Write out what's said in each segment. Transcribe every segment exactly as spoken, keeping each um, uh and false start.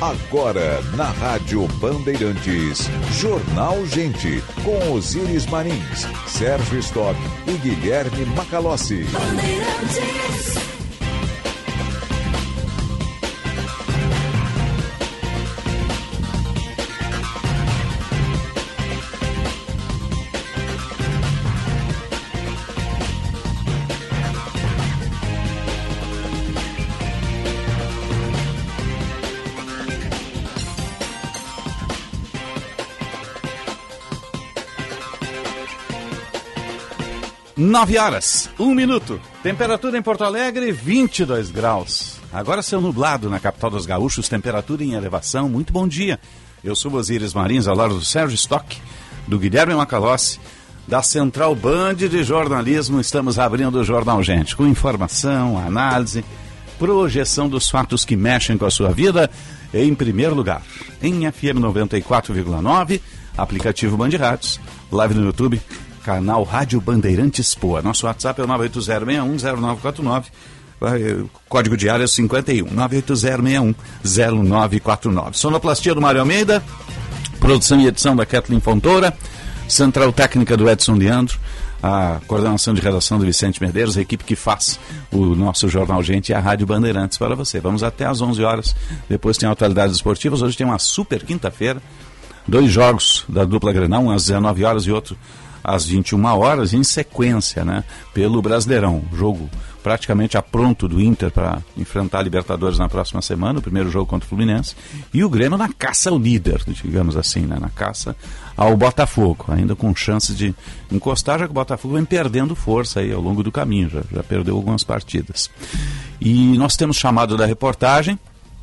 Agora, na Rádio Bandeirantes, Jornal Gente, com Osiris Marins, Sérgio Stock e Guilherme Macalossi. Bandeirantes. Nove horas, um minuto. Temperatura em Porto Alegre, vinte e dois graus. Agora céu nublado na capital dos gaúchos, temperatura em elevação. Muito bom dia. Eu sou Osiris Marins, ao lado do Sérgio Stock, do Guilherme Macalossi, da Central Band de Jornalismo. Estamos abrindo o Jornal Gente, com informação, análise, projeção dos fatos que mexem com a sua vida. Em primeiro lugar, em F M noventa e quatro vírgula nove, aplicativo Band Rádios, live no YouTube, canal Rádio Bandeirantes Poa. Nosso WhatsApp é o nove oito zero seis um zero nove quatro nove. Código de área é cinquenta e um, nove oito zero seis um zero nove quatro nove. Sonoplastia do Mário Almeida, produção e edição da Kathleen Fontoura, central técnica do Edson Leandro, a coordenação de redação do Vicente Medeiros, a equipe que faz o nosso Jornal Gente e a Rádio Bandeirantes para você. Vamos até às onze horas, depois tem atualidades esportivas. Hoje tem uma super quinta-feira, dois jogos da dupla Grenal, um às dezenove horas e outro às vinte e uma horas, em sequência, né, pelo Brasileirão. Jogo praticamente a pronto do Inter para enfrentar a Libertadores na próxima semana, o primeiro jogo contra o Fluminense, e o Grêmio na caça ao líder, digamos assim, né, na caça ao Botafogo, ainda com chances de encostar, já que o Botafogo vem perdendo força aí ao longo do caminho, já, já perdeu algumas partidas. E nós temos chamado da reportagem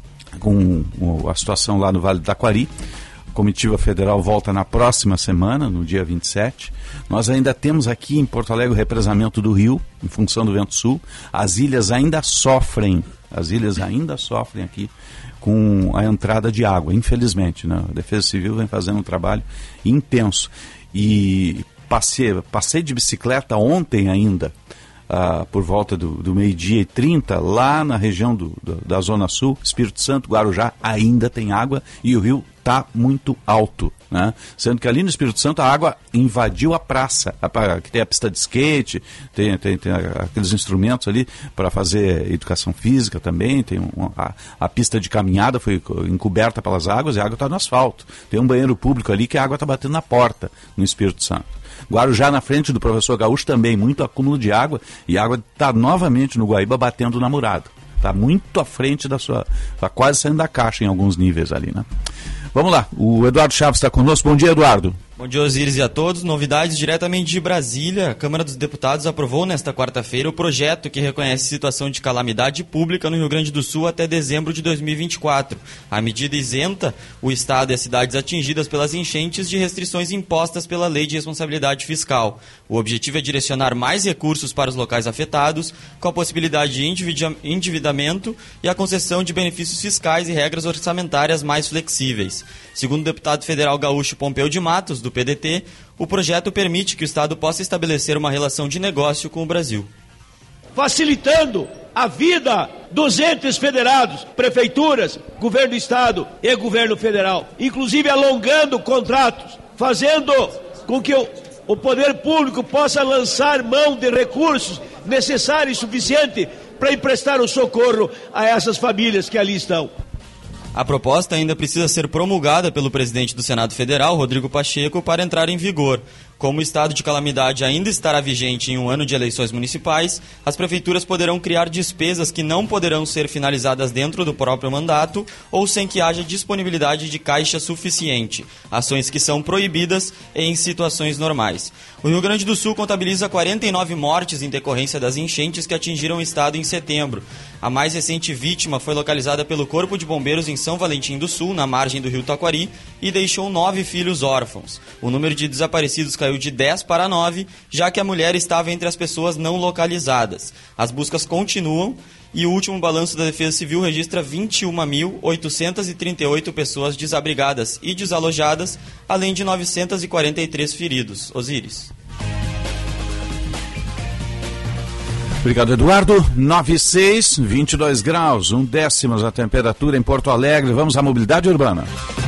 com a situação lá no Vale do Taquari. A comitiva federal volta na próxima semana, no dia vinte e sete. Nós ainda temos aqui em Porto Alegre o represamento do rio, em função do vento sul. As ilhas ainda sofrem, as ilhas ainda sofrem aqui com a entrada de água, infelizmente, né? A Defesa Civil vem fazendo um trabalho intenso. E passei, passei de bicicleta ontem ainda, Uh, por volta do, do meio-dia e trinta, lá na região do, do, da Zona Sul, Espírito Santo, Guarujá, ainda tem água e o rio está muito alto, né? Sendo que ali no Espírito Santo a água invadiu a praça, a, que tem a pista de skate, tem, tem, tem aqueles instrumentos ali para fazer educação física também, tem um, a, a pista de caminhada foi encoberta pelas águas e a água está no asfalto. Tem um banheiro público ali que a água está batendo na porta no Espírito Santo. Guarujá, na frente do Professor Gaúcho, também muito acúmulo de água, e a água está novamente no Guaíba batendo na murada. Está muito à frente da sua... Está quase saindo da caixa em alguns níveis ali, né? Vamos lá, o Eduardo Chaves está conosco. Bom dia, Eduardo. Bom dia, Osiris, e a todos. Novidades diretamente de Brasília. A Câmara dos Deputados aprovou nesta quarta-feira o projeto que reconhece situação de calamidade pública no Rio Grande do Sul até dezembro de dois mil e vinte e quatro. A medida isenta o Estado e as cidades atingidas pelas enchentes de restrições impostas pela Lei de Responsabilidade Fiscal. O objetivo é direcionar mais recursos para os locais afetados, com a possibilidade de endividamento e a concessão de benefícios fiscais e regras orçamentárias mais flexíveis. Segundo o deputado federal gaúcho Pompeu de Matos, do P D T, o projeto permite que o Estado possa estabelecer uma relação de negócio com o Brasil. Facilitando a vida dos entes federados, prefeituras, governo do Estado e governo federal, inclusive alongando contratos, fazendo com que o, o poder público possa lançar mão de recursos necessários e suficientes para emprestar o socorro a essas famílias que ali estão. A proposta ainda precisa ser promulgada pelo presidente do Senado Federal, Rodrigo Pacheco, para entrar em vigor. Como o estado de calamidade ainda estará vigente em um ano de eleições municipais, as prefeituras poderão criar despesas que não poderão ser finalizadas dentro do próprio mandato ou sem que haja disponibilidade de caixa suficiente, ações que são proibidas em situações normais. O Rio Grande do Sul contabiliza quarenta e nove mortes em decorrência das enchentes que atingiram o estado em setembro. A mais recente vítima foi localizada pelo Corpo de Bombeiros em São Valentim do Sul, na margem do rio Taquari, e deixou nove filhos órfãos. O número de desaparecidos caiu de dez para nove, já que a mulher estava entre as pessoas não localizadas. As buscas continuam e o último balanço da Defesa Civil registra vinte e uma mil oitocentas e trinta e oito pessoas desabrigadas e desalojadas, além de novecentos e quarenta e três feridos. Osiris. Obrigado, Eduardo. nove e seis, vinte e dois graus, um décimo a temperatura em Porto Alegre. Vamos à mobilidade urbana.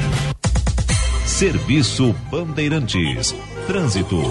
Serviço Bandeirantes. Trânsito.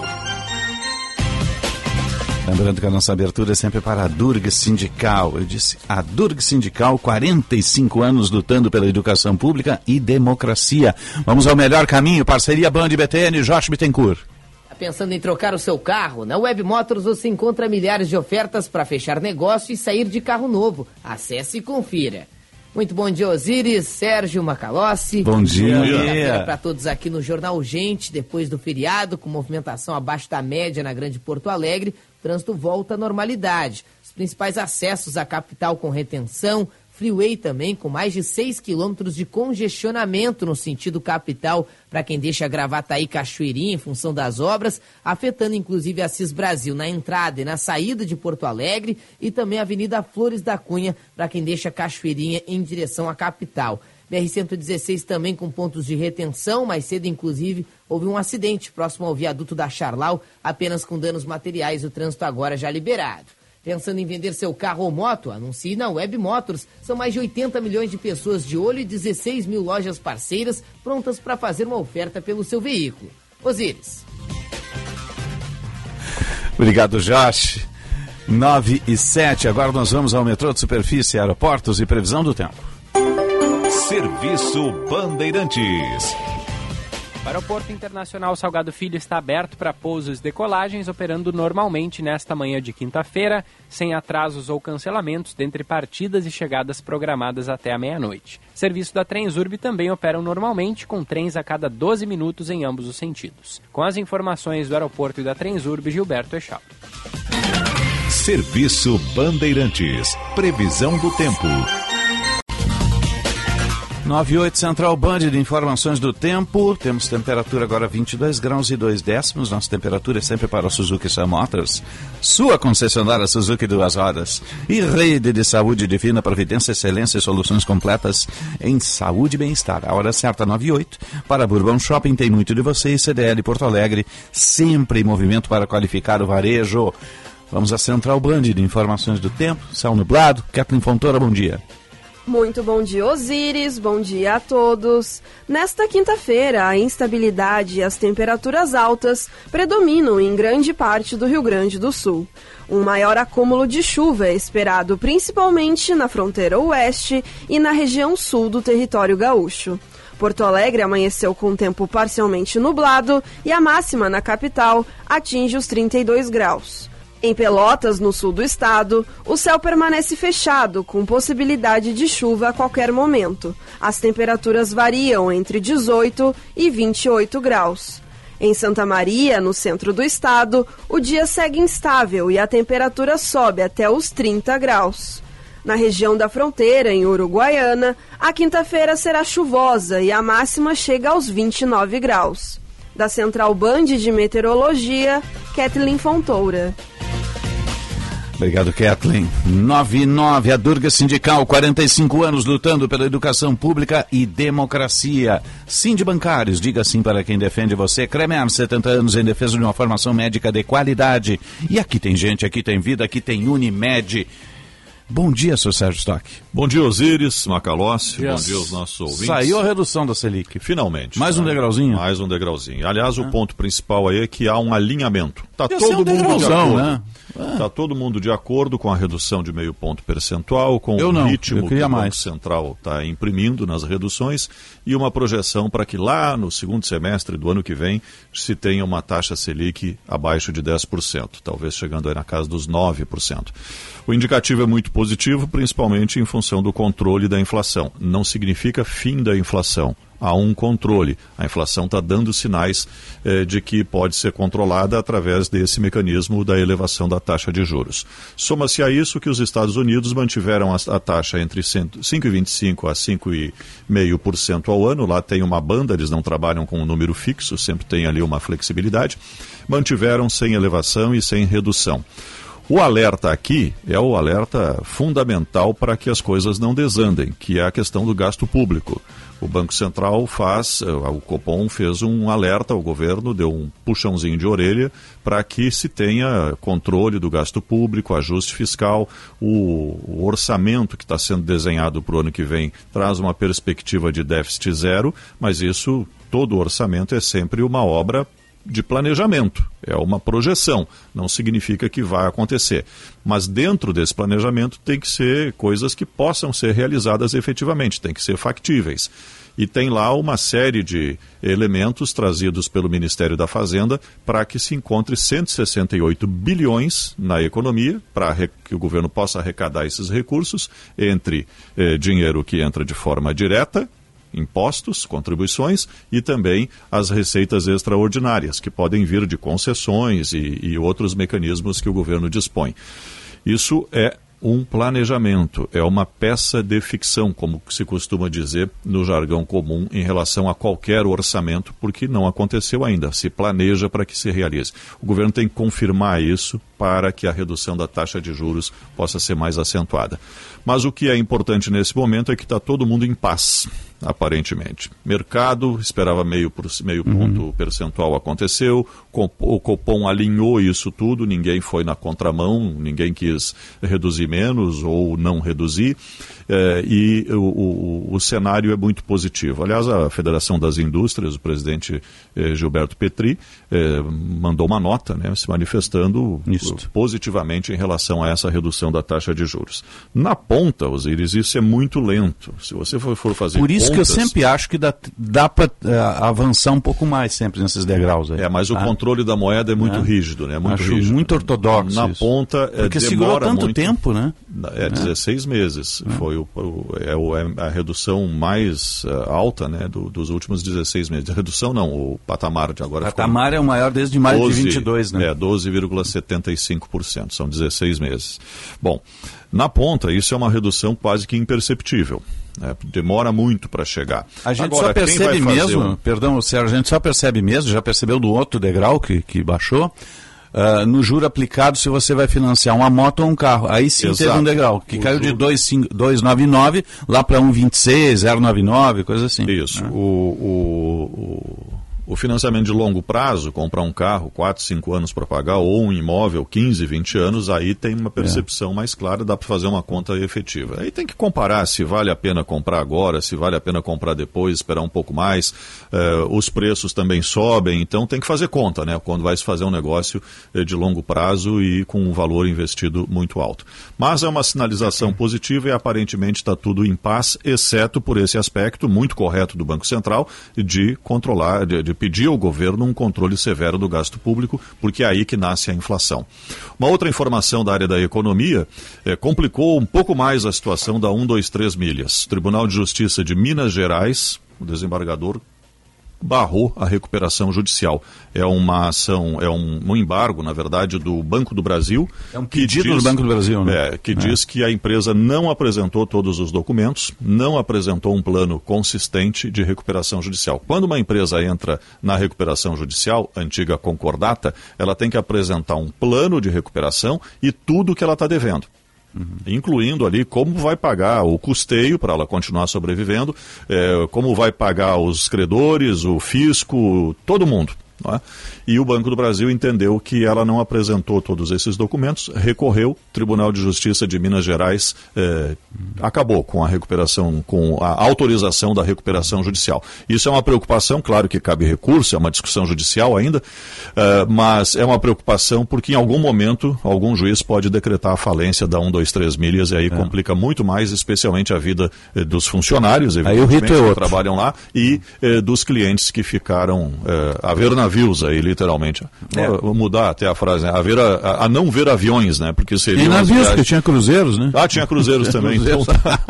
Lembrando que a nossa abertura é sempre para a Durg Sindical. Eu disse, a Durg Sindical, quarenta e cinco anos lutando pela educação pública e democracia. Vamos ao melhor caminho, parceria Band e B T N, Josh Bittencourt. Pensando em trocar o seu carro? Na Web Motors você encontra milhares de ofertas para fechar negócio e sair de carro novo. Acesse e confira. Muito bom dia, Osiris, Sérgio Macalossi. Bom dia. Bom dia para todos aqui no Jornal Gente. Depois do feriado, com movimentação abaixo da média na Grande Porto Alegre, o trânsito volta à normalidade. Os principais acessos à capital com retenção, Freeway também com mais de seis quilômetros de congestionamento no sentido capital para quem deixa Gravataí, Cachoeirinha em função das obras, afetando inclusive a Cis Brasil na entrada e na saída de Porto Alegre e também a Avenida Flores da Cunha para quem deixa Cachoeirinha em direção à capital. B R cento e dezesseis também com pontos de retenção, mais cedo inclusive houve um acidente próximo ao viaduto da Charlau, apenas com danos materiais, o trânsito agora já liberado. Pensando em vender seu carro ou moto? Anuncie na Web Motors. São mais de oitenta milhões de pessoas de olho e dezesseis mil lojas parceiras prontas para fazer uma oferta pelo seu veículo. Osiris. Obrigado, Josh. nove e sete, agora nós vamos ao metrô de superfície, aeroportos e previsão do tempo. Serviço Bandeirantes. O Aeroporto Internacional Salgado Filho está aberto para pousos e decolagens, operando normalmente nesta manhã de quinta-feira, sem atrasos ou cancelamentos dentre partidas e chegadas programadas até a meia-noite. Serviço da Transurb também operam normalmente, com trens a cada doze minutos em ambos os sentidos. Com as informações do aeroporto e da Transurb, Gilberto Echal. Serviço Bandeirantes. Previsão do tempo. nove e oito Central Band de informações do tempo. Temos temperatura agora vinte e dois graus e dois décimos. Nossa temperatura é sempre para a Suzuki Sun Motors, sua concessionária Suzuki Duas Rodas. E rede de saúde divina, providência, excelência e soluções completas em saúde e bem-estar. A hora certa, nove e oito. Para Bourbon Shopping tem muito de você e C D L Porto Alegre, sempre em movimento para qualificar o varejo. Vamos à Central Band de informações do tempo. Céu nublado. Kathleen Fontoura, bom dia. Muito bom dia, Osiris, bom dia a todos. Nesta quinta-feira, a instabilidade e as temperaturas altas predominam em grande parte do Rio Grande do Sul. Um maior acúmulo de chuva é esperado principalmente na fronteira oeste e na região sul do território gaúcho. Porto Alegre amanheceu com tempo parcialmente nublado e a máxima na capital atinge os trinta e dois graus. Em Pelotas, no sul do estado, o céu permanece fechado, com possibilidade de chuva a qualquer momento. As temperaturas variam entre dezoito e vinte e oito graus. Em Santa Maria, no centro do estado, o dia segue instável e a temperatura sobe até os trinta graus. Na região da fronteira, em Uruguaiana, a quinta-feira será chuvosa e a máxima chega aos vinte e nove graus. Da Central Band de Meteorologia, Kathleen Fontoura. Obrigado, Kathleen. nove e nove, a Durga Sindical, quarenta e cinco anos lutando pela educação pública e democracia. Sindibancários, diga sim para quem defende você. Cremer, setenta anos em defesa de uma formação médica de qualidade. E aqui tem gente, aqui tem vida, aqui tem Unimed. Bom dia, senhor Sérgio Stock. Bom dia, Osiris, Macalossi. Yes. Bom dia aos nossos ouvintes. Saiu a redução da Selic. Finalmente. Mais um degrauzinho? Mais um degrauzinho. Aliás, ah. o ponto principal aí é que há um alinhamento. Está todo um mundo de acordo. Né? Está ah. todo mundo de acordo com a redução de meio ponto percentual, com eu o não. ritmo que o Banco mais. Central está imprimindo nas reduções e uma projeção para que lá no segundo semestre do ano que vem se tenha uma taxa Selic abaixo de dez por cento, talvez chegando aí na casa dos nove por cento. O indicativo é muito positivo, principalmente em função do controle da inflação. Não significa fim da inflação. Há um controle. A inflação está dando sinais eh, de que pode ser controlada através desse mecanismo da elevação da taxa de juros. Soma-se a isso que os Estados Unidos mantiveram a, a taxa entre cinco vírgula vinte e cinco por cento a cinco vírgula cinco por cento ao ano. Lá tem uma banda, eles não trabalham com um número fixo, sempre tem ali uma flexibilidade. Mantiveram sem elevação e sem redução. O alerta aqui é o alerta fundamental para que as coisas não desandem, que é a questão do gasto público. O Banco Central faz, o Copom fez um alerta ao governo, deu um puxãozinho de orelha para que se tenha controle do gasto público, ajuste fiscal. O, o orçamento que está sendo desenhado para o ano que vem traz uma perspectiva de déficit zero, mas isso, todo o orçamento é sempre uma obra de planejamento, é uma projeção, não significa que vai acontecer. Mas dentro desse planejamento tem que ser coisas que possam ser realizadas efetivamente, tem que ser factíveis. E tem lá uma série de elementos trazidos pelo Ministério da Fazenda para que se encontre cento e sessenta e oito bilhões na economia, para que o governo possa arrecadar esses recursos, entre eh, dinheiro que entra de forma direta, impostos, contribuições e também as receitas extraordinárias, que podem vir de concessões e, e outros mecanismos que o governo dispõe. Isso é um planejamento, é uma peça de ficção, como se costuma dizer no jargão comum em relação a qualquer orçamento, porque não aconteceu ainda, se planeja para que se realize. O governo tem que confirmar isso para que a redução da taxa de juros possa ser mais acentuada. Mas o que é importante nesse momento é que está todo mundo em paz, aparentemente. Mercado esperava meio, por, meio uhum. ponto percentual, aconteceu, o Copom alinhou isso tudo, ninguém foi na contramão, ninguém quis reduzir menos ou não reduzir, eh, e o, o, o cenário é muito positivo. Aliás, a Federação das Indústrias, o presidente eh, Gilberto Petri, eh, mandou uma nota, né, se manifestando isso. positivamente em relação a essa redução da taxa de juros. Na ponta, Osiris, isso é muito lento. Se você for, for fazer Por isso contas, que eu sempre acho que dá, dá para uh, avançar um pouco mais sempre nesses degraus aí. É, mas o ah. controle da moeda é muito é. rígido, né? Muito acho rígido. muito ortodoxo. Na isso. ponta, porque é, segurou tanto muito, tempo, né? É, dezesseis é. meses. É. Foi o, o, é, o, é a redução mais uh, alta, né, do, dos últimos dezesseis meses. Redução não, o patamar de agora. O patamar é o maior desde maio doze, de vinte e dois, né? É, doze vírgula setenta e cinco por cento. São dezesseis meses. Bom, na ponta, isso é uma redução quase que imperceptível. É, demora muito para chegar. A gente Agora, só percebe mesmo, um... perdão, Sérgio, a gente só percebe mesmo, já percebeu do outro degrau que, que baixou, uh, no juro aplicado se você vai financiar uma moto ou um carro. Aí sim Exato. Teve um degrau, que o caiu juro... de dois vírgula noventa e nove lá para um vírgula vinte e seis, zero vírgula noventa e nove, coisa assim. Isso. Né? O, o, o, o financiamento de longo prazo, comprar um carro, quatro, cinco anos para pagar, ou um imóvel, quinze, vinte anos, aí tem uma percepção é. mais clara, dá para fazer uma conta efetiva. Aí tem que comparar se vale a pena comprar agora, se vale a pena comprar depois, esperar um pouco mais. Uh, os preços também sobem, então tem que fazer conta, né? Quando vai se fazer um negócio uh, de longo prazo e com um valor investido muito alto. Mas é uma sinalização positiva e aparentemente está tudo em paz, exceto por esse aspecto muito correto do Banco Central de controlar, de, de pedir ao governo um controle severo do gasto público, porque é aí que nasce a inflação. Uma outra informação da área da economia é, complicou um pouco mais a situação da um dois três milhas. O Tribunal de Justiça de Minas Gerais, o desembargador barrou a recuperação judicial. É uma ação, é um, um embargo, na verdade, do Banco do Brasil. É um pedido diz, do Banco do Brasil, né? É, que é. diz que a empresa não apresentou todos os documentos, não apresentou um plano consistente de recuperação judicial. Quando uma empresa entra na recuperação judicial, antiga concordata, ela tem que apresentar um plano de recuperação e tudo que ela está devendo. Uhum. Incluindo ali como vai pagar o custeio para ela continuar sobrevivendo, é, como vai pagar os credores, o fisco, todo mundo. Não é? E o Banco do Brasil entendeu que ela não apresentou todos esses documentos, recorreu, o Tribunal de Justiça de Minas Gerais eh, acabou com a recuperação, com a autorização da recuperação judicial. Isso é uma preocupação, claro que cabe recurso, é uma discussão judicial ainda, eh, mas é uma preocupação porque em algum momento algum juiz pode decretar a falência da um dois três milhas e aí é. complica muito mais, especialmente a vida eh, dos funcionários, evidentemente, aí o que trabalham lá, e eh, dos clientes que ficaram eh, a ver navios aí, literalmente. É. Vou mudar até a frase, né? A, ver a, a não ver aviões, né? Porque seria. Tem navios, viagens... porque tinha cruzeiros, né? Ah, tinha cruzeiros também. Cruzeiros. Então tá.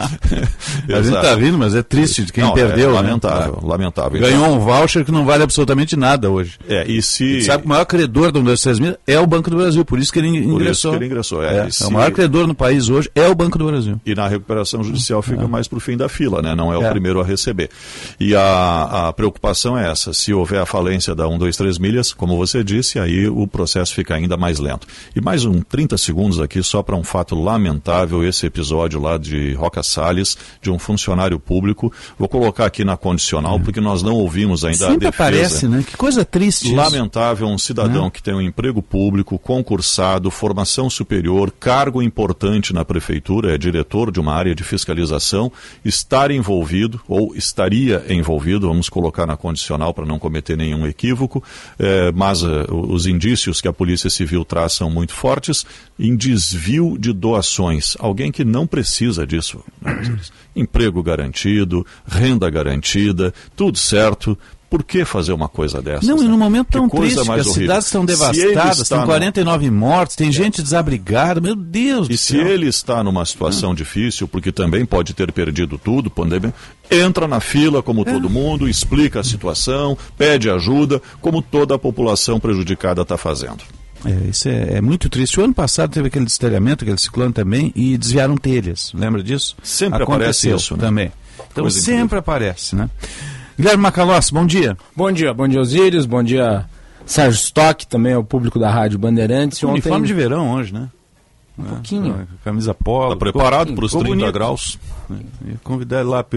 A gente tá vindo, mas é triste de quem não, perdeu. É lamentável, né? lamentável. Ganhou então. um voucher que não vale absolutamente nada hoje. É, e se. E sabe que o maior credor do um dois três mil é o Banco do Brasil, por isso que ele ingressou. Por isso que ele ingressou, é. É, se... é o maior credor no país hoje é o Banco do Brasil. E na recuperação judicial fica é. mais pro fim da fila, né? Não é o é. primeiro a receber. E a, a preocupação é essa, se houver a falência da um dois, três milhas, como você disse, aí o processo fica ainda mais lento. E mais um trinta segundos aqui só para um fato lamentável, esse episódio lá de Roca Salles, de um funcionário público. Vou colocar aqui na condicional, porque nós não ouvimos ainda Sempre a defesa. aparece, né? Que coisa triste isso. Lamentável, um cidadão É. que tem um emprego público, concursado, formação superior, cargo importante na prefeitura, é diretor de uma área de fiscalização, estar envolvido, ou estaria envolvido, vamos colocar na condicional para não cometer nenhum equívoco, eh, mas eh, os indícios que a Polícia Civil traz são muito fortes, em desvio de doações. Alguém que não precisa disso. Né? Emprego garantido, renda garantida, tudo certo. Por que fazer uma coisa dessa? Não, né? e num momento tão Que coisa triste, que mais as horrível. cidades estão Se ele devastadas, está tem no- quarenta e nove mortos, tem gente desabrigada, meu Deus E do se céu. ele está numa situação difícil, porque também pode ter perdido tudo, pandemia, entra na fila como todo mundo, explica a situação, pede ajuda, como toda a população prejudicada está fazendo. É, isso é, é muito triste. O ano passado teve aquele destelhamento, aquele ciclone também, e desviaram telhas. Lembra disso? Sempre aparece Aconteceu isso, né? também. Então Coisa sempre incrível. aparece, né? Guilherme Macalossi, bom dia. Bom dia, bom dia Osíris, bom dia Sérgio Stock, também ao público da Rádio Bandeirantes. Ontem... Uniforme Ontem... de verão hoje, né? Um pouquinho. Camisa polo. Está preparado ficou- para os ficou trinta bonito. graus? Ia convidar ele lá para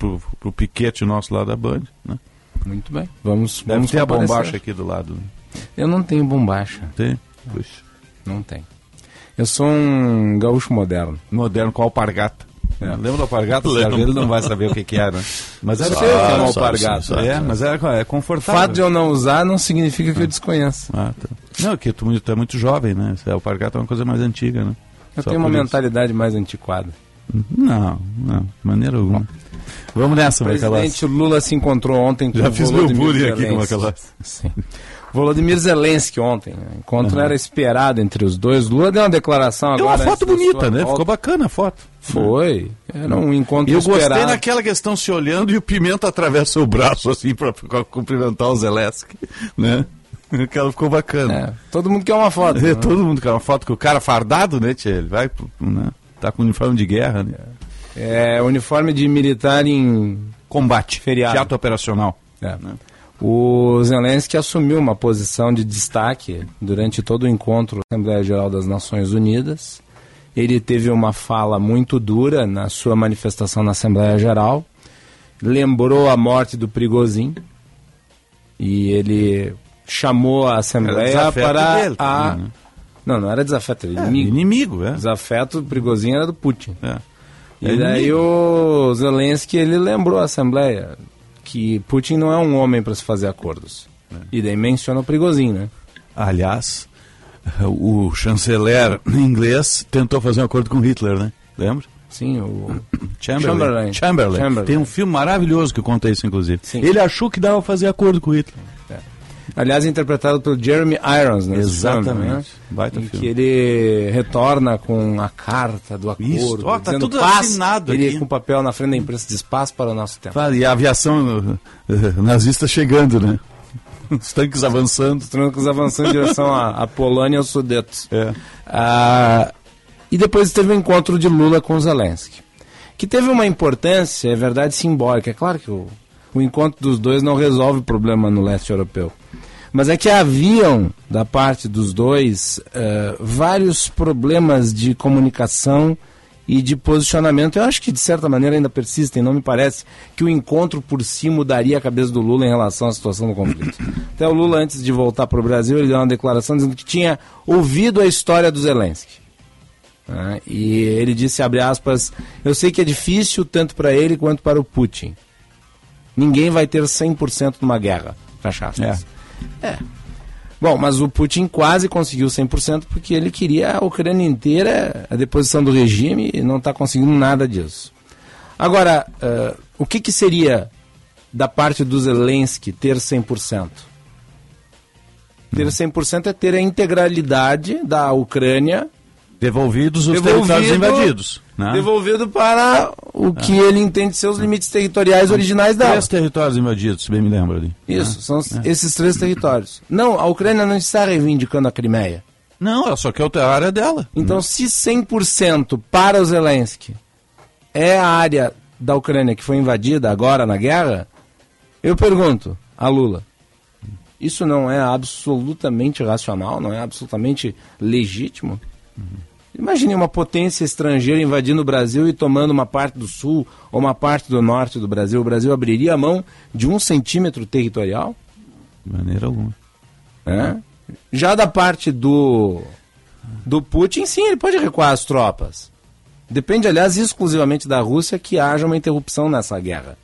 o piquete nosso lá da Band, né? Muito bem, vamos, Deve vamos ter a comparecer. bombacha aqui do lado. Eu não tenho bombacha, Tem? Puxa. não tenho. Eu sou um gaúcho moderno. Moderno com alpargata. É. Lembra da alpargata? Lembro. Ele não vai saber o que, que era. Mas era Sei o que é uma sabe, alpargata. sim, sabe. É, mas era, é O confortável. fato de eu não usar não significa que eu desconheço. Ah, tá. Não, é que tu, tu é muito jovem, né? A alpargata é uma coisa mais antiga, né? Eu Só tenho uma por isso. mentalidade mais antiquada. Não, não, de maneira alguma. Vamos nessa, O Macalossi. presidente Lula se encontrou ontem com Já o fiz meu Volodymyr bullying aqui com o Zelensky. Macalossi. Sim. Volodymyr Zelensky ontem. O encontro Uhum. era esperado entre os dois. Lula deu uma declaração Deu agora. uma foto antes da bonita, sua né? volta. Ficou bacana a foto. Foi. Era um encontro E eu esperado. gostei naquela questão se olhando e o Pimenta atravessa o braço assim pra, pra cumprimentar o Zelensky, né? Aquela ficou bacana. É, todo mundo quer uma foto. É, né? todo mundo quer uma foto com o cara fardado, né, tia? Ele vai, pro- né? Tá com uniforme de guerra, né? É uniforme de militar em Combate, Feriado. teatro operacional. É. O Zelensky assumiu uma posição de destaque durante todo o encontro da Assembleia Geral das Nações Unidas. Ele teve uma fala muito dura na sua manifestação na Assembleia Geral. Lembrou a morte do Prigozhin. E ele chamou a Era Assembleia desafeto para dele a... também, né? Não, não era desafeto, era É, inimigo. inimigo, é. Desafeto do Prigozhin era do Putin. É. E É daí inimigo. o Zelensky, ele lembrou a Assembleia que Putin não é um homem para se fazer acordos. E daí menciona o Prigozhin, né? Aliás, o chanceler inglês tentou fazer um acordo com Hitler, né? Lembra? Sim, o Chamberlain. Chamberlain. Chamberlain. Chamberlain. Tem um filme maravilhoso que conta isso, inclusive. Sim. Ele achou que dava pra fazer acordo com Hitler. aliás, interpretado pelo Jeremy Irons, né? Exatamente. Baita Em filme. que ele retorna com a carta do acordo. Isso. Ó, tá dizendo tudo paz, assinado ele aqui. com o papel na frente da imprensa diz paz para o nosso tempo. Fala, e a aviação eh, nazista chegando, né? Os tanques avançando. Os troncos avançando em direção à, à Polônia e aos Sudetos. É. Ah, e depois teve o encontro de Lula com Zelensky, que teve uma importância, é verdade, simbólica. É claro que o, o encontro dos dois não resolve o problema no leste europeu. Mas é que haviam, da parte dos dois, eh, vários problemas de comunicação e de posicionamento. Eu acho que, de certa maneira, ainda persistem. Não me parece que o encontro por si mudaria a cabeça do Lula em relação à situação do conflito. Até o Lula, antes de voltar para o Brasil, ele deu uma declaração dizendo que tinha ouvido a história do Zelensky. Ah, e ele disse, abre aspas, eu sei que é difícil tanto para ele quanto para o Putin. Ninguém vai ter cem por cento numa guerra. Fecha aspas. É. é. Bom, mas o Putin quase conseguiu cem por cento porque ele queria a Ucrânia inteira, a deposição do regime, e não está conseguindo nada disso. Agora, uh, o que, que seria da parte do Zelensky ter cem por cento? Ter cem por cento é ter a integralidade da Ucrânia Devolvidos os Devolvido- territórios invadidos. Né? devolvido para o que ele entende ser os limites territoriais originais dela. Três territórios invadidos, se bem me lembro ali. Isso, Né? são os- esses três territórios. Não, a Ucrânia não está reivindicando a Crimeia. Não, ela só quer a área dela. Então, se cem por cento para o Zelensky é a área da Ucrânia que foi invadida agora na guerra, eu pergunto a Lula, Isso não é absolutamente racional, não é absolutamente legítimo? Uhum. Imagine uma potência estrangeira invadindo o Brasil e tomando uma parte do sul ou uma parte do norte do Brasil. O Brasil abriria a mão de um centímetro territorial? De maneira alguma. É? Já da parte do, do Putin, sim, ele pode recuar as tropas. Depende, aliás, exclusivamente da Rússia que haja uma interrupção nessa guerra.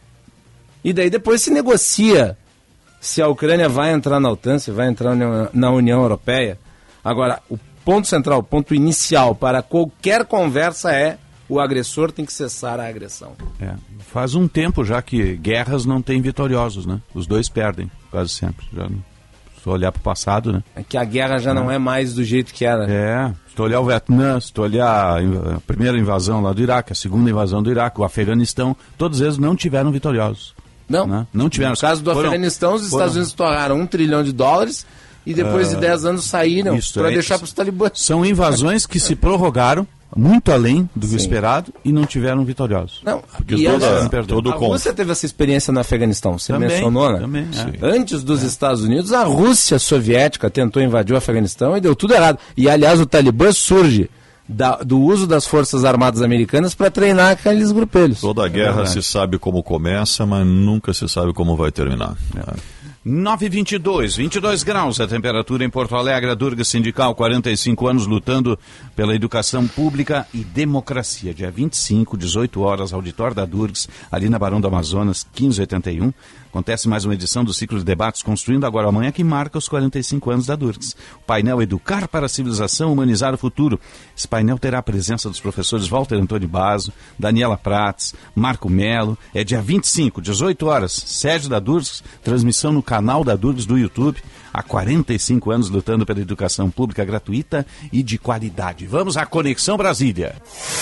E daí depois se negocia se a Ucrânia vai entrar na OTAN, se vai entrar na União Europeia. Agora, o ponto central, o ponto inicial para qualquer conversa é o agressor tem que cessar a agressão. É, faz um tempo já que guerras não têm vitoriosos, né? Os dois perdem, quase sempre. Já não... Se tu olhar para o passado, né? É que a guerra já é. não é mais do jeito que era. É, se tu olhar o Vietnã, se tu olhar a primeira invasão lá do Iraque, a segunda invasão do Iraque, o Afeganistão, todos eles não tiveram vitoriosos. Não, né? Não tiveram. No caso do foram, Afeganistão, os Estados foram... Unidos torraram um trilhão de dólares e depois uh, de dez anos saíram para é, deixar para os talibãs. São invasões que se prorrogaram muito além do Sim. esperado e não tiveram vitoriosos. Não, porque e toda, antes, todo a Rússia teve essa experiência no Afeganistão, você também, mencionou, né? Também, é. Antes dos é. Estados Unidos, a Rússia soviética tentou invadir o Afeganistão e deu tudo errado. E, aliás, o Talibã surge da, do uso das forças armadas americanas para treinar aqueles grupelhos. Toda a guerra é se sabe como começa, mas nunca se sabe como vai terminar. É. nove e vinte e dois, vinte e dois graus a temperatura em Porto Alegre. A Durga Sindical, quarenta e cinco anos lutando pela educação pública e democracia. Dia vinte e cinco, dezoito horas, auditório da Durgs, ali na Barão do Amazonas, quinze oitenta e um. Acontece mais uma edição do ciclo de debates Construindo Agora Amanhã, que marca os quarenta e cinco anos da Durgs. O painel Educar para a Civilização, Humanizar o Futuro. Esse painel terá a presença dos professores Walter Antônio Basso, Daniela Prats, Marco Melo. É dia vinte e cinco, dezoito horas, sede da Durgs, transmissão no canal da Durgs do YouTube. Há quarenta e cinco anos lutando pela educação pública gratuita e de qualidade. Vamos à Conexão Brasília.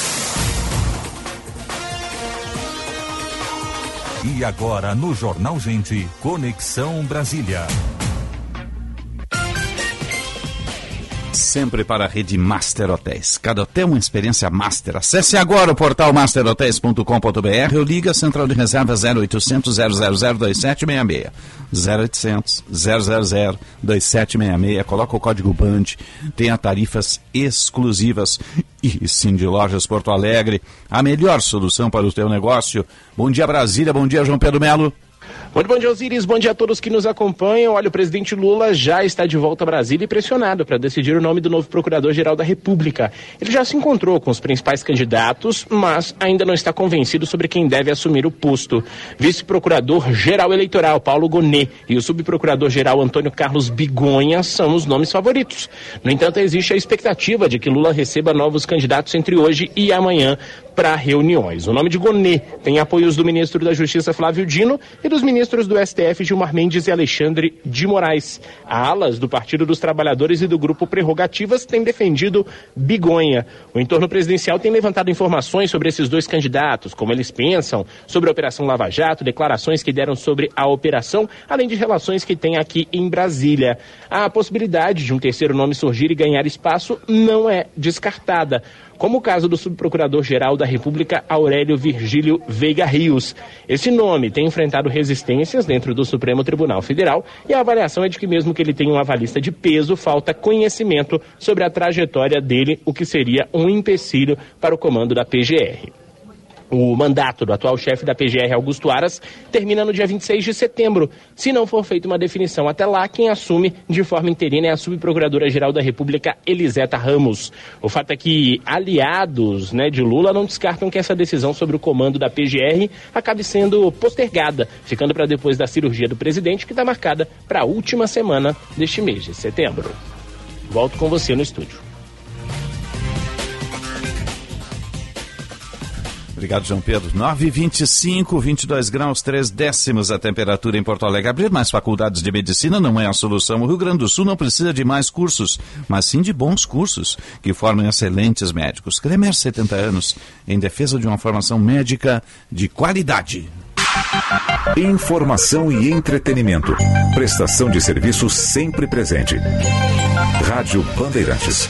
E agora no Jornal Gente, Conexão Brasília. Sempre para a rede Master Hotéis. Cada hotel uma experiência master. Acesse agora o portal master hotels ponto com ponto b r ou liga a central de reserva zero oitocentos, zero zero zero, dois sete seis seis. zero oitocentos, zero zero zero, dois sete seis seis. Coloca o código BAND. Tenha tarifas exclusivas. E Cindy Lojas Porto Alegre, a melhor solução para o teu negócio. Bom dia, Brasília. Bom dia, João Pedro Melo. Muito bom dia, Osiris. Bom dia a todos que nos acompanham. Olha, o presidente Lula já está de volta a Brasília e pressionado para decidir o nome do novo Procurador-Geral da República. Ele já se encontrou com os principais candidatos, mas ainda não está convencido sobre quem deve assumir o posto. Vice-Procurador-Geral Eleitoral Paulo Gonet e o Subprocurador-Geral Antônio Carlos Bigonha são os nomes favoritos. No entanto, existe a expectativa de que Lula receba novos candidatos entre hoje e amanhã para reuniões. O nome de Gonet tem apoios do ministro da Justiça Flávio Dino e dos ministros do S T F Gilmar Mendes e Alexandre de Moraes. Alas do Partido dos Trabalhadores e do Grupo Prerrogativas têm defendido Bigonha. O entorno presidencial tem levantado informações sobre esses dois candidatos, como eles pensam sobre a Operação Lava Jato, declarações que deram sobre a operação, além de relações que têm aqui em Brasília. A possibilidade de um terceiro nome surgir e ganhar espaço não é descartada, como o caso do subprocurador-geral da República, Aurélio Virgílio Veiga Rios. Esse nome tem enfrentado resistências dentro do Supremo Tribunal Federal e a avaliação é de que mesmo que ele tenha uma avalista de peso, falta conhecimento sobre a trajetória dele, o que seria um empecilho para o comando da P G R. O mandato do atual chefe da P G R, Augusto Aras, termina no dia vinte e seis de setembro. Se não for feita uma definição até lá, quem assume de forma interina é a subprocuradora-geral da República, Eliseta Ramos. O fato é que aliados, né, de Lula não descartam que essa decisão sobre o comando da P G R acabe sendo postergada, ficando para depois da cirurgia do presidente, que está marcada para a última semana deste mês de setembro. Volto com você no estúdio. Obrigado, João Pedro. nove e vinte e cinco, vinte e dois graus, três décimos a temperatura em Porto Alegre. Abrir mais faculdades de medicina não é a solução. O Rio Grande do Sul não precisa de mais cursos, mas sim de bons cursos que formam excelentes médicos. Cremer, setenta anos, em defesa de uma formação médica de qualidade. Informação e entretenimento. Prestação de serviço sempre presente. Rádio Bandeirantes.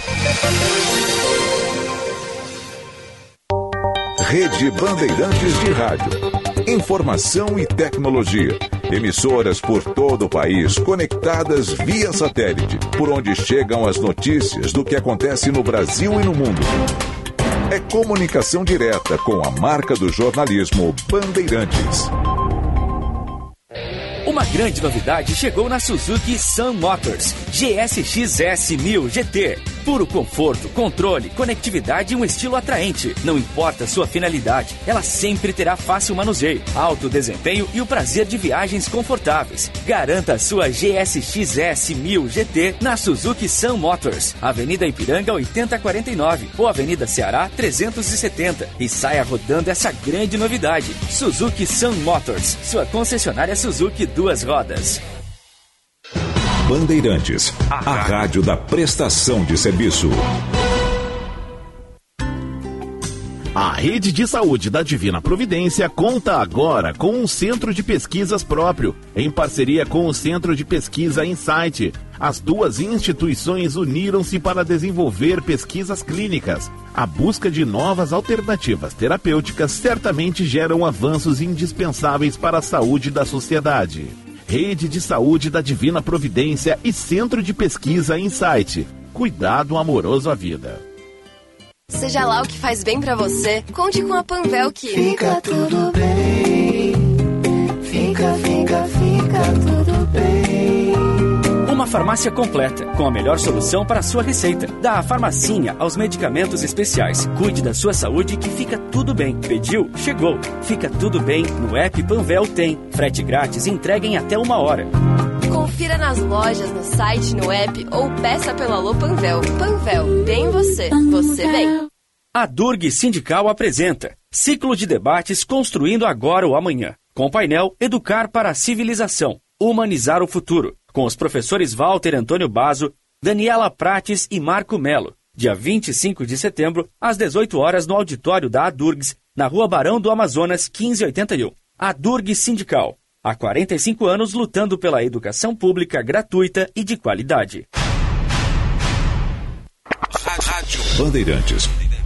Rede Bandeirantes de Rádio. Informação e tecnologia. Emissoras por todo o país, conectadas via satélite, por onde chegam as notícias do que acontece no Brasil e no mundo. É comunicação direta com a marca do jornalismo Bandeirantes. Uma grande novidade chegou na Suzuki Sun Motors, G S X S mil G T. Puro conforto, controle, conectividade e um estilo atraente. Não importa a sua finalidade, ela sempre terá fácil manuseio, alto desempenho e o prazer de viagens confortáveis. Garanta a sua G S X S mil G T na Suzuki Sun Motors, Avenida Ipiranga oitenta quarenta e nove ou Avenida Ceará trezentos e setenta e saia rodando essa grande novidade. Suzuki Sun Motors, sua concessionária Suzuki duas rodas. Bandeirantes, a rádio da prestação de serviço. A Rede de Saúde da Divina Providência conta agora com um centro de pesquisas próprio, em parceria com o Centro de Pesquisa Insight. As duas instituições uniram-se para desenvolver pesquisas clínicas. A busca de novas alternativas terapêuticas certamente geram avanços indispensáveis para a saúde da sociedade. Rede de Saúde da Divina Providência e Centro de Pesquisa Insight. Cuidado amoroso à vida. Seja lá o que faz bem pra você, conte com a Panvel que... Fica tudo bem, fica, fica, fica tudo bem. Uma farmácia completa, com a melhor solução para a sua receita. Da a farmacinha aos medicamentos especiais. Cuide da sua saúde que fica tudo bem. Pediu? Chegou. Fica tudo bem. No app Panvel tem. Frete grátis e entrega em até uma hora. Confira nas lojas, no site, no app ou peça pelo Alô Panvel. Panvel, bem você, você bem. A Durg Sindical apresenta Ciclo de Debates Construindo Agora o Amanhã. Com o painel Educar para a Civilização, Humanizar o Futuro. Com os professores Walter Antônio Basso, Daniela Prates e Marco Melo. Dia vinte e cinco de setembro, às dezoito horas, no auditório da Adurgs, na Rua Barão do Amazonas, quinze oitenta e um. Adurg Sindical. Há quarenta e cinco anos lutando pela educação pública gratuita e de qualidade. Rádio Bandeirantes.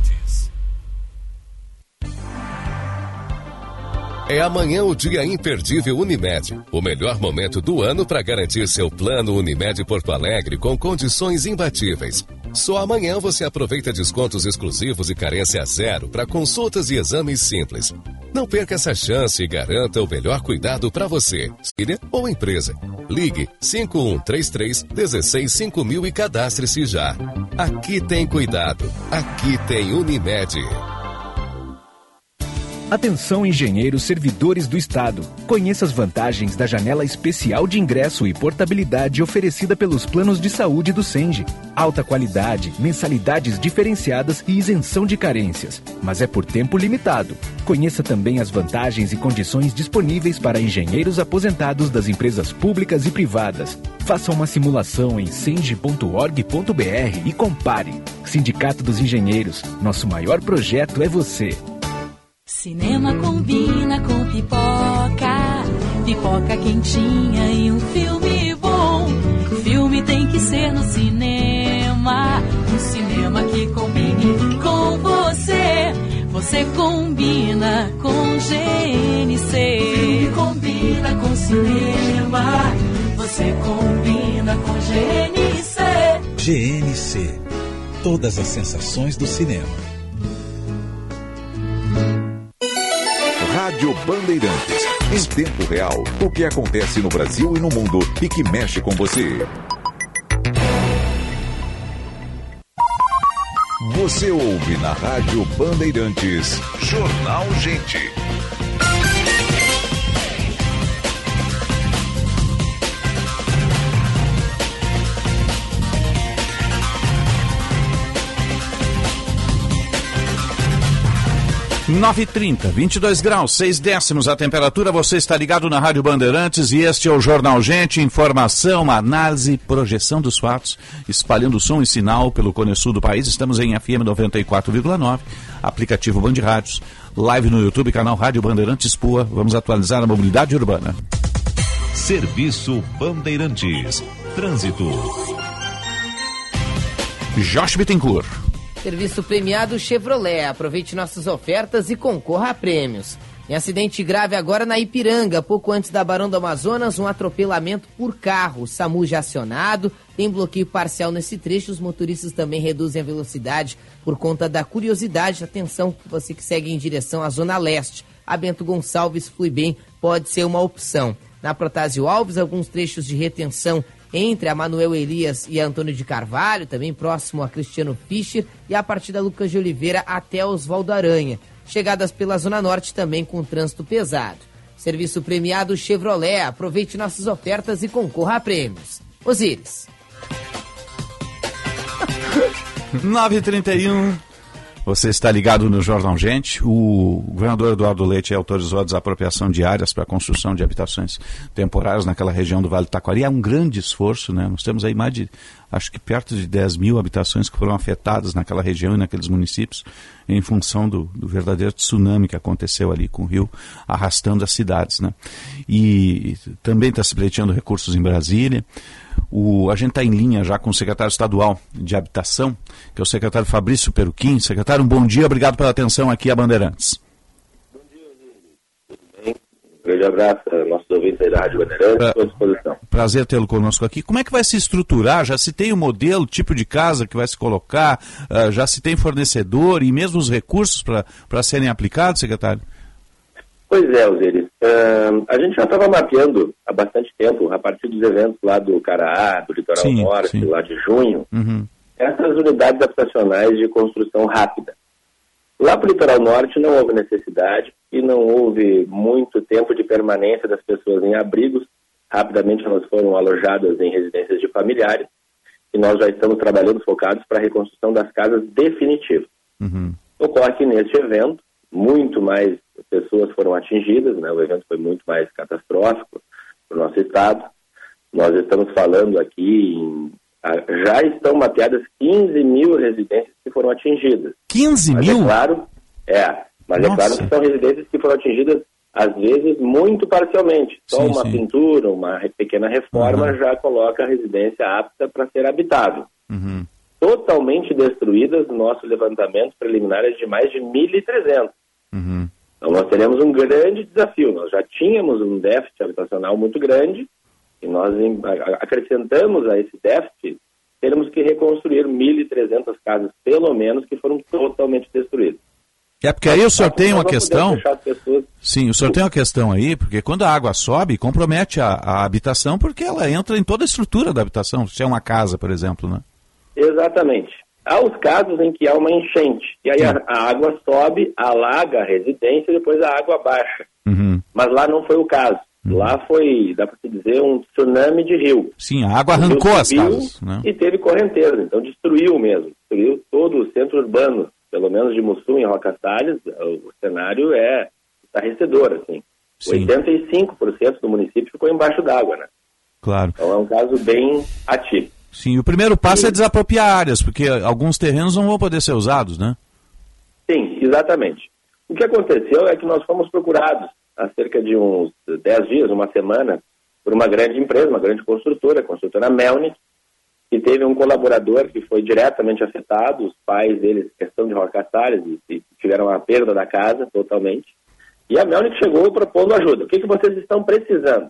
É amanhã o dia imperdível Unimed. O melhor momento do ano para garantir seu plano Unimed Porto Alegre com condições imbatíveis. Só amanhã você aproveita descontos exclusivos e carência zero para consultas e exames simples. Não perca essa chance e garanta o melhor cuidado para você, filha ou empresa. Ligue cinco um três três, um seis cinco mil e cadastre-se já. Aqui tem cuidado. Aqui tem Unimed. Atenção, engenheiros servidores do Estado. Conheça as vantagens da janela especial de ingresso e portabilidade oferecida pelos planos de saúde do Senge. Alta qualidade, mensalidades diferenciadas e isenção de carências. Mas é por tempo limitado. Conheça também as vantagens e condições disponíveis para engenheiros aposentados das empresas públicas e privadas. Faça uma simulação em senge ponto org ponto br e compare. Sindicato dos Engenheiros. Nosso maior projeto é você. Cinema combina com pipoca, pipoca quentinha e um filme bom. Filme tem que ser no cinema, um cinema que combine com você. Você combina com G N C. Filme combina com cinema, você combina com G N C. G N C. Todas as sensações do cinema. Rádio Bandeirantes. Em tempo real, o que acontece no Brasil e no mundo e que mexe com você. Você ouve na Rádio Bandeirantes, Jornal Gente. nove e trinta, vinte e dois graus, seis décimos a temperatura. Você está ligado na Rádio Bandeirantes e este é o Jornal Gente. Informação, análise, projeção dos fatos, espalhando som e sinal pelo Cone Sul do país. Estamos em F M noventa e quatro vírgula nove, aplicativo Band Rádios, live no YouTube, canal Rádio Bandeirantes Pua. Vamos atualizar a mobilidade urbana. Serviço Bandeirantes. Trânsito. Josh Bittencourt. Serviço premiado Chevrolet. Aproveite nossas ofertas e concorra a prêmios. Em acidente grave agora na Ipiranga, pouco antes da Barão do Amazonas, um atropelamento por carro. O SAMU já acionado, tem bloqueio parcial nesse trecho, os motoristas também reduzem a velocidade por conta da curiosidade. Atenção, você que segue em direção à Zona Leste. A Bento Gonçalves flui bem, pode ser uma opção. Na Protásio Alves, alguns trechos de retenção entre a Manuel Elias e a Antônio de Carvalho, também próximo a Cristiano Fischer, e a partir da Lucas de Oliveira até Oswaldo Aranha. Chegadas pela Zona Norte também com trânsito pesado. Serviço premiado Chevrolet. Aproveite nossas ofertas e concorra a prêmios. Osíris. nove e trinta e um. Você está ligado no Jornal Gente. O governador Eduardo Leite autorizou a desapropriação de áreas para a construção de habitações temporárias naquela região do Vale do Taquari. É um grande esforço, né? Nós temos aí mais de, acho que perto de dez mil habitações que foram afetadas naquela região e naqueles municípios em função do, do verdadeiro tsunami que aconteceu ali com o rio arrastando as cidades, né? E também está se pleiteando recursos em Brasília. O, a gente está em linha já com o secretário estadual de Habitação, que é o secretário Fabrício Peruquim. Secretário, um bom dia, obrigado pela atenção aqui a Bandeirantes. Bom dia, tudo bem? Um grande abraço a nossos ouvintes aí da Rádio Bandeirantes, à sua disposição. Prazer tê-lo conosco aqui. Como é que vai se estruturar? Já se tem o modelo, o tipo de casa que vai se colocar, uh, já se tem fornecedor e mesmo os recursos para serem aplicados, secretário? Pois é, Osiris. Uh, a gente já estava mapeando há bastante tempo, a partir dos eventos lá do Caraá, do Litoral sim, Norte, sim. lá de junho, uhum. essas unidades habitacionais de construção rápida. Lá para o Litoral Norte não houve necessidade e não houve muito tempo de permanência das pessoas em abrigos. Rapidamente elas foram alojadas em residências de familiares e nós já estamos trabalhando focados para a reconstrução das casas definitivas. Uhum. Ocorre que neste evento, muito mais pessoas foram atingidas, né? O evento foi muito mais catastrófico para o nosso estado. Nós estamos falando aqui, em, já estão mapeadas quinze mil residências que foram atingidas. quinze mas mil? É claro, é, mas Nossa. é claro que são residências que foram atingidas, às vezes, muito parcialmente. Só sim, uma sim. pintura, uma pequena reforma uhum. já coloca a residência apta para ser habitável. Uhum. Totalmente destruídas, nosso levantamento preliminar é de mais de mil e trezentos. Uhum. Então nós teremos um grande desafio. Nós já tínhamos um déficit habitacional muito grande e nós acrescentamos a esse déficit, teremos que reconstruir mil e trezentas casas, pelo menos, que foram totalmente destruídas. É porque aí o senhor tem uma questão... Pessoas... Sim, o senhor tem uma questão aí, porque quando a água sobe, compromete a, a habitação, porque ela entra em toda a estrutura da habitação, se é uma casa, por exemplo, né? Exatamente. Há os casos em que há uma enchente, e aí a, a água sobe, alaga a residência e depois a água baixa. Uhum. Mas lá não foi o caso. Uhum. Lá foi, dá para se dizer, um tsunami de rio. Sim, a água arrancou as casas, né? E teve correnteza, então destruiu mesmo. Destruiu todo o centro urbano, pelo menos de Mussum e Roca Salles. O cenário é estarrecedor, assim. Sim. oitenta e cinco por cento do município ficou embaixo d'água, né? Claro. Então é um caso bem atípico. Sim, o primeiro passo Sim. é desapropriar áreas, porque alguns terrenos não vão poder ser usados, né? Sim, exatamente. O que aconteceu é que nós fomos procurados há cerca de uns dez dias, uma semana, por uma grande empresa, uma grande construtora, a construtora Melnick, que teve um colaborador que foi diretamente afetado, os pais deles, questão de Roca Salles, e tiveram a perda da casa totalmente. E a Melnick chegou propondo ajuda. O que, que vocês estão precisando?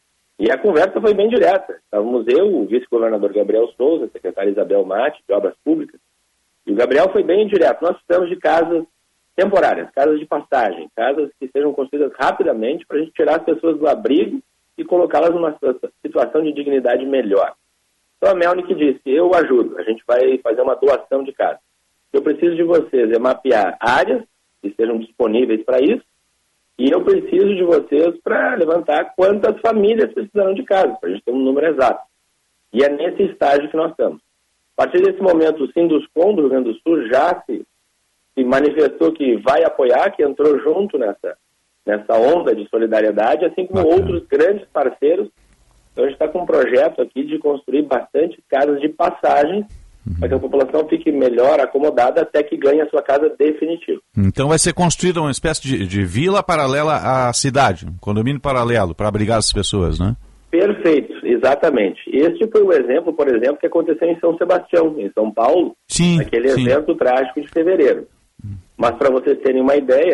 E a conversa foi bem direta. Estávamos eu, o vice-governador Gabriel Souza, a secretária Isabel Mate, de Obras Públicas, e o Gabriel foi bem direto. Nós precisamos de casas temporárias, casas de passagem, casas que sejam construídas rapidamente para a gente tirar as pessoas do abrigo e colocá-las numa situação de dignidade melhor. Então a Melnick disse, eu ajudo, a gente vai fazer uma doação de casa. Eu preciso de vocês é mapear áreas que estejam disponíveis para isso, e eu preciso de vocês para levantar quantas famílias precisarão de casa, para a gente ter um número exato. E é nesse estágio que nós estamos. A partir desse momento, o Sinduscom do Rio Grande do Sul já se, se manifestou que vai apoiar, que entrou junto nessa, nessa onda de solidariedade, assim como Bacana. outros grandes parceiros. Então a gente está com um projeto aqui de construir bastante casas de passagem, uhum. para que a população fique melhor acomodada até que ganhe a sua casa definitiva. Então vai ser construída uma espécie de, de vila paralela à cidade, um condomínio paralelo para abrigar as pessoas, né? Perfeito, exatamente. Este foi o exemplo, por exemplo, que aconteceu em São Sebastião, em São Paulo, sim, naquele sim. evento trágico de fevereiro. Hum. Mas para vocês terem uma ideia,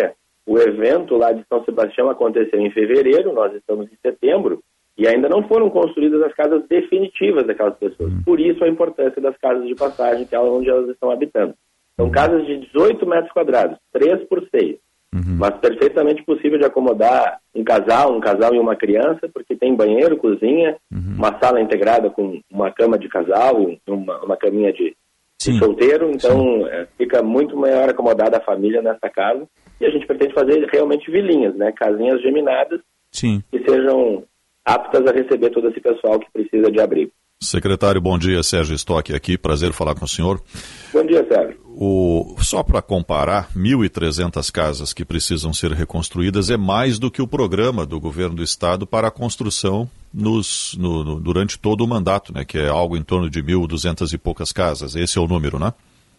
O evento lá de São Sebastião aconteceu em fevereiro, nós estamos em setembro, e ainda não foram construídas as casas definitivas daquelas pessoas. Por isso a importância das casas de passagem, que é onde elas estão habitando. São casas de dezoito metros quadrados, três por seis. Uhum. Mas perfeitamente possível de acomodar um casal, um casal e uma criança, porque tem banheiro, cozinha, uhum. uma sala integrada com uma cama de casal, uma, uma caminha de, de solteiro, então é, fica muito maior acomodada a família nessa casa, e a gente pretende fazer realmente vilinhas, né, casinhas geminadas, Sim. que sejam aptas a receber todo esse pessoal que precisa de abrigo. Secretário, bom dia, Sérgio Stock aqui, prazer falar com o senhor. Bom dia, Sérgio. O, só para comparar, mil e trezentas casas que precisam ser reconstruídas é mais do que o programa do governo do estado para a construção nos, no, no, durante todo o mandato, né, que é algo em torno de mil e duzentas e poucas casas. Esse é o número, né?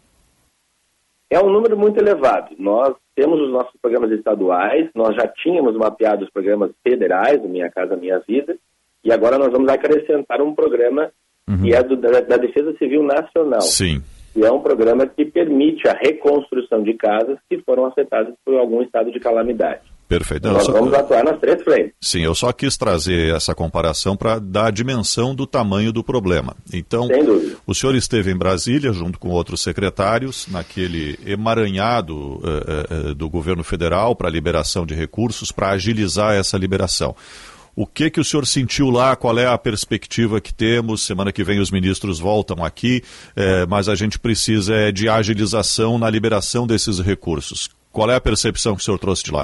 É um número muito elevado. Nós temos os nossos programas estaduais, nós já tínhamos mapeado os programas federais, o Minha Casa Minha Vida, e agora nós vamos acrescentar um programa uhum. que é do, da, da Defesa Civil Nacional. Sim. E é um programa que permite a reconstrução de casas que foram afetadas por algum estado de calamidade. Perfeito. Nós só... vamos atuar nas três frentes. Sim, eu só quis trazer essa comparação para dar a dimensão do tamanho do problema. Então, sem dúvida. O senhor esteve em Brasília, junto com outros secretários, naquele emaranhado uh, uh, do governo federal para a liberação de recursos, para agilizar essa liberação. O que que o senhor sentiu lá? Qual é a perspectiva que temos? Semana que vem os ministros voltam aqui, eh, mas a gente precisa é, de agilização na liberação desses recursos. Qual é a percepção que o senhor trouxe de lá?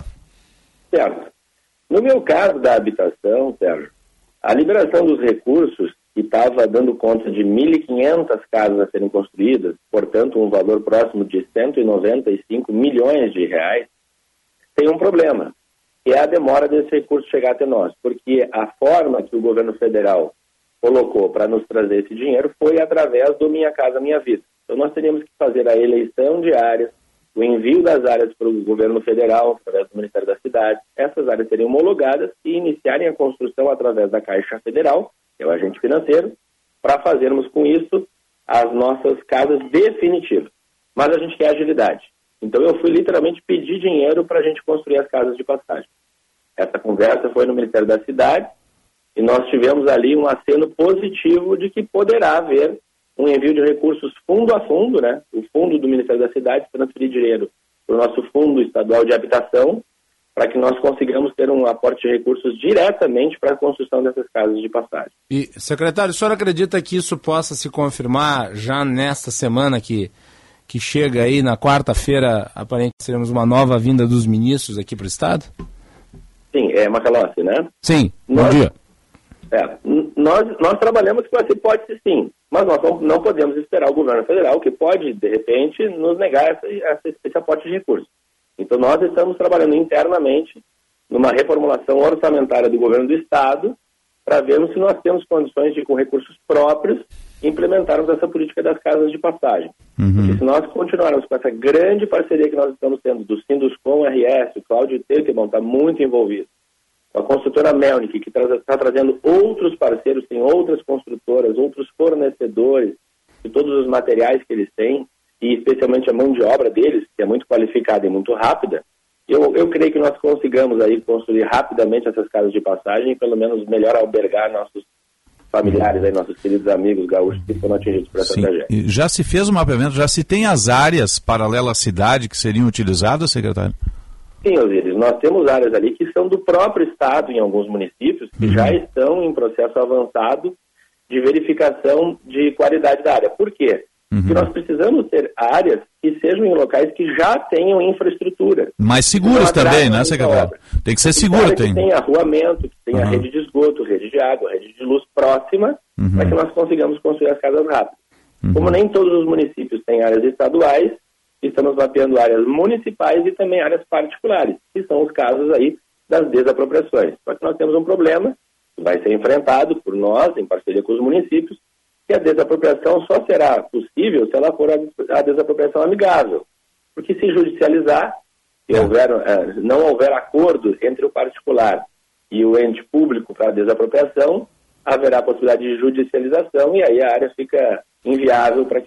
Certo. No meu caso da habitação, Sérgio, a liberação dos recursos, que estava dando conta de mil e quinhentas casas a serem construídas, portanto um valor próximo de cento e noventa e cinco milhões de reais, tem um problema, que é a demora desse recurso chegar até nós, porque a forma que o governo federal colocou para nos trazer esse dinheiro foi através do Minha Casa Minha Vida. Então nós teríamos que fazer a eleição de áreas, o envio das áreas para o governo federal, através do Ministério da Cidade. Essas áreas seriam homologadas e iniciarem a construção através da Caixa Federal, que é o agente financeiro, para fazermos com isso as nossas casas definitivas. Mas a gente quer agilidade. Então eu fui literalmente pedir dinheiro para a gente construir as casas de passagem. Essa conversa foi no Ministério da Cidade e nós tivemos ali um aceno positivo de que poderá haver um envio de recursos fundo a fundo, né? O fundo do Ministério da Cidade transferir dinheiro para o nosso fundo estadual de habitação, para que nós consigamos ter um aporte de recursos diretamente para a construção dessas casas de passagem. E, secretário, o senhor acredita que isso possa se confirmar já nesta semana que, que chega aí, na quarta-feira, aparentemente teremos uma nova vinda dos ministros aqui para o Estado? Sim, é Macalossi, né? Sim, nós, bom dia. É, nós, nós trabalhamos com essa hipótese sim, mas nós não, não podemos esperar o governo federal, que pode, de repente, nos negar essa, essa, esse aporte de recursos. Então nós estamos trabalhando internamente numa reformulação orçamentária do governo do Estado para vermos se nós temos condições de, com recursos próprios, implementarmos essa política das casas de passagem. Uhum. Porque se nós continuarmos com essa grande parceria que nós estamos tendo do Sinduscom R S, o Cláudio Terkemann está muito envolvido, a construtora Melnick, que está trazendo outros parceiros, tem outras construtoras, outros fornecedores de todos os materiais que eles têm, e especialmente a mão de obra deles, que é muito qualificada e muito rápida, eu, eu creio que nós consigamos aí construir rapidamente essas casas de passagem e pelo menos melhor albergar nossos familiares, aí, nossos queridos amigos gaúchos que foram atingidos por essa Sim. tragédia. E já se fez o mapeamento, já se tem as áreas paralelas à cidade que seriam utilizadas, secretário? Sim, Osíris, nós temos áreas ali que são do próprio Estado em alguns municípios que uhum. já estão em processo avançado de verificação de qualidade da área. Por quê? Uhum. Porque nós precisamos ter áreas que sejam em locais que já tenham infraestrutura. Mais seguras também, né, secretário? Tem que ser seguro, tem. Que tem arruamento, que tenha uhum. rede de esgoto, rede de água, rede de luz próxima, uhum. para que nós consigamos construir as casas rápidas. Uhum. Como nem todos os municípios têm áreas estaduais, estamos mapeando áreas municipais e também áreas particulares, que são os casos aí das desapropriações. Só que nós temos um problema que vai ser enfrentado por nós, em parceria com os municípios, que a desapropriação só será possível se ela for a desapropriação amigável. Porque se judicializar, se houver, não houver acordo entre o particular e o ente público para a desapropriação, haverá a possibilidade de judicialização e aí a área fica inviável para que nós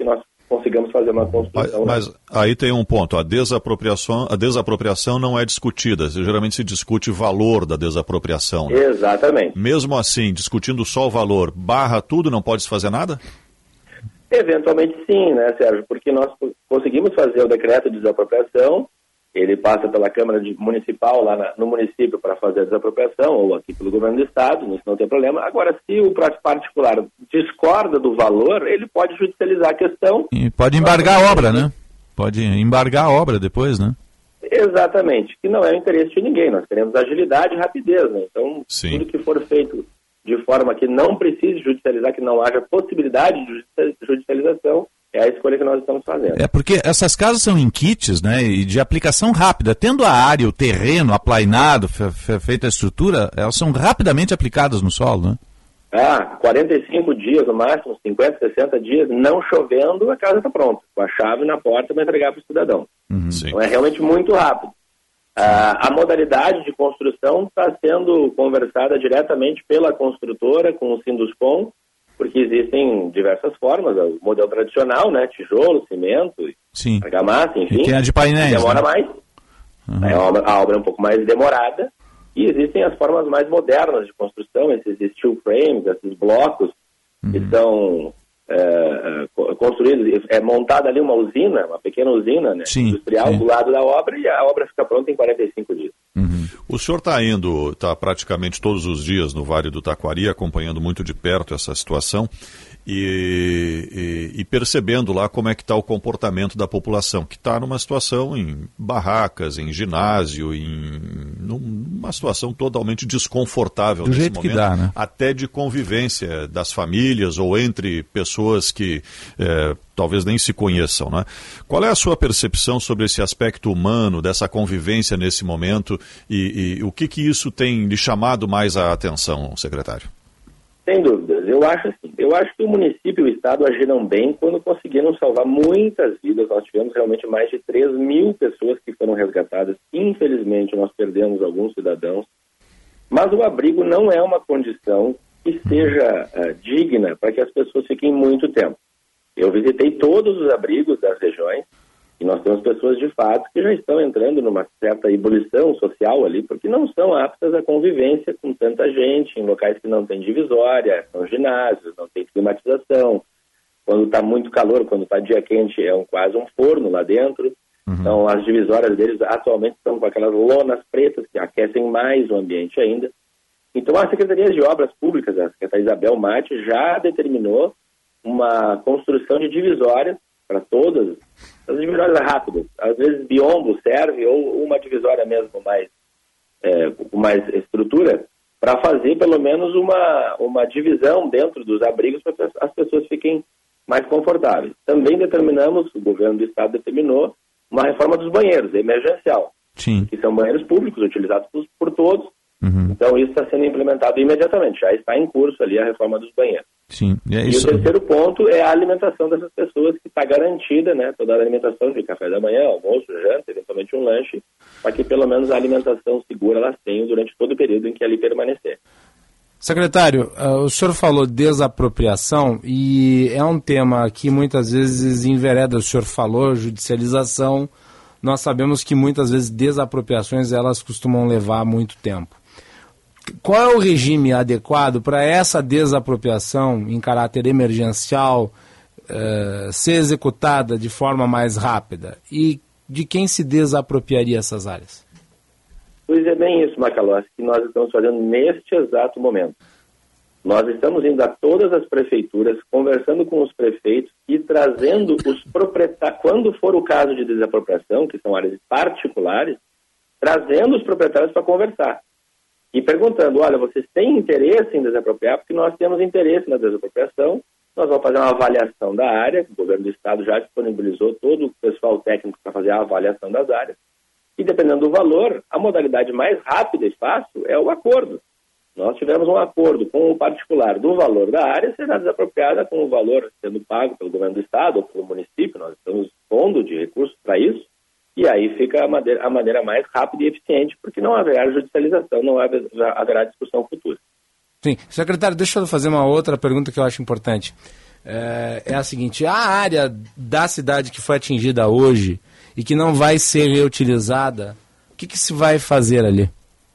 consigamos fazer uma construção. Mas, mas aí tem um ponto, a desapropriação, a desapropriação não é discutida, geralmente se discute o valor da desapropriação. Né? Exatamente. Mesmo assim, discutindo só o valor, barra tudo, não pode se fazer nada? Eventualmente sim, né, Sérgio? Porque nós conseguimos fazer o decreto de desapropriação, ele passa pela Câmara de Municipal lá na, no município para fazer a desapropriação, ou aqui pelo Governo do Estado, isso não tem problema. Agora, se o particular discorda do valor, ele pode judicializar a questão. E pode embargar a obra, né? Pode embargar a obra depois, né? Exatamente, que não é o interesse de ninguém. Nós queremos agilidade e rapidez, né? Então, Sim. tudo que for feito de forma que não precise judicializar, que não haja possibilidade de judicialização, é a escolha que nós estamos fazendo. É porque essas casas são em kits, né, e de aplicação rápida. Tendo a área, o terreno aplainado, fe, fe, feita a estrutura, elas são rapidamente aplicadas no solo, né? Ah, quarenta e cinco dias no máximo, cinquenta, sessenta dias, não chovendo, a casa está pronta, com a chave na porta para entregar para o cidadão. Uhum. Então é realmente muito rápido. Ah, a modalidade de construção está sendo conversada diretamente pela construtora com o Sinduscom, porque existem diversas formas, o modelo tradicional, né, tijolo, cimento, Sim. argamassa, enfim, E tem a de painéis, demora né? mais, Uhum. é, a, obra, a obra é um pouco mais demorada, e existem as formas mais modernas de construção, esses steel frames, esses blocos, uhum. que são é, construídos, é montada ali uma usina, uma pequena usina, né, sim, industrial sim. do lado da obra, e a obra fica pronta em quarenta e cinco dias. Uhum. O senhor está indo, está praticamente todos os dias no Vale do Taquari, acompanhando muito de perto essa situação e, e, e percebendo lá como é que está o comportamento da população, que está numa situação em barracas, em ginásio, em numa situação totalmente desconfortável do nesse jeito momento, que dá, né? Até de convivência das famílias ou entre pessoas que é, talvez nem se conheçam, né? Qual é a sua percepção sobre esse aspecto humano, dessa convivência nesse momento e, e o que, que isso tem lhe chamado mais a atenção, secretário? Sem dúvidas. Eu acho assim, eu acho que o município e o Estado agiram bem quando conseguiram salvar muitas vidas. Nós tivemos realmente mais de três mil pessoas que foram resgatadas. Infelizmente, nós perdemos alguns cidadãos. Mas o abrigo não é uma condição que seja uh, digna para que as pessoas fiquem muito tempo. Eu visitei todos os abrigos das regiões e nós temos pessoas de fato que já estão entrando numa certa ebulição social ali, porque não são aptas à convivência com tanta gente, em locais que não tem divisória, são ginásios, não tem climatização. Quando está muito calor, quando está dia quente, é um, quase um forno lá dentro. Uhum. Então as divisórias deles atualmente estão com aquelas lonas pretas que aquecem mais o ambiente ainda. Então a Secretaria de Obras Públicas, a secretária Isabel Mate, já determinou uma construção de divisórias para todas, as divisórias rápidas. Às vezes biombo serve, ou uma divisória mesmo mais, é, com mais estrutura, para fazer pelo menos uma, uma divisão dentro dos abrigos para que as pessoas fiquem mais confortáveis. Também determinamos, o governo do estado determinou, uma reforma dos banheiros, emergencial. Sim. Que são banheiros públicos, utilizados por, por todos. Uhum. Então isso está sendo implementado imediatamente, já está em curso ali a reforma dos banheiros. Sim. E, é e isso... o terceiro ponto é a alimentação dessas pessoas, que está garantida, né, toda a alimentação de café da manhã, almoço, janta, eventualmente um lanche, para que pelo menos a alimentação segura elas tenham durante todo o período em que ali permanecer. Secretário, uh, o senhor falou desapropriação e é um tema que muitas vezes envereda. O senhor falou judicialização, nós sabemos que muitas vezes desapropriações elas costumam levar muito tempo. Qual é o regime adequado para essa desapropriação em caráter emergencial uh, ser executada de forma mais rápida? E de quem se desapropriaria essas áreas? Pois é bem isso, Macalossi, que nós estamos fazendo neste exato momento. Nós estamos indo a todas as prefeituras, conversando com os prefeitos e trazendo os proprietários, quando for o caso de desapropriação, que são áreas particulares, trazendo os proprietários para conversar. E perguntando, olha, vocês têm interesse em desapropriar? Porque nós temos interesse na desapropriação, nós vamos fazer uma avaliação da área, o governo do estado já disponibilizou todo o pessoal técnico para fazer a avaliação das áreas, e dependendo do valor, a modalidade mais rápida e fácil é o acordo. Nós tivemos um acordo com o particular do valor da área, será desapropriada com o valor sendo pago pelo governo do estado ou pelo município, nós estamos pondo de recursos para isso, e aí fica a maneira, a maneira mais rápida e eficiente, porque não haverá judicialização, não haverá, haverá discussão futura. Sim. Secretário, deixa eu fazer uma outra pergunta que eu acho importante. é, é a seguinte: a área da cidade que foi atingida hoje e que não vai ser reutilizada, o que, que se vai fazer ali?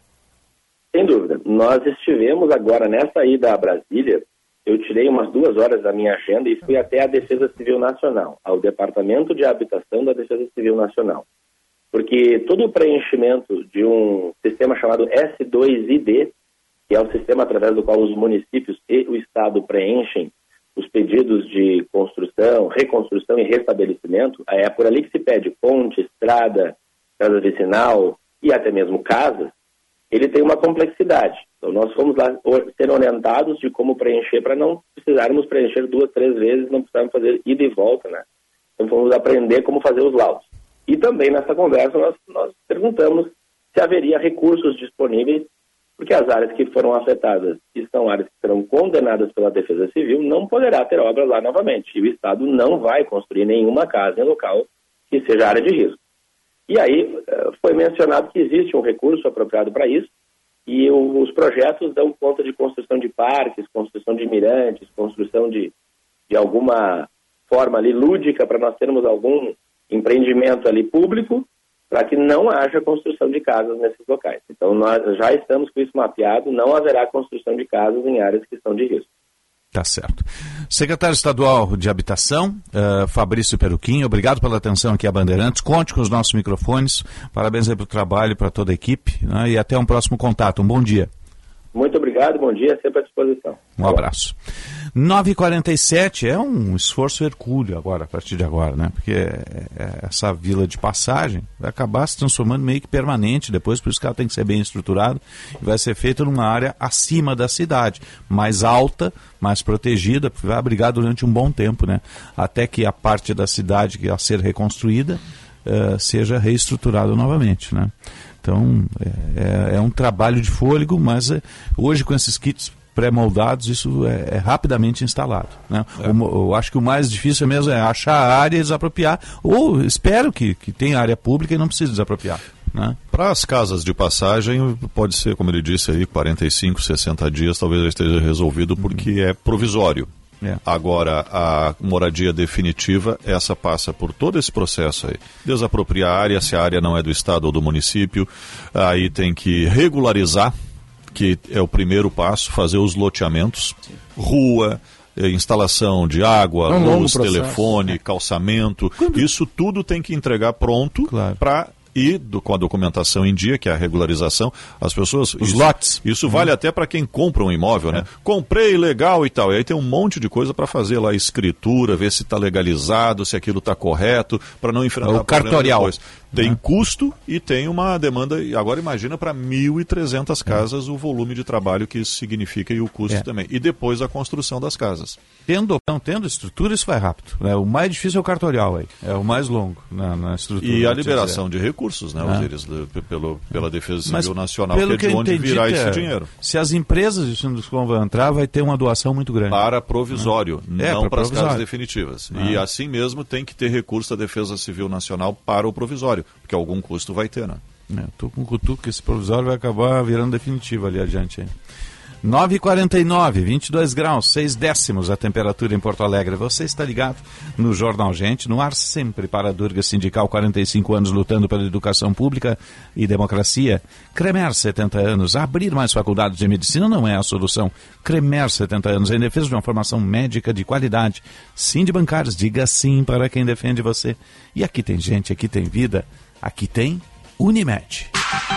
Sem dúvida. Nós estivemos agora nessa ida a Brasília. Eu tirei umas duas horas da minha agenda e fui até a Defesa Civil Nacional, ao Departamento de Habitação da Defesa Civil Nacional. Porque todo o preenchimento de um sistema chamado S dois I D, que é o sistema através do qual os municípios e o Estado preenchem os pedidos de construção, reconstrução e restabelecimento, é por ali que se pede ponte, estrada, casa vicinal e até mesmo casas. Ele tem uma complexidade. Então, nós fomos lá ser orientados de como preencher para não precisarmos preencher duas, três vezes, não precisarmos fazer ida e volta, né? Então, fomos aprender como fazer os laudos. E também, nessa conversa, nós, nós perguntamos se haveria recursos disponíveis, porque as áreas que foram afetadas e são áreas que serão condenadas pela Defesa Civil, não poderá ter obras lá novamente. E o Estado não vai construir nenhuma casa em local que seja área de risco. E aí foi mencionado que existe um recurso apropriado para isso, e o, os projetos dão conta de construção de parques, construção de mirantes, construção de, de alguma forma ali lúdica para nós termos algum empreendimento ali público, para que não haja construção de casas nesses locais. Então nós já estamos com isso mapeado, não haverá construção de casas em áreas que estão de risco. Tá certo. Secretário Estadual de Habitação, uh, Fabrício Peruquim, obrigado pela atenção aqui a Bandeirantes. Conte com os nossos microfones. Parabéns aí pelo trabalho, para toda a equipe, né? E até um próximo contato. Um bom dia. Muito obrigado, bom dia, sempre à disposição. Um abraço. nove e quarenta e sete é um esforço hercúleo agora, a partir de agora, né? Porque é, é, essa vila de passagem vai acabar se transformando meio que permanente depois, por isso que ela tem que ser bem estruturada e vai ser feita numa área acima da cidade, mais alta, mais protegida, porque vai abrigar durante um bom tempo, né? Até que a parte da cidade que a ser reconstruída uh, seja reestruturada novamente, né? Então, é, é, é um trabalho de fôlego, mas é, hoje com esses kits pré-moldados, isso é, é rapidamente instalado, né? É. O, eu acho que o mais difícil mesmo é achar a área e desapropriar, ou espero que, que tenha área pública e não precise desapropriar, né? Para as casas de passagem, pode ser, como ele disse aí, quarenta e cinco, sessenta dias, talvez já esteja resolvido, porque uhum. é provisório. É. Agora, a moradia definitiva, essa passa por todo esse processo aí. Desapropriar a área, se a área não é do Estado ou do município, aí tem que regularizar, que é o primeiro passo, fazer os loteamentos, Sim. rua, instalação de água, é um luz, telefone, calçamento, Quando... isso tudo tem que entregar pronto claro. para... E do, com a documentação em dia, que é a regularização, as pessoas... Os isso, lotes. Isso vale uhum. até para quem compra um imóvel, né? É. Comprei, legal e tal. E aí tem um monte de coisa para fazer lá, escritura, ver se está legalizado, se aquilo está correto, para não enfrentar o cartorial. Depois. Tem é. custo e tem uma demanda... Agora imagina para mil e trezentas casas é. o volume de trabalho que isso significa e o custo é. também. E depois a construção das casas. Tendo, não tendo estrutura, isso vai rápido, né? O mais difícil é o cartorial aí. É o mais longo na, na estrutura. E a liberação de recursos, né, é. Osiris, pelo, pela Defesa Civil Mas, Nacional, que é de que onde entendi, virá é, esse dinheiro. Se as empresas de Sinduscom vão entrar, vai ter uma doação muito grande. Para provisório, é. não é, para as casas definitivas. É. E assim mesmo tem que ter recurso da Defesa Civil Nacional para o provisório, porque algum custo vai ter, né? Estou com o cutuco que esse provisório vai acabar virando definitivo ali adiante. Hein? nove e quarenta e nove, vinte e dois graus, seis décimos a temperatura em Porto Alegre. Você está ligado no Jornal Gente, no ar sempre para a Durga Sindical, quarenta e cinco anos lutando pela educação pública e democracia. Cremer, setenta anos, abrir mais faculdades de medicina não é a solução. Cremer, setenta anos, em defesa de uma formação médica de qualidade. Sim de bancários, diga sim para quem defende você. E aqui tem gente, aqui tem vida, aqui tem Unimed.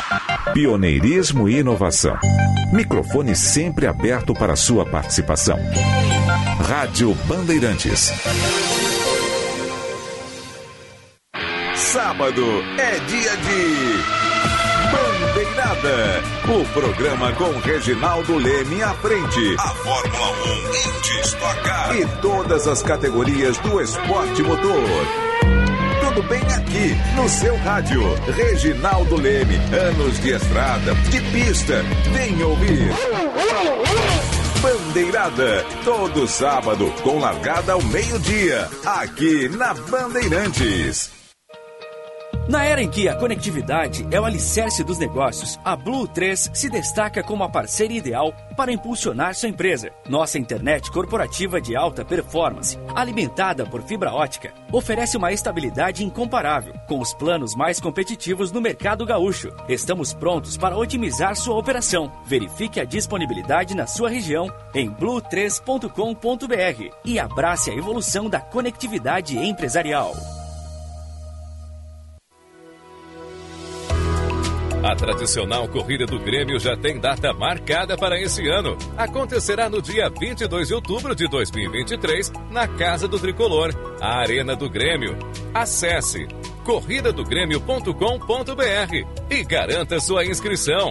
Pioneirismo e inovação. Microfone sempre aberto para sua participação. Rádio Bandeirantes. Sábado é dia de Bandeirada. O programa com Reginaldo Leme à frente. A Fórmula um em destaque. E todas as categorias do esporte motor. Tudo bem aqui, no seu rádio. Reginaldo Leme, anos de estrada, de pista. Vem ouvir. Bandeirada, todo sábado, com largada ao meio-dia, aqui na Bandeirantes. Na era em que a conectividade é o alicerce dos negócios, a Blue três se destaca como a parceira ideal para impulsionar sua empresa. Nossa internet corporativa de alta performance, alimentada por fibra ótica, oferece uma estabilidade incomparável, com os planos mais competitivos no mercado gaúcho. Estamos prontos para otimizar sua operação. Verifique a disponibilidade na sua região em blue três ponto com ponto b r e abrace a evolução da conectividade empresarial. A tradicional Corrida do Grêmio já tem data marcada para esse ano. Acontecerá no dia vinte e dois de outubro de dois mil e vinte e três, na Casa do Tricolor, a Arena do Grêmio. Acesse corrida do grêmio ponto com ponto b r e garanta sua inscrição.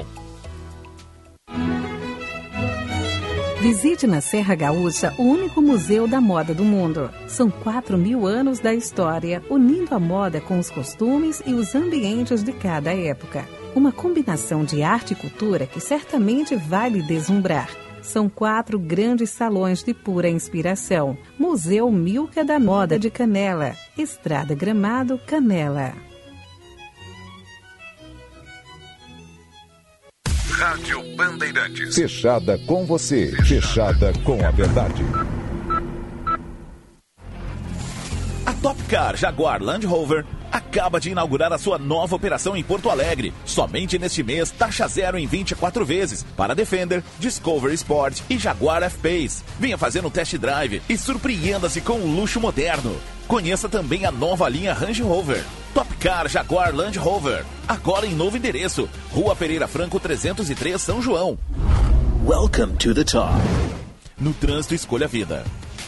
Visite na Serra Gaúcha o único museu da moda do mundo. São quatro mil anos da história, unindo a moda com os costumes e os ambientes de cada época. Uma combinação de arte e cultura que certamente vai lhe deslumbrar. São quatro grandes salões de pura inspiração. Museu Milka da Moda de Canela. Estrada Gramado, Canela. Rádio Bandeirantes. Fechada com você. Fechada com a verdade. A Top Car Jaguar Land Rover acaba de inaugurar a sua nova operação em Porto Alegre. Somente neste mês, taxa zero em vinte e quatro vezes para Defender, Discovery Sport e Jaguar F-Pace. Venha fazer um test drive e surpreenda-se com um luxo moderno. Conheça também a nova linha Range Rover. Top Car Jaguar Land Rover. Agora em novo endereço. Rua Pereira Franco trezentos e três, São João. Welcome to the top. No trânsito, escolha a vida.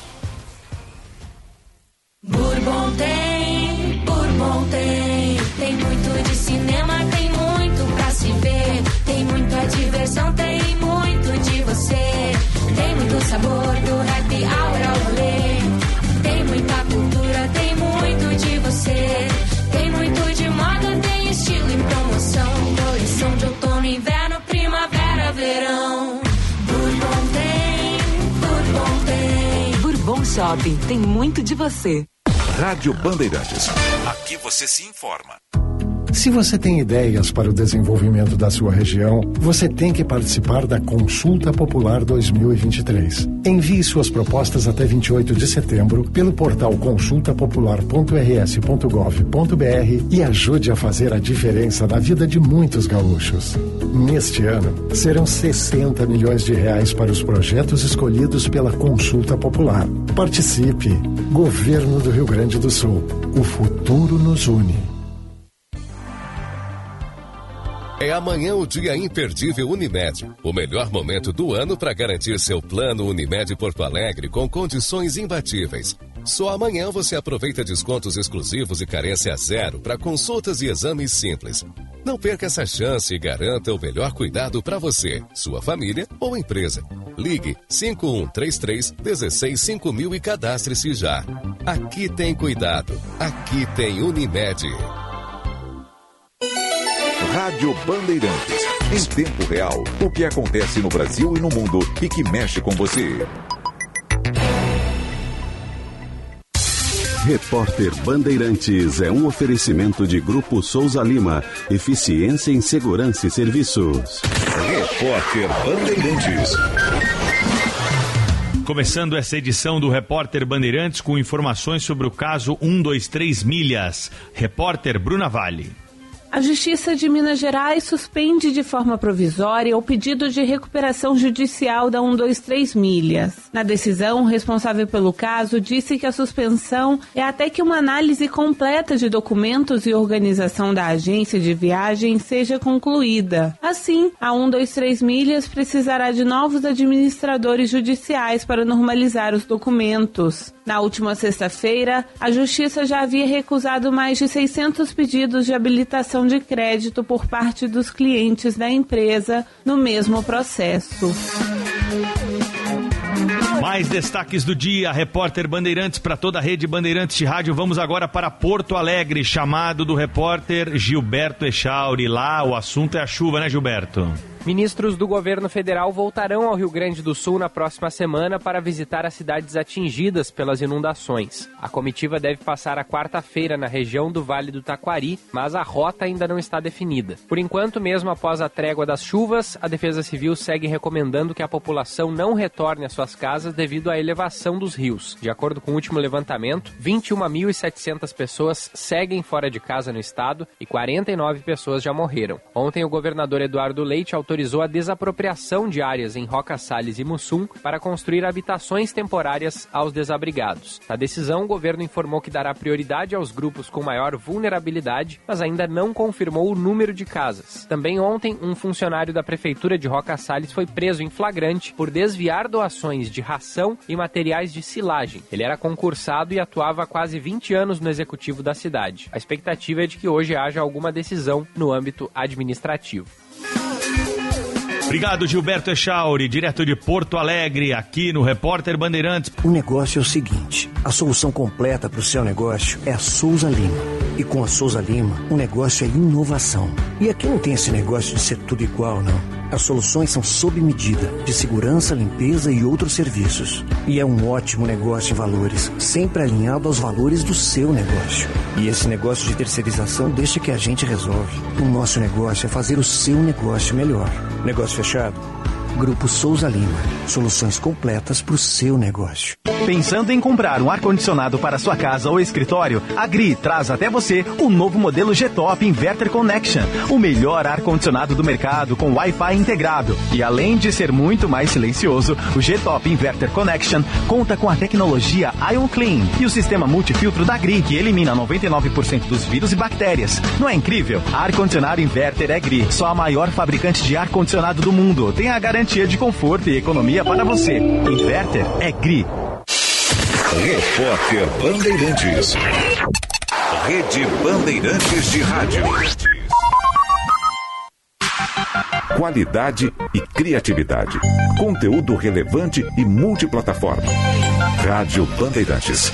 Bourbon tem, Bourbon tem. Tem muito de cinema, tem muito pra se ver. Tem muita diversão, tem muito de você. Tem muito sabor do happy hour ao rolê. Tem muita cultura, tem muito de você. Tem muito de moda, tem estilo em promoção. Coleção de outono, inverno, primavera, verão. Bourbon tem, Bourbon tem. Bourbon Shopping tem muito de você. Rádio Bandeirantes. Aqui você se informa. Se você tem ideias para o desenvolvimento da sua região, você tem que participar da Consulta Popular dois mil e vinte e três. Envie suas propostas até vinte e oito de setembro pelo portal consulta popular ponto r s ponto gov ponto b r e ajude a fazer a diferença na vida de muitos gaúchos. Neste ano, serão sessenta milhões de reais para os projetos escolhidos pela Consulta Popular. Participe! Governo do Rio Grande do Sul. O futuro nos une. É amanhã o dia imperdível Unimed. O melhor momento do ano para garantir seu plano Unimed Porto Alegre com condições imbatíveis. Só amanhã você aproveita descontos exclusivos e carência zero para consultas e exames simples. Não perca essa chance e garanta o melhor cuidado para você, sua família ou empresa. Ligue cinco um três três, um seis cinco mil e cadastre-se já. Aqui tem cuidado. Aqui tem Unimed. Rádio Bandeirantes. Em tempo real, o que acontece no Brasil e no mundo e que mexe com você. Repórter Bandeirantes é um oferecimento de Grupo Souza Lima. Eficiência em Segurança e Serviços. Repórter Bandeirantes. Começando essa edição do Repórter Bandeirantes com informações sobre o caso um dois três Milhas. Repórter Bruna Vale. A Justiça de Minas Gerais suspende de forma provisória o pedido de recuperação judicial da um dois três Milhas. Na decisão, o responsável pelo caso disse que a suspensão é até que uma análise completa de documentos e organização da agência de viagem seja concluída. Assim, a um dois três Milhas precisará de novos administradores judiciais para normalizar os documentos. Na última sexta-feira, a Justiça já havia recusado mais de seiscentos pedidos de habilitação de crédito por parte dos clientes da empresa no mesmo processo. Mais destaques do dia, Repórter Bandeirantes para toda a rede Bandeirantes de rádio. Vamos agora para Porto Alegre, chamado do repórter Gilberto Echauri. Lá o assunto é a chuva, né, Gilberto? Ministros do governo federal voltarão ao Rio Grande do Sul na próxima semana para visitar as cidades atingidas pelas inundações. A comitiva deve passar a quarta-feira na região do Vale do Taquari, mas a rota ainda não está definida. Por enquanto, mesmo após a trégua das chuvas, a Defesa Civil segue recomendando que a população não retorne às suas casas devido à elevação dos rios. De acordo com o último levantamento, vinte e uma mil e setecentas pessoas seguem fora de casa no estado e quarenta e nove pessoas já morreram. Ontem, o governador Eduardo Leite autorizou a desapropriação de áreas em Roca Salles e Mussum para construir habitações temporárias aos desabrigados. Na decisão, o governo informou que dará prioridade aos grupos com maior vulnerabilidade, mas ainda não confirmou o número de casas. Também ontem, um funcionário da Prefeitura de Roca Salles foi preso em flagrante por desviar doações de ração e materiais de silagem. Ele era concursado e atuava há quase vinte anos no executivo da cidade. A expectativa é de que hoje haja alguma decisão no âmbito administrativo. Obrigado, Gilberto Echauri, direto de Porto Alegre, aqui no Repórter Bandeirantes. O negócio é o seguinte, a solução completa para o seu negócio é a Souza Lima. E com a Souza Lima, o negócio é inovação. E aqui não tem esse negócio de ser tudo igual, não. As soluções são sob medida, de segurança, limpeza e outros serviços. E é um ótimo negócio em valores, sempre alinhado aos valores do seu negócio. E esse negócio de terceirização deixa que a gente resolve. O nosso negócio é fazer o seu negócio melhor. Negócio fechado? Grupo Souza Lima. Soluções completas para o seu negócio. Pensando em comprar um ar-condicionado para sua casa ou escritório? A Gri traz até você o novo modelo G-Top Inverter Connection, o melhor ar-condicionado do mercado com Wi-Fi integrado. E além de ser muito mais silencioso, o G-Top Inverter Connection conta com a tecnologia Ion Clean e o sistema multifiltro da Gri, que elimina noventa e nove por cento dos vírus e bactérias. Não é incrível? Ar-condicionado Inverter é Gri, só a maior fabricante de ar-condicionado do mundo. Tem a garantia de conforto e economia para você. Inverter é Gri. Repórter Bandeirantes. Rede Bandeirantes de Rádio. Qualidade e criatividade. Conteúdo relevante e multiplataforma. Rádio Bandeirantes.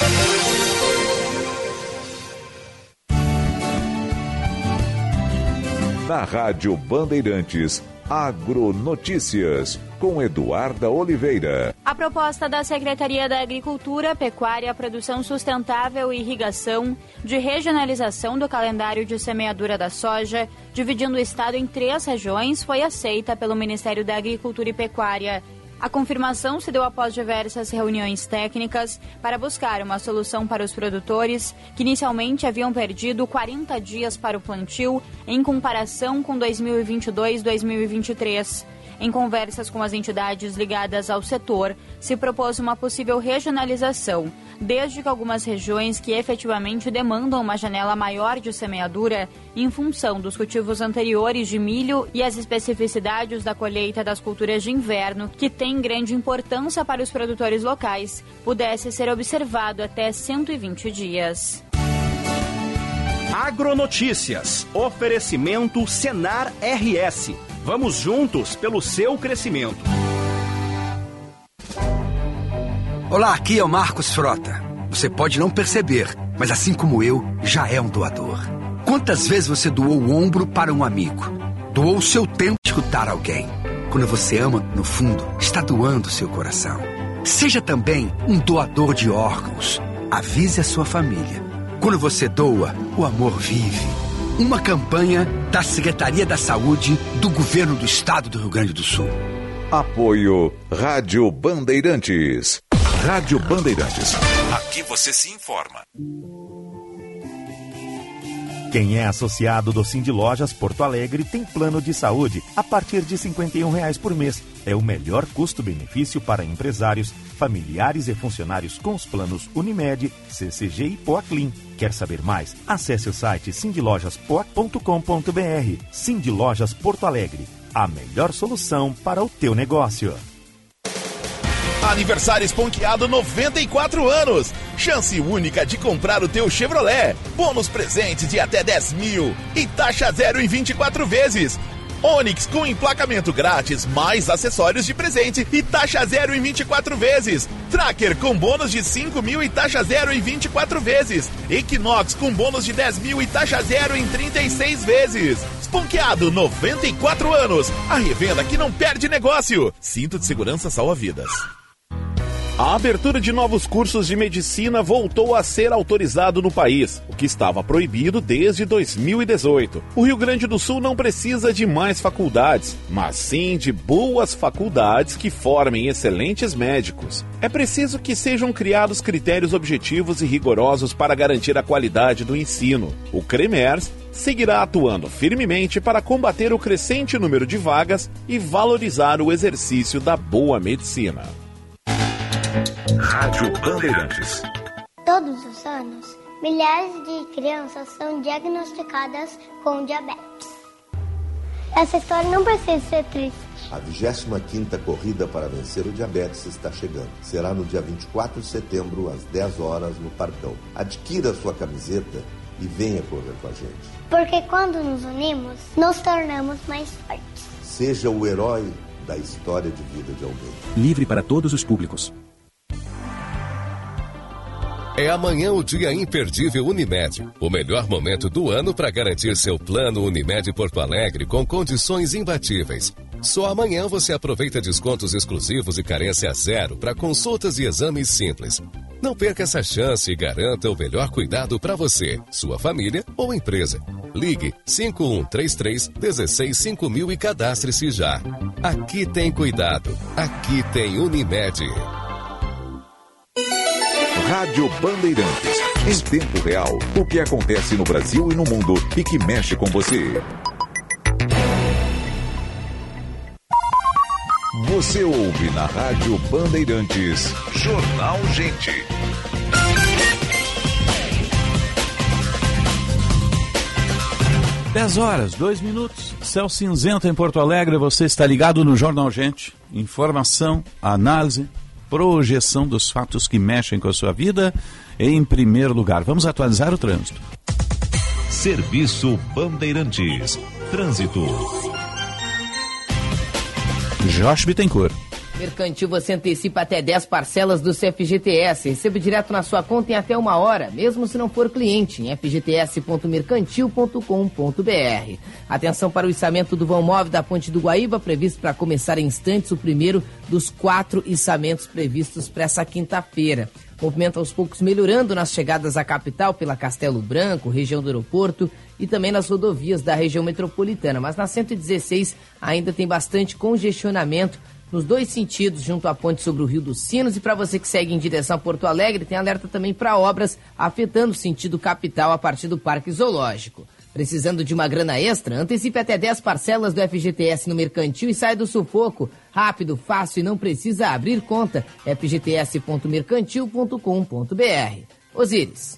Na Rádio Bandeirantes, Agronotícias, com Eduarda Oliveira. A proposta da Secretaria da Agricultura, Pecuária, Produção Sustentável e Irrigação de regionalização do calendário de semeadura da soja, dividindo o estado em três regiões, foi aceita pelo Ministério da Agricultura e Pecuária. A confirmação se deu após diversas reuniões técnicas para buscar uma solução para os produtores que inicialmente haviam perdido quarenta dias para o plantio em comparação com dois mil e vinte e dois, dois mil e vinte e três. Em conversas com as entidades ligadas ao setor, se propôs uma possível regionalização, desde que algumas regiões que efetivamente demandam uma janela maior de semeadura, em função dos cultivos anteriores de milho e as especificidades da colheita das culturas de inverno, que tem grande importância para os produtores locais, pudesse ser observado até cento e vinte dias. Agronotícias. Oferecimento Senar R S. Vamos juntos pelo seu crescimento. Olá, aqui é o Marcos Frota. Você pode não perceber, mas assim como eu, já é um doador. Quantas vezes você doou o ombro para um amigo? Doou o seu tempo de escutar alguém? Quando você ama, no fundo, está doando seu coração. Seja também um doador de órgãos. Avise a sua família. Quando você doa, o amor vive. Uma campanha da Secretaria da Saúde do Governo do Estado do Rio Grande do Sul. Apoio Rádio Bandeirantes. Rádio Bandeirantes. Aqui você se informa. Quem é associado do Cindy Lojas Porto Alegre tem plano de saúde a partir de cinquenta e um reais por mês. É o melhor custo-benefício para empresários, familiares e funcionários com os planos Unimed, C C G e Poaclin. Quer saber mais? Acesse o site cindy lojas poa ponto com ponto b r. Cindy Lojas Porto Alegre, a melhor solução para o teu negócio. Aniversário Esponqueado noventa e quatro anos. Chance única de comprar o teu Chevrolet. Bônus presente de até dez mil e taxa zero em vinte e quatro vezes. Onix com emplacamento grátis, mais acessórios de presente e taxa zero em vinte e quatro vezes. Tracker com bônus de cinco mil e taxa zero em vinte e quatro vezes. Equinox com bônus de dez mil e taxa zero em trinta e seis vezes. Sponkeado, noventa e quatro anos. A revenda que não perde negócio. Cinto de segurança salva vidas. A abertura de novos cursos de medicina voltou a ser autorizado no país, o que estava proibido desde dois mil e dezoito. O Rio Grande do Sul não precisa de mais faculdades, mas sim de boas faculdades que formem excelentes médicos. É preciso que sejam criados critérios objetivos e rigorosos para garantir a qualidade do ensino. O CREMERS seguirá atuando firmemente para combater o crescente número de vagas e valorizar o exercício da boa medicina. Rádio Bandeirantes. Todos os anos, milhares de crianças são diagnosticadas com diabetes. Essa história não precisa ser triste. A vigésima quinta Corrida para Vencer o Diabetes está chegando. Será no dia vinte e quatro de setembro, às dez horas, no Parcão. Adquira a sua camiseta e venha correr com a gente. Porque quando nos unimos, nos tornamos mais fortes. Seja o herói da história de vida de alguém. Livre para todos os públicos. É amanhã o dia imperdível Unimed. O melhor momento do ano para garantir seu plano Unimed Porto Alegre com condições imbatíveis. Só amanhã você aproveita descontos exclusivos e carência zero para consultas e exames simples. Não perca essa chance e garanta o melhor cuidado para você, sua família ou empresa. Ligue cinco um três três, um seis cinco mil e cadastre-se já. Aqui tem cuidado. Aqui tem Unimed. Rádio Bandeirantes. Em tempo real, o que acontece no Brasil e no mundo e que mexe com você. Você ouve na Rádio Bandeirantes. Jornal Gente. dez horas, dois minutos. Céu cinzento em Porto Alegre. Você está ligado no Jornal Gente. Informação, análise, projeção dos fatos que mexem com a sua vida em primeiro lugar. Vamos atualizar o trânsito. Serviço Bandeirantes. Trânsito. Josh Bittencourt. Mercantil, você antecipa até dez parcelas do seu F G T S. Receba direto na sua conta em até uma hora, mesmo se não for cliente, em f g t s ponto mercantil ponto com ponto b r. Atenção para o içamento do vão móvel da Ponte do Guaíba, previsto para começar em instantes, o primeiro dos quatro içamentos previstos para essa quinta-feira. Movimento aos poucos melhorando nas chegadas à capital pela Castelo Branco, região do aeroporto e também nas rodovias da região metropolitana. Mas na cento e dezesseis ainda tem bastante congestionamento nos dois sentidos, junto à ponte sobre o Rio dos Sinos. E para você que segue em direção a Porto Alegre, tem alerta também para obras afetando o sentido capital a partir do Parque Zoológico. Precisando de uma grana extra? Antecipe até dez parcelas do F G T S no Mercantil e sai do sufoco. Rápido, fácil e não precisa abrir conta. f g t s ponto mercantil ponto com ponto b r. Osíris.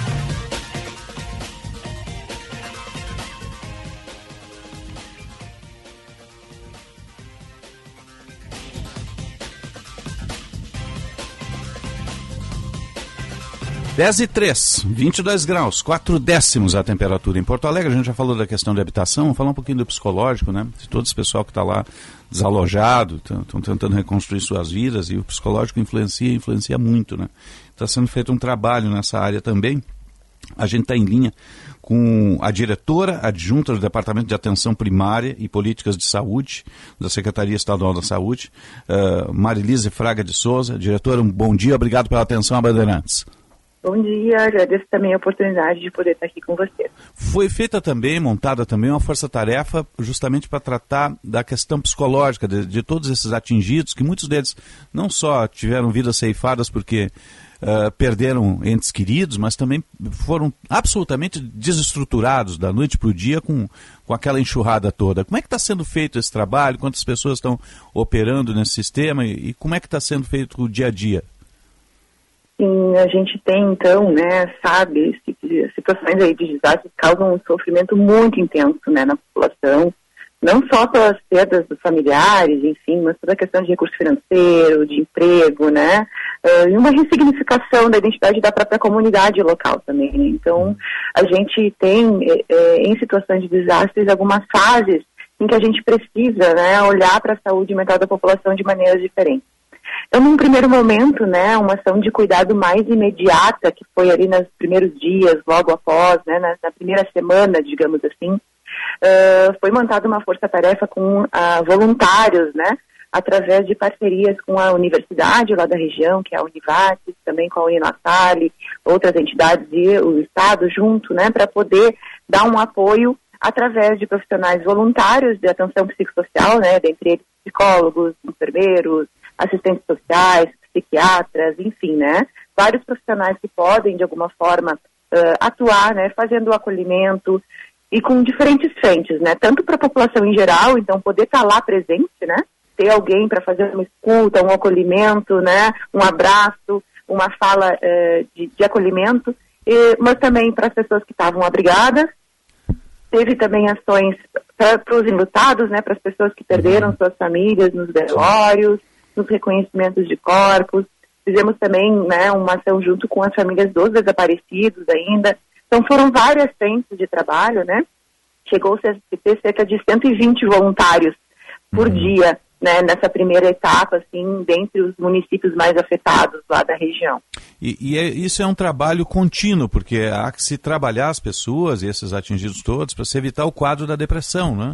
dez e três, vinte e dois graus, quatro décimos a temperatura em Porto Alegre. A gente já falou da questão de habitação, vamos falar um pouquinho do psicológico, né? De todo esse pessoal que está lá desalojado, estão tentando reconstruir suas vidas, e o psicológico influencia, influencia muito, né? Está sendo feito um trabalho nessa área também. A gente está em linha com a diretora adjunta do Departamento de Atenção Primária e Políticas de Saúde, da Secretaria Estadual da Saúde, uh, Marilise Fraga de Souza. Diretora, um bom dia, obrigado pela atenção a Bandeirantes. Bom dia, agradeço também a oportunidade de poder estar aqui com você. Foi feita também, montada também uma força-tarefa justamente para tratar da questão psicológica de, de todos esses atingidos, que muitos deles não só tiveram vidas ceifadas porque uh, perderam entes queridos, mas também foram absolutamente desestruturados da noite para o dia com, com aquela enxurrada toda. Como é que está sendo feito esse trabalho? Quantas pessoas estão operando nesse sistema e, e como é que está sendo feito o dia a dia? Sim, a gente tem, então, né, sabe, situações aí de desastre causam um sofrimento muito intenso, né, na população, não só pelas perdas dos familiares, enfim, mas toda a questão de recurso financeiro, de emprego, né, uh, e uma ressignificação da identidade da própria comunidade local também, né? Então, a gente tem, eh, em situações de desastres, algumas fases em que a gente precisa, né, olhar para a saúde mental da população de maneiras diferentes. Então, num primeiro momento, né, uma ação de cuidado mais imediata, que foi ali nos primeiros dias, logo após, né, na, na primeira semana, digamos assim, uh, foi montada uma força-tarefa com uh, voluntários, né, através de parcerias com a universidade lá da região, que é a Univates, também com a Uninasale, outras entidades e o Estado junto, né, para poder dar um apoio através de profissionais voluntários de atenção psicossocial, né, dentre eles psicólogos, enfermeiros, assistentes sociais, psiquiatras, enfim, né, vários profissionais que podem, de alguma forma, uh, atuar, né, fazendo o acolhimento e com diferentes frentes, né, tanto para a população em geral, então poder estar lá presente, né, ter alguém para fazer uma escuta, um acolhimento, né, um abraço, uma fala uh, de, de acolhimento, e, mas também para as pessoas que estavam abrigadas. Teve também ações para os enlutados, né, para as pessoas que perderam suas famílias nos velórios, nos reconhecimentos de corpos. Fizemos também, né, uma ação junto com as famílias dos desaparecidos ainda. Então foram várias frentes de trabalho, né? Chegou-se a ter cerca de cento e vinte voluntários por uhum. dia, né, nessa primeira etapa, assim, dentre os municípios mais afetados lá da região. E, e é, isso é um trabalho contínuo, porque há que se trabalhar as pessoas e esses atingidos todos para se evitar o quadro da depressão, né?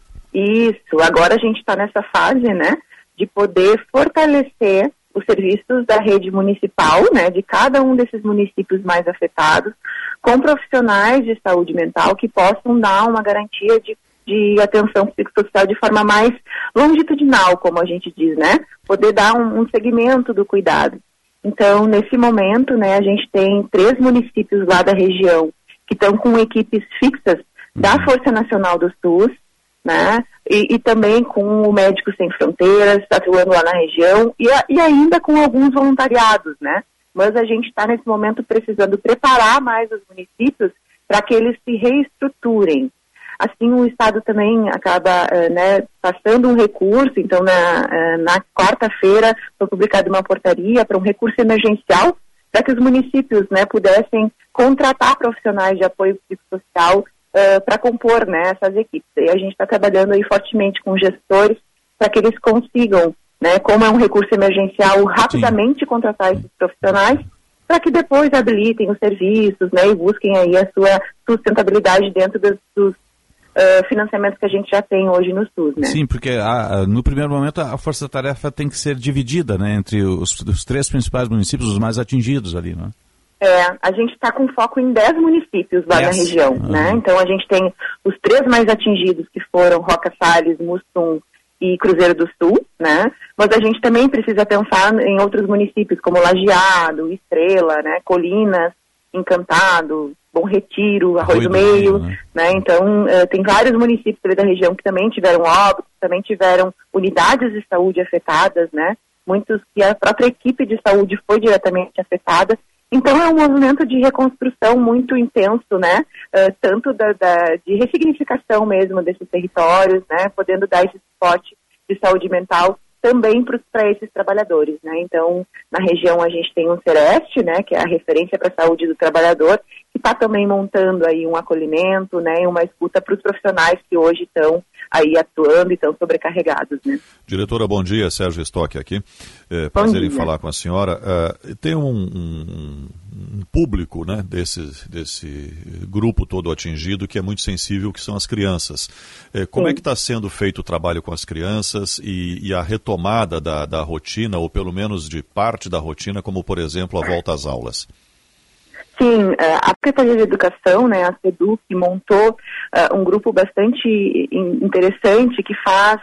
Isso, agora a gente está nessa fase, né, de poder fortalecer os serviços da rede municipal, né, de cada um desses municípios mais afetados, com profissionais de saúde mental que possam dar uma garantia de de atenção psicossocial de forma mais longitudinal, como a gente diz, né? Poder dar um, um segmento do cuidado. Então, nesse momento, né, a gente tem três municípios lá da região que estão com equipes fixas da Força Nacional do SUS, né? E, e também com o Médicos Sem Fronteiras, atuando lá na região, e, a, e ainda com alguns voluntariados, né? Mas a gente está, nesse momento, precisando preparar mais os municípios para que eles se reestruturem. Assim, o Estado também acaba uh, né, passando um recurso. Então, na, uh, na quarta-feira foi publicada uma portaria para um recurso emergencial para que os municípios, né, pudessem contratar profissionais de apoio psicossocial uh, para compor, né, essas equipes. E a gente está trabalhando aí fortemente com gestores para que eles consigam, né, como é um recurso emergencial, rapidamente Sim. contratar esses profissionais para que depois habilitem os serviços, né, e busquem aí a sua sustentabilidade dentro dos, dos Uh, financiamentos que a gente já tem hoje no SUS, né? Sim, porque a, a, no primeiro momento a força-tarefa tem que ser dividida, né, entre os, os três principais municípios, os mais atingidos ali, né? É, a gente está com foco em dez municípios lá yes. na região, uhum. né? Então a gente tem os três mais atingidos, que foram Roca Salles, Mussum e Cruzeiro do Sul, né? Mas a gente também precisa pensar em outros municípios, como Lajeado, Estrela, né, Colinas, Encantado, Bom Retiro, Arroio do Meio, né? né? Então, uh, tem vários municípios ali da região que também tiveram óbitos, também tiveram unidades de saúde afetadas, né? Muitos que a própria equipe de saúde foi diretamente afetada. Então, é um movimento de reconstrução muito intenso, né? Uh, tanto da, da, de ressignificação mesmo desses territórios, né? Podendo dar esse suporte de saúde mental também para esses trabalhadores, né? Então, na região a gente tem um Sereste, né, que é a referência para a saúde do trabalhador, que está também montando aí um acolhimento, né, uma escuta para os profissionais que hoje estão aí atuando e estão sobrecarregados, né? Diretora, bom dia, Sérgio Stock aqui. É, prazer em falar com a senhora. Uh, tem um, um, um público, né, desse, desse grupo todo atingido que é muito sensível, que são as crianças. É, como Sim. é que está sendo feito o trabalho com as crianças e, e a retomada da, da rotina, ou pelo menos de parte da rotina, como, por exemplo, a volta às aulas? Sim, a Secretaria de Educação, né, a SEDUC, montou uh, um grupo bastante interessante que faz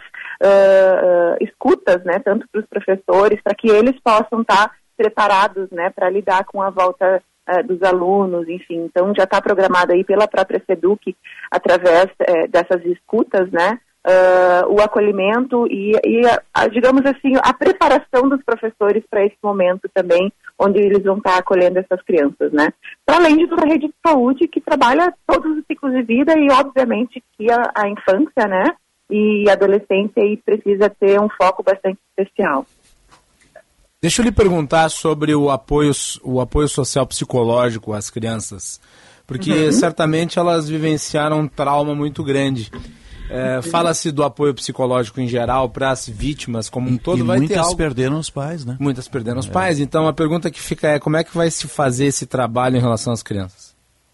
uh, uh, escutas, né, tanto para os professores, para que eles possam estar preparados, né, para lidar com a volta uh, dos alunos, enfim. Então, já está programado aí pela própria SEDUC, através uh, dessas escutas, né, Uh, o acolhimento e, e a, a, digamos assim, a preparação dos professores para esse momento também, onde eles vão estar acolhendo essas crianças, né? Para além de toda a rede de saúde que trabalha todos os ciclos de vida e, obviamente, que a, a infância, né, e a adolescência aí precisa ter um foco bastante especial. Deixa eu lhe perguntar sobre o apoio, o apoio social psicológico às crianças, porque uhum. certamente elas vivenciaram um trauma muito grande. É, fala-se do apoio psicológico em geral para as vítimas como um e, todo. E vai muitas ter algo... perderam os pais, né? Muitas perderam os é. pais. Então a pergunta que fica é como é que vai se fazer esse trabalho em relação às crianças?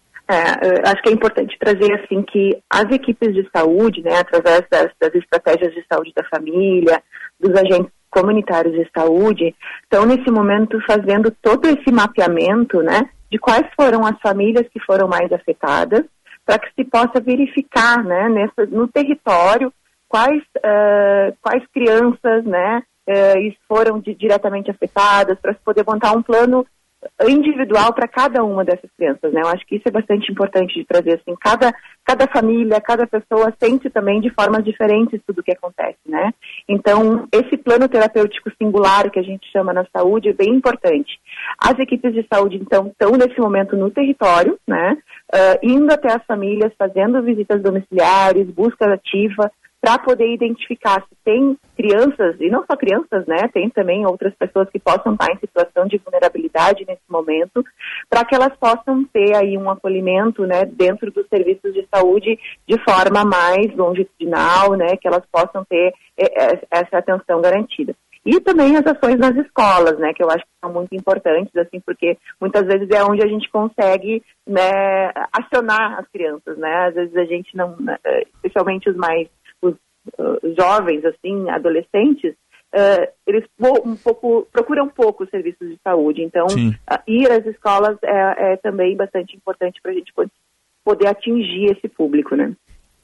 É, acho que é importante trazer assim que as equipes de saúde, né, através das, das estratégias de saúde da família, dos agentes comunitários de saúde, estão nesse momento fazendo todo esse mapeamento, né, de quais foram as famílias que foram mais afetadas, para que se possa verificar, né, nessa, no território, quais, uh, quais crianças, né, uh, foram de, diretamente afetadas, para se poder montar um plano individual para cada uma dessas crianças, né? Eu acho que isso é bastante importante de trazer, assim, cada, cada família, cada pessoa sente também de formas diferentes tudo o que acontece, né? Então, esse plano terapêutico singular que a gente chama na saúde é bem importante. As equipes de saúde, então, estão nesse momento no território, né? Uh, indo até as famílias, fazendo visitas domiciliares, busca ativa, para poder identificar se tem crianças, e não só crianças, né, tem também outras pessoas que possam estar em situação de vulnerabilidade nesse momento, para que elas possam ter aí um acolhimento, né, dentro dos serviços de saúde de forma mais longitudinal, né, que elas possam ter essa atenção garantida. E também as ações nas escolas, né, que eu acho que são muito importantes, assim, porque muitas vezes é onde a gente consegue, né, acionar as crianças, né, às vezes a gente não, especialmente os mais os uh, jovens, assim, adolescentes, uh, eles um pouco, procuram um pouco os serviços de saúde. Então, uh, ir às escolas é, é também bastante importante para a gente poder atingir esse público, né?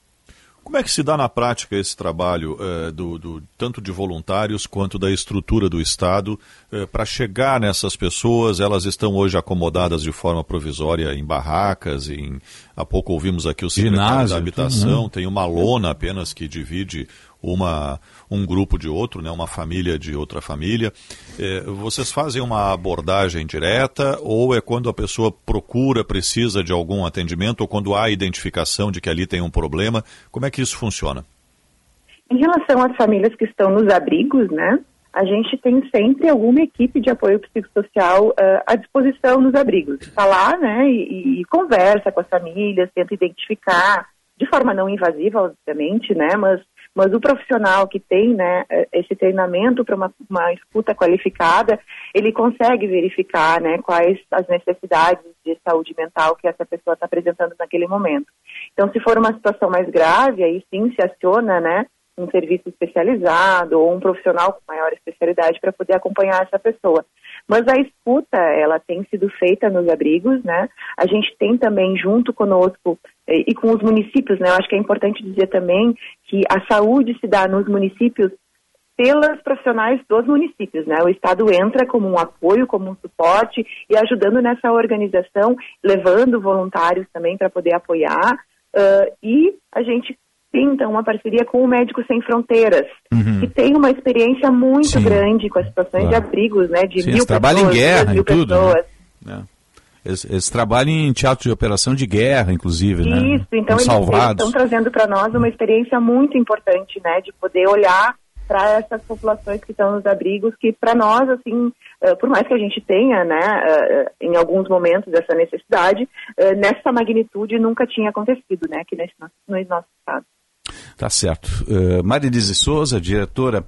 Como é que se dá na prática esse trabalho, eh, do, do, tanto de voluntários quanto da estrutura do Estado, eh, para chegar nessas pessoas? Elas estão hoje acomodadas de forma provisória em barracas, em, há pouco ouvimos aqui o secretário da Habitação, tem uma lona apenas que divide uma, um grupo de outro, né, uma família de outra família. Eh, vocês fazem uma abordagem direta ou é quando a pessoa procura, precisa de algum atendimento ou quando há identificação de que ali tem um problema? Como é que isso funciona? Em relação às famílias que estão nos abrigos, né, a gente tem sempre alguma equipe de apoio psicossocial uh, à disposição nos abrigos. Está lá, né, e, e conversa com as famílias, tenta identificar, de forma não invasiva, obviamente, né, mas, mas o profissional que tem, né, esse treinamento para uma, uma escuta qualificada, ele consegue verificar, né, quais as necessidades de saúde mental que essa pessoa está apresentando naquele momento. Então, se for uma situação mais grave, aí sim se aciona, né, um serviço especializado ou um profissional com maior especialidade para poder acompanhar essa pessoa. Mas a escuta, ela tem sido feita nos abrigos, né? A gente tem também junto conosco e, e com os municípios, né? Eu acho que é importante dizer também que a saúde se dá nos municípios pelas profissionais dos municípios, né? O Estado entra como um apoio, como um suporte e ajudando nessa organização, levando voluntários também para poder apoiar. Uh, e a gente tem, então, uma parceria com o Médicos Sem Fronteiras, uhum. que tem uma experiência muito Sim. grande com as situações claro. de abrigos, né? De Sim, mil eles trabalham pessoas, em guerra, mil em tudo, pessoas. Né? É. Eles, eles trabalham em teatro de operação de guerra, inclusive, Isso, né? Isso, então eles, eles estão trazendo para nós uma experiência muito importante, né? De poder olhar para essas populações que estão nos abrigos, que para nós, assim, uh, por mais que a gente tenha, né, uh, em alguns momentos essa necessidade, uh, nessa magnitude nunca tinha acontecido, né? Aqui nesse nosso, no nosso estado. Tá certo. Uh, Marilise Souza, diretora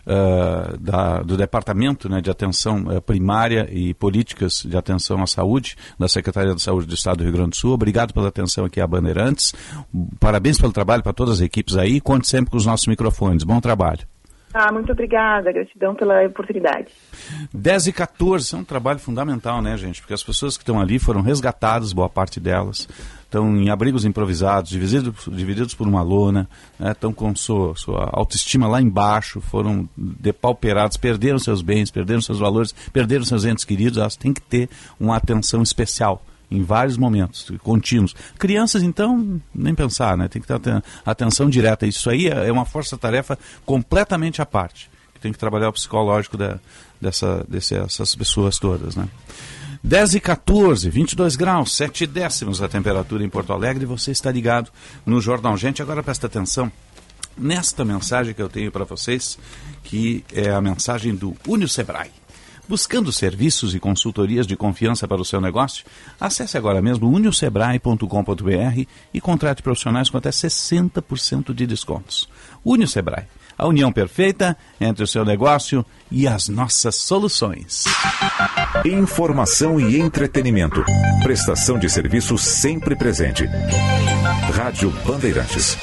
uh, da, do Departamento, né, de Atenção uh, Primária e Políticas de Atenção à Saúde, da Secretaria de Saúde do Estado do Rio Grande do Sul. Obrigado pela atenção aqui à Bandeirantes. Parabéns pelo trabalho para todas as equipes aí. Conte sempre com os nossos microfones. Bom trabalho. Ah, muito obrigada, gratidão pela oportunidade. dez e quatorze, é um trabalho fundamental, né, gente? Porque as pessoas que estão ali foram resgatadas, boa parte delas, estão em abrigos improvisados, divididos, divididos por uma lona, né, estão com sua, sua autoestima lá embaixo, foram depauperados, perderam seus bens, perderam seus valores, perderam seus entes queridos. Elas têm que ter uma atenção especial em vários momentos, contínuos. Crianças, então, nem pensar, né? Tem que ter atenção direta. Isso aí é uma força-tarefa completamente à parte, que tem que trabalhar o psicológico da, dessa, dessas pessoas todas, né? dez e quatorze, vinte e dois graus, sete décimos a temperatura em Porto Alegre. Você está ligado no Jornal Gente. Agora presta atenção nesta mensagem que eu tenho para vocês, que é a mensagem do Unio Sebrae. Buscando serviços e consultorias de confiança para o seu negócio? Acesse agora mesmo unio sebrae ponto com ponto br e contrate profissionais com até sessenta por cento de descontos. Unio Sebrae, a união perfeita entre o seu negócio e as nossas soluções. Informação e entretenimento. Prestação de serviço sempre presente. Rádio Bandeirantes.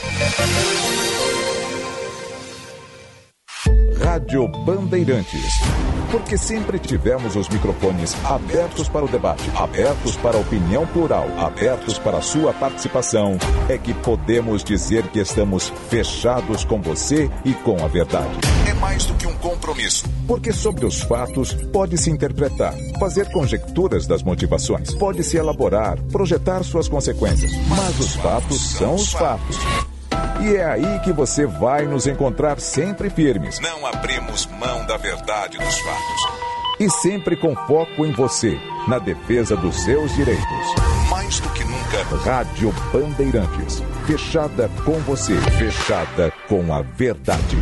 Rádio Bandeirantes. Porque sempre tivemos os microfones abertos para o debate, abertos para a opinião plural, abertos para a sua participação, é que podemos dizer que estamos fechados com você e com a verdade. É mais do que um compromisso, porque sobre os fatos pode-se interpretar, fazer conjecturas das motivações, pode-se elaborar, projetar suas consequências, mas os fatos são os fatos. E é aí que você vai nos encontrar sempre firmes. Não abrimos mão da verdade dos fatos. E sempre com foco em você, na defesa dos seus direitos. Mais do que nunca, Rádio Bandeirantes. Fechada com você, fechada com a verdade.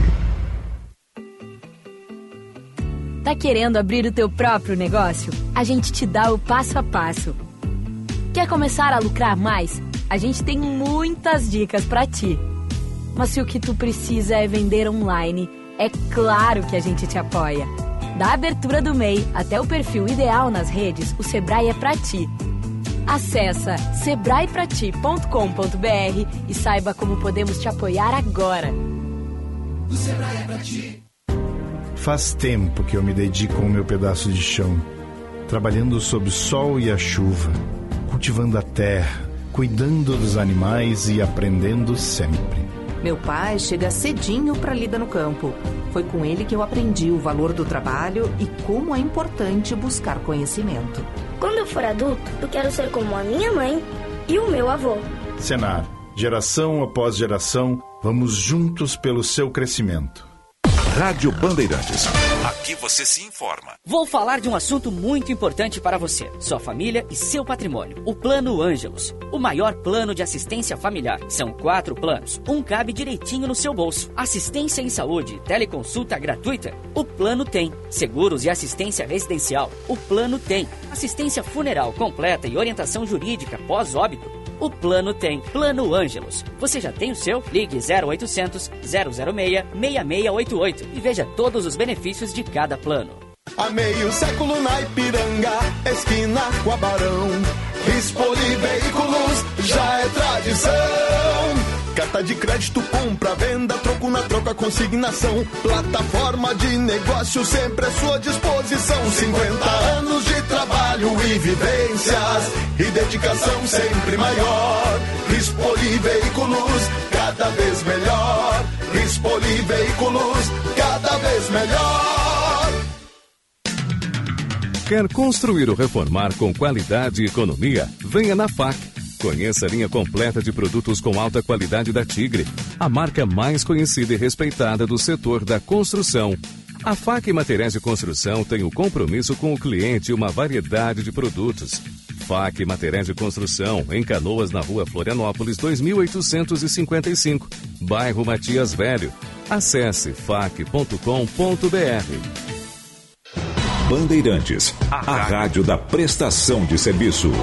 Tá querendo abrir o teu próprio negócio? A gente te dá o passo a passo. Quer começar a lucrar mais? A gente tem muitas dicas pra ti. Mas se o que tu precisa é vender online, é claro que a gente te apoia. Da abertura do M E I até o perfil ideal nas redes, o Sebrae é pra ti. Acesse sebrae pra ti ponto com ponto br e saiba como podemos te apoiar agora. O Sebrae é pra ti. Faz tempo que eu me dedico ao meu pedaço de chão, trabalhando sob o sol e a chuva, cultivando a terra, cuidando dos animais e aprendendo sempre. Meu pai chega cedinho para lida no campo. Foi com ele que eu aprendi o valor do trabalho e como é importante buscar conhecimento. Quando eu for adulto, eu quero ser como a minha mãe e o meu avô. Senar, geração após geração, vamos juntos pelo seu crescimento. Rádio Bandeirantes. Aqui você se informa. Vou falar de um assunto muito importante para você, sua família e seu patrimônio. O Plano Ângelos, o maior plano de assistência familiar. São quatro planos, um cabe direitinho no seu bolso. Assistência em saúde, teleconsulta gratuita, o plano tem. Seguros e assistência residencial, o plano tem. Assistência funeral completa e orientação jurídica pós-óbito, o plano tem. Plano Ângelos. Você já tem o seu? Ligue zero oitocentos, zero zero seis, seis seis oito oito e veja todos os benefícios de cada plano. Há meio século na Ipiranga, esquina com a Barão. Rispoli Veículos já é tradição. Carta de crédito, compra, venda, troco na troca, consignação. Plataforma de negócio sempre à sua disposição. cinquenta anos de trabalho e vivências e dedicação sempre maior. Rispoli Veículos, cada vez melhor. Rispoli Veículos, cada vez melhor. Quer construir ou reformar com qualidade e economia? Venha na F A C. Conheça a linha completa de produtos com alta qualidade da Tigre, a marca mais conhecida e respeitada do setor da construção. A F A C Materiais de Construção tem o compromisso com o cliente e uma variedade de produtos. F A C Materiais de Construção, em Canoas, na rua Florianópolis, dois mil oitocentos e cinquenta e cinco, bairro Matias Velho. Acesse fac ponto com ponto br. Bandeirantes, a rádio da prestação de serviço.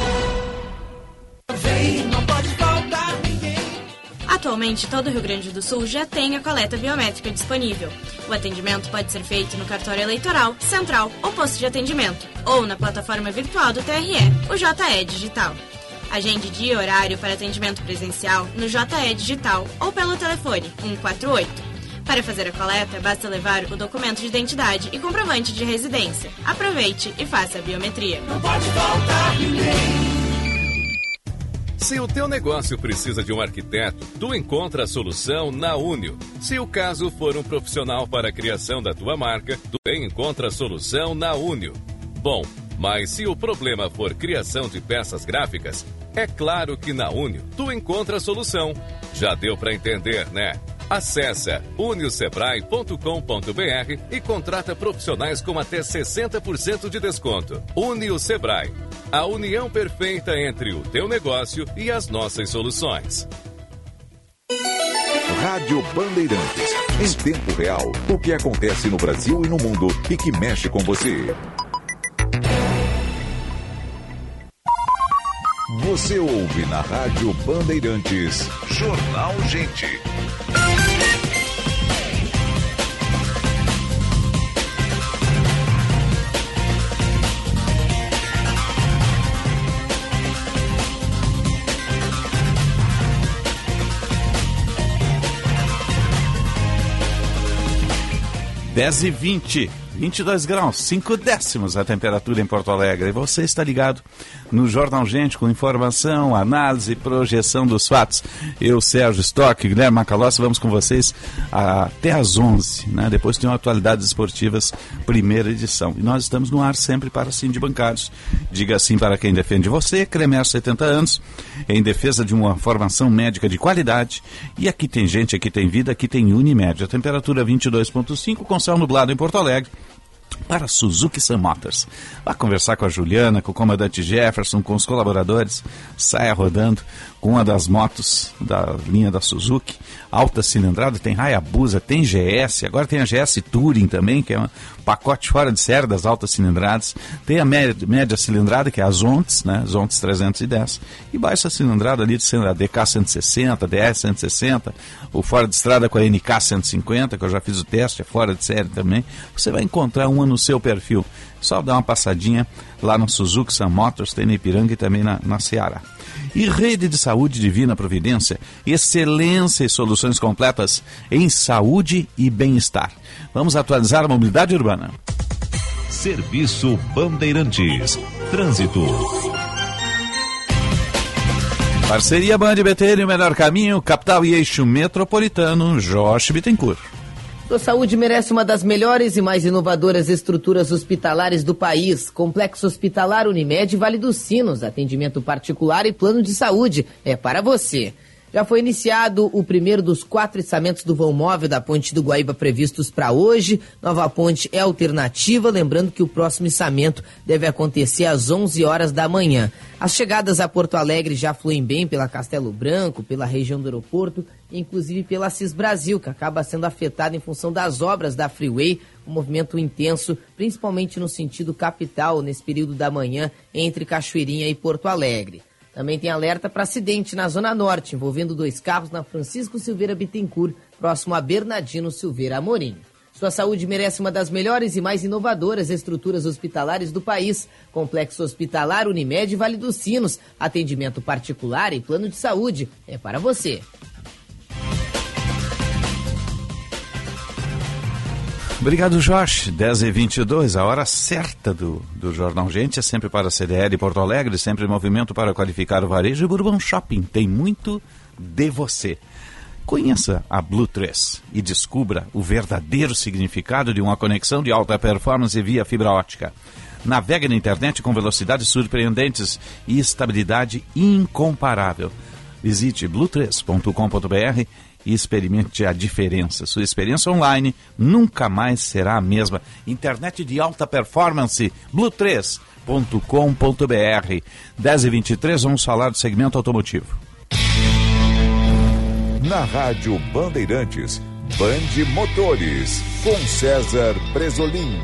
Atualmente, todo o Rio Grande do Sul já tem a coleta biométrica disponível. O atendimento pode ser feito no cartório eleitoral, central ou posto de atendimento, ou na plataforma virtual do T R E, o J E Digital. Agende dia e horário para atendimento presencial no J E Digital ou pelo telefone um quatro oito. Para fazer a coleta, basta levar o documento de identidade e comprovante de residência. Aproveite e faça a biometria. Não pode faltar ninguém. Se o teu negócio precisa de um arquiteto, tu encontra a solução na Unio. Se o caso for um profissional para a criação da tua marca, tu também encontra a solução na Unio. Bom, mas se o problema for criação de peças gráficas, é claro que na Unio tu encontra a solução. Já deu para entender, né? Acesse unio sebrae ponto com ponto br e contrata profissionais com até sessenta por cento de desconto. Unio Sebrae, a união perfeita entre o teu negócio e as nossas soluções. Rádio Bandeirantes. Em tempo real, o que acontece no Brasil e no mundo e que mexe com você. Você ouve na Rádio Bandeirantes. Jornal Gente. dez e vinte, vinte e dois graus, cinco décimos a temperatura em Porto Alegre. E você está ligado no Jornal Gente com informação, análise e projeção dos fatos. Eu, Sérgio Stock, Guilherme Macalossi, vamos com vocês até às onze, né? Depois tem Atualidades Esportivas, primeira edição. E nós estamos no ar sempre para Sim de Bancários. Diga sim para quem defende você, Cremer, setenta anos, em defesa de uma formação médica de qualidade. E aqui tem gente, aqui tem vida, aqui tem Unimed. A temperatura vinte e dois vírgula cinco, com céu nublado em Porto Alegre. Para Suzuki Sun Motors. Vá conversar com a Juliana, com o comandante Jefferson, com os colaboradores. Saia rodando com uma das motos da linha da Suzuki. Alta cilindrada, tem Hayabusa, tem G S, agora tem a G S Touring também, que é um pacote fora de série das altas cilindradas. Tem a média, média cilindrada, que é a Zontes, né? Zontes trezentos e dez. E baixa cilindrada ali de a D K cento e sessenta, D S cento e sessenta, o fora de estrada com a N K cento e cinquenta, que eu já fiz o teste, é fora de série também. Você vai encontrar uma no seu perfil. Só dá uma passadinha lá no Suzuki Sun Motors, tem na Ipiranga e também na, na Ceará. E Rede de Saúde Divina Providência, excelência e soluções completas em saúde e bem-estar. Vamos atualizar a mobilidade urbana. Serviço Bandeirantes. Trânsito. Parceria Band B T N, o melhor caminho, capital e eixo metropolitano, Josh Bittencourt. Sua saúde merece uma das melhores e mais inovadoras estruturas hospitalares do país. Complexo Hospitalar Unimed Vale dos Sinos. Atendimento particular e plano de saúde. É para você. Já foi iniciado o primeiro dos quatro içamentos do vão móvel da Ponte do Guaíba previstos para hoje. Nova ponte é alternativa, lembrando que o próximo içamento deve acontecer às onze horas da manhã. As chegadas a Porto Alegre já fluem bem pela Castelo Branco, pela região do aeroporto, inclusive pela Cis Brasil, que acaba sendo afetada em função das obras da Freeway, um movimento intenso, principalmente no sentido capital, nesse período da manhã, entre Cachoeirinha e Porto Alegre. Também tem alerta para acidente na Zona Norte, envolvendo dois carros na Francisco Silveira Bittencourt, próximo a Bernardino Silveira Amorim. Sua saúde merece uma das melhores e mais inovadoras estruturas hospitalares do país. Complexo Hospitalar Unimed Vale dos Sinos. Atendimento particular e plano de saúde. É para você. Obrigado, Jorge. dez e vinte e dois, a hora certa do, do Jornal Gente é sempre para a C D L Porto Alegre, sempre em movimento para qualificar o varejo. E Bourbon Shopping tem muito de você. Conheça a Blue três e descubra o verdadeiro significado de uma conexão de alta performance via fibra ótica. Navegue na internet com velocidades surpreendentes e estabilidade incomparável. Visite blue três ponto com ponto b r e experimente a diferença. Sua experiência online nunca mais será a mesma. Internet de alta performance, blue três ponto com ponto b r. dez e vinte e três, vamos falar do segmento automotivo. Na Rádio Bandeirantes, Band Motores, com César Bresolim.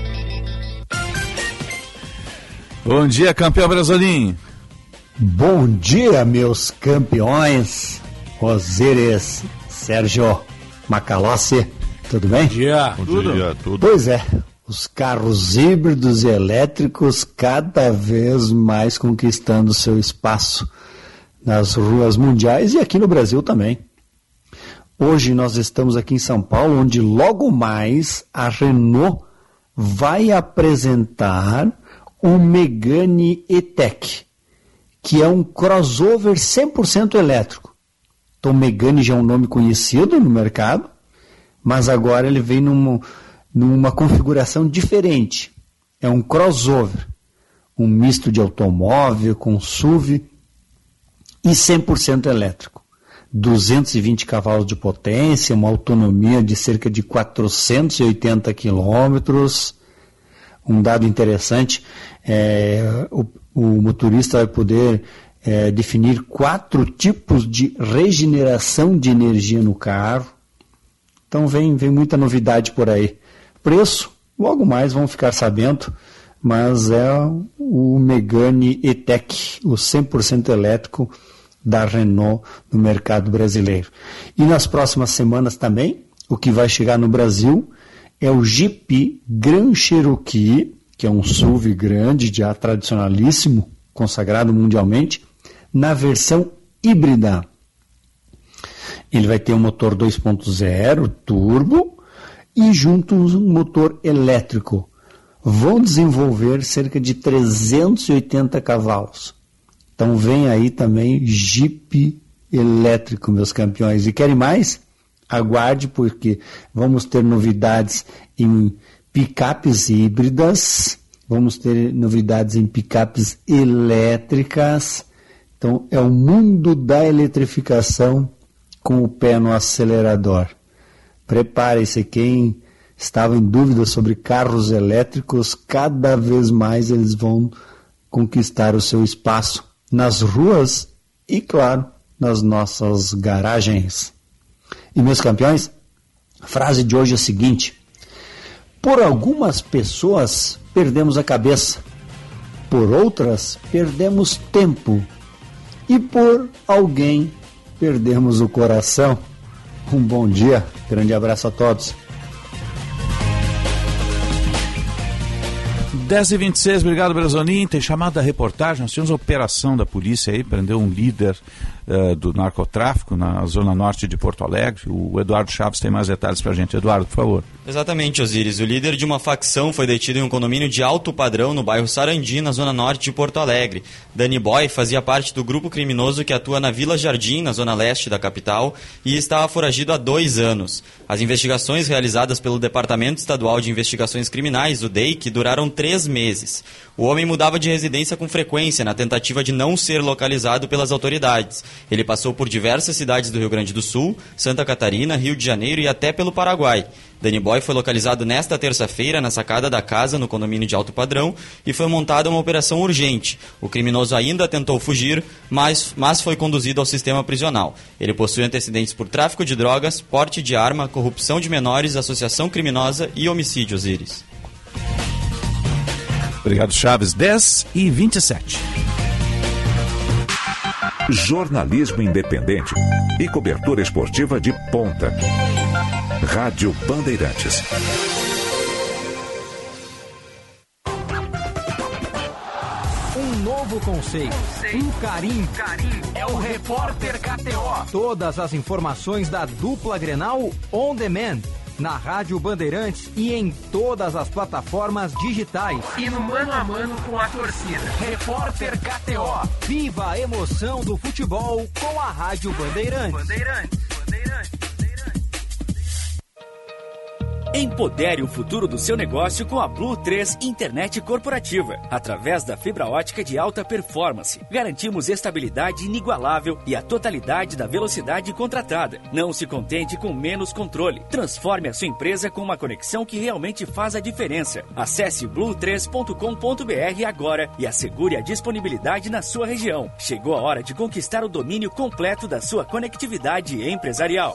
Bom dia, campeão Bresolim. Bom dia, meus campeões. Osíris, Sérgio Macalossi, tudo bem? Bom dia. Bom tudo. dia, tudo. Pois é, os carros híbridos e elétricos cada vez mais conquistando seu espaço nas ruas mundiais e aqui no Brasil também. Hoje nós estamos aqui em São Paulo, onde logo mais a Renault vai apresentar o Megane E-Tech, que é um crossover cem por cento elétrico. Então, Megane já é um nome conhecido no mercado, mas agora ele vem numa, numa configuração diferente. É um crossover, um misto de automóvel com S U V e cem por cento elétrico. duzentos e vinte cavalos de potência, uma autonomia de cerca de quatrocentos e oitenta quilômetros. Um dado interessante, é, o, o motorista vai poder é, definir quatro tipos de regeneração de energia no carro. Então vem, vem muita novidade por aí. Preço, logo mais vão ficar sabendo, mas é o Megane E-Tech, o cem por cento elétrico da Renault no mercado brasileiro. E nas próximas semanas também, o que vai chegar no Brasil é o Jeep Grand Cherokee, que é um S U V grande, já tradicionalíssimo, consagrado mundialmente, na versão híbrida. Ele vai ter um motor dois ponto zero turbo e junto um motor elétrico. Vão desenvolver cerca de trezentos e oitenta cavalos. Então vem aí também Jeep elétrico, meus campeões. E querem mais? Aguarde, porque vamos ter novidades em picapes híbridas, vamos ter novidades em picapes elétricas. Então é o mundo da eletrificação com o pé no acelerador. Prepare-se, quem estava em dúvida sobre carros elétricos, cada vez mais eles vão conquistar o seu espaço nas ruas e, claro, nas nossas garagens. E, meus campeões, a frase de hoje é a seguinte: por algumas pessoas perdemos a cabeça, por outras perdemos tempo e por alguém perdemos o coração. Um bom dia, grande abraço a todos. dez e vinte e seis, obrigado, Brasolim. Tem chamada da reportagem, nós tivemos a operação da polícia aí, prendeu um líder uh, do narcotráfico na zona norte de Porto Alegre. O Eduardo Chaves tem mais detalhes pra gente. Eduardo, por favor. Exatamente, Osíris. O líder de uma facção foi detido em um condomínio de alto padrão no bairro Sarandi, na zona norte de Porto Alegre. Danny Boy fazia parte do grupo criminoso que atua na Vila Jardim, na zona leste da capital, e estava foragido há dois anos. As investigações realizadas pelo Departamento Estadual de Investigações Criminais, o D E I C, duraram três meses. O homem mudava de residência com frequência na tentativa de não ser localizado pelas autoridades. Ele passou por diversas cidades do Rio Grande do Sul, Santa Catarina, Rio de Janeiro e até pelo Paraguai. Danny Boy foi localizado nesta terça-feira na sacada da casa no condomínio de alto padrão e foi montada uma operação urgente. O criminoso ainda tentou fugir, mas, mas foi conduzido ao sistema prisional. Ele possui antecedentes por tráfico de drogas, porte de arma, corrupção de menores, associação criminosa e homicídio, Osíris. Obrigado, Chaves. dez e vinte e sete. Jornalismo independente e cobertura esportiva de ponta. Rádio Bandeirantes. Um novo conceito, um carinho, é o Repórter K T O. Todas as informações da dupla Grenal on demand, na Rádio Bandeirantes e em todas as plataformas digitais. E no mano a mano com a torcida. Repórter K T O. Viva a emoção do futebol com a Rádio Bandeirantes. Bandeirantes, Bandeirantes. Empodere o futuro do seu negócio com a Blue três Internet Corporativa. Através da fibra ótica de alta performance, garantimos estabilidade inigualável e a totalidade da velocidade contratada. Não se contente com menos controle. Transforme a sua empresa com uma conexão que realmente faz a diferença. Acesse blue três ponto com ponto b r agora e assegure a disponibilidade na sua região. Chegou a hora de conquistar o domínio completo da sua conectividade empresarial.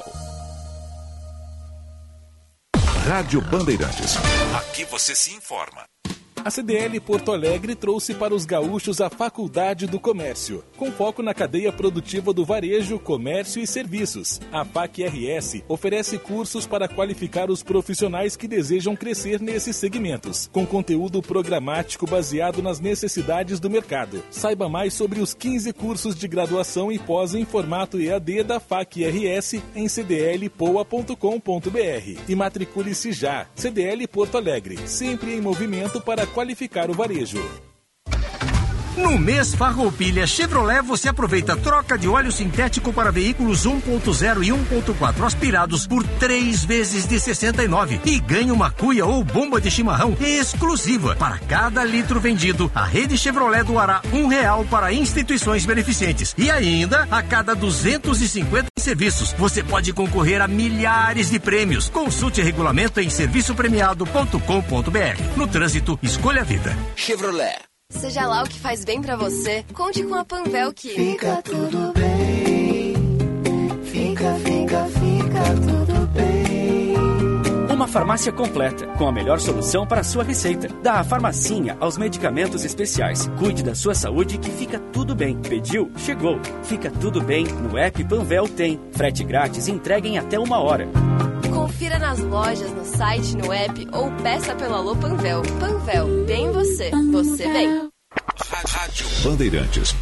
Rádio Bandeirantes. Aqui você se informa. A C D L Porto Alegre trouxe para os gaúchos a Faculdade do Comércio, com foco na cadeia produtiva do varejo, comércio e serviços. A F A C R S oferece cursos para qualificar os profissionais que desejam crescer nesses segmentos, com conteúdo programático baseado nas necessidades do mercado. Saiba mais sobre os quinze cursos de graduação e pós em formato E A D da F A C R S em c d l poa ponto com ponto b r. E matricule-se já. C D L Porto Alegre, sempre em movimento para qualificar o varejo. No mês Farroupilha Chevrolet você aproveita troca de óleo sintético para veículos um ponto zero e um ponto quatro aspirados por três vezes de sessenta e nove e ganha uma cuia ou bomba de chimarrão exclusiva. Para cada litro vendido, a rede Chevrolet doará um real para instituições beneficentes. E ainda, a cada duzentos e cinquenta serviços, você pode concorrer a milhares de prêmios. Consulte regulamento em serviço premiado ponto com ponto b r. No trânsito, escolha a vida. Chevrolet. Seja lá o que faz bem pra você, conte com a Panvel que... Fica tudo bem, fica, fica, fica tudo bem. Uma farmácia completa, com a melhor solução para a sua receita. Da farmacinha aos medicamentos especiais. Cuide da sua saúde que fica tudo bem. Pediu? Chegou. Fica tudo bem. No app Panvel tem. Frete grátis e entrega em até uma hora. Confira nas lojas, no site, no app ou peça pelo Alô Panvel. Panvel, bem você, você bem. Rádio Bandeirantes.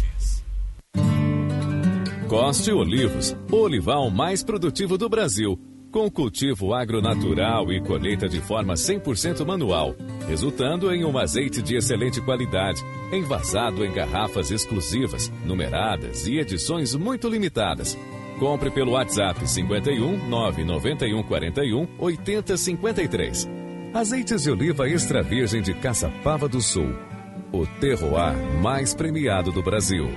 Coste Olivos, o olival mais produtivo do Brasil. Com cultivo agronatural e colheita de forma cem por cento manual, resultando em um azeite de excelente qualidade, envasado em garrafas exclusivas, numeradas e edições muito limitadas. Compre pelo WhatsApp cinquenta e um, nove nove um, quarenta e um, oitenta, cinquenta e três. Azeites de oliva extra virgem de Caçapava do Sul. O terroir mais premiado do Brasil.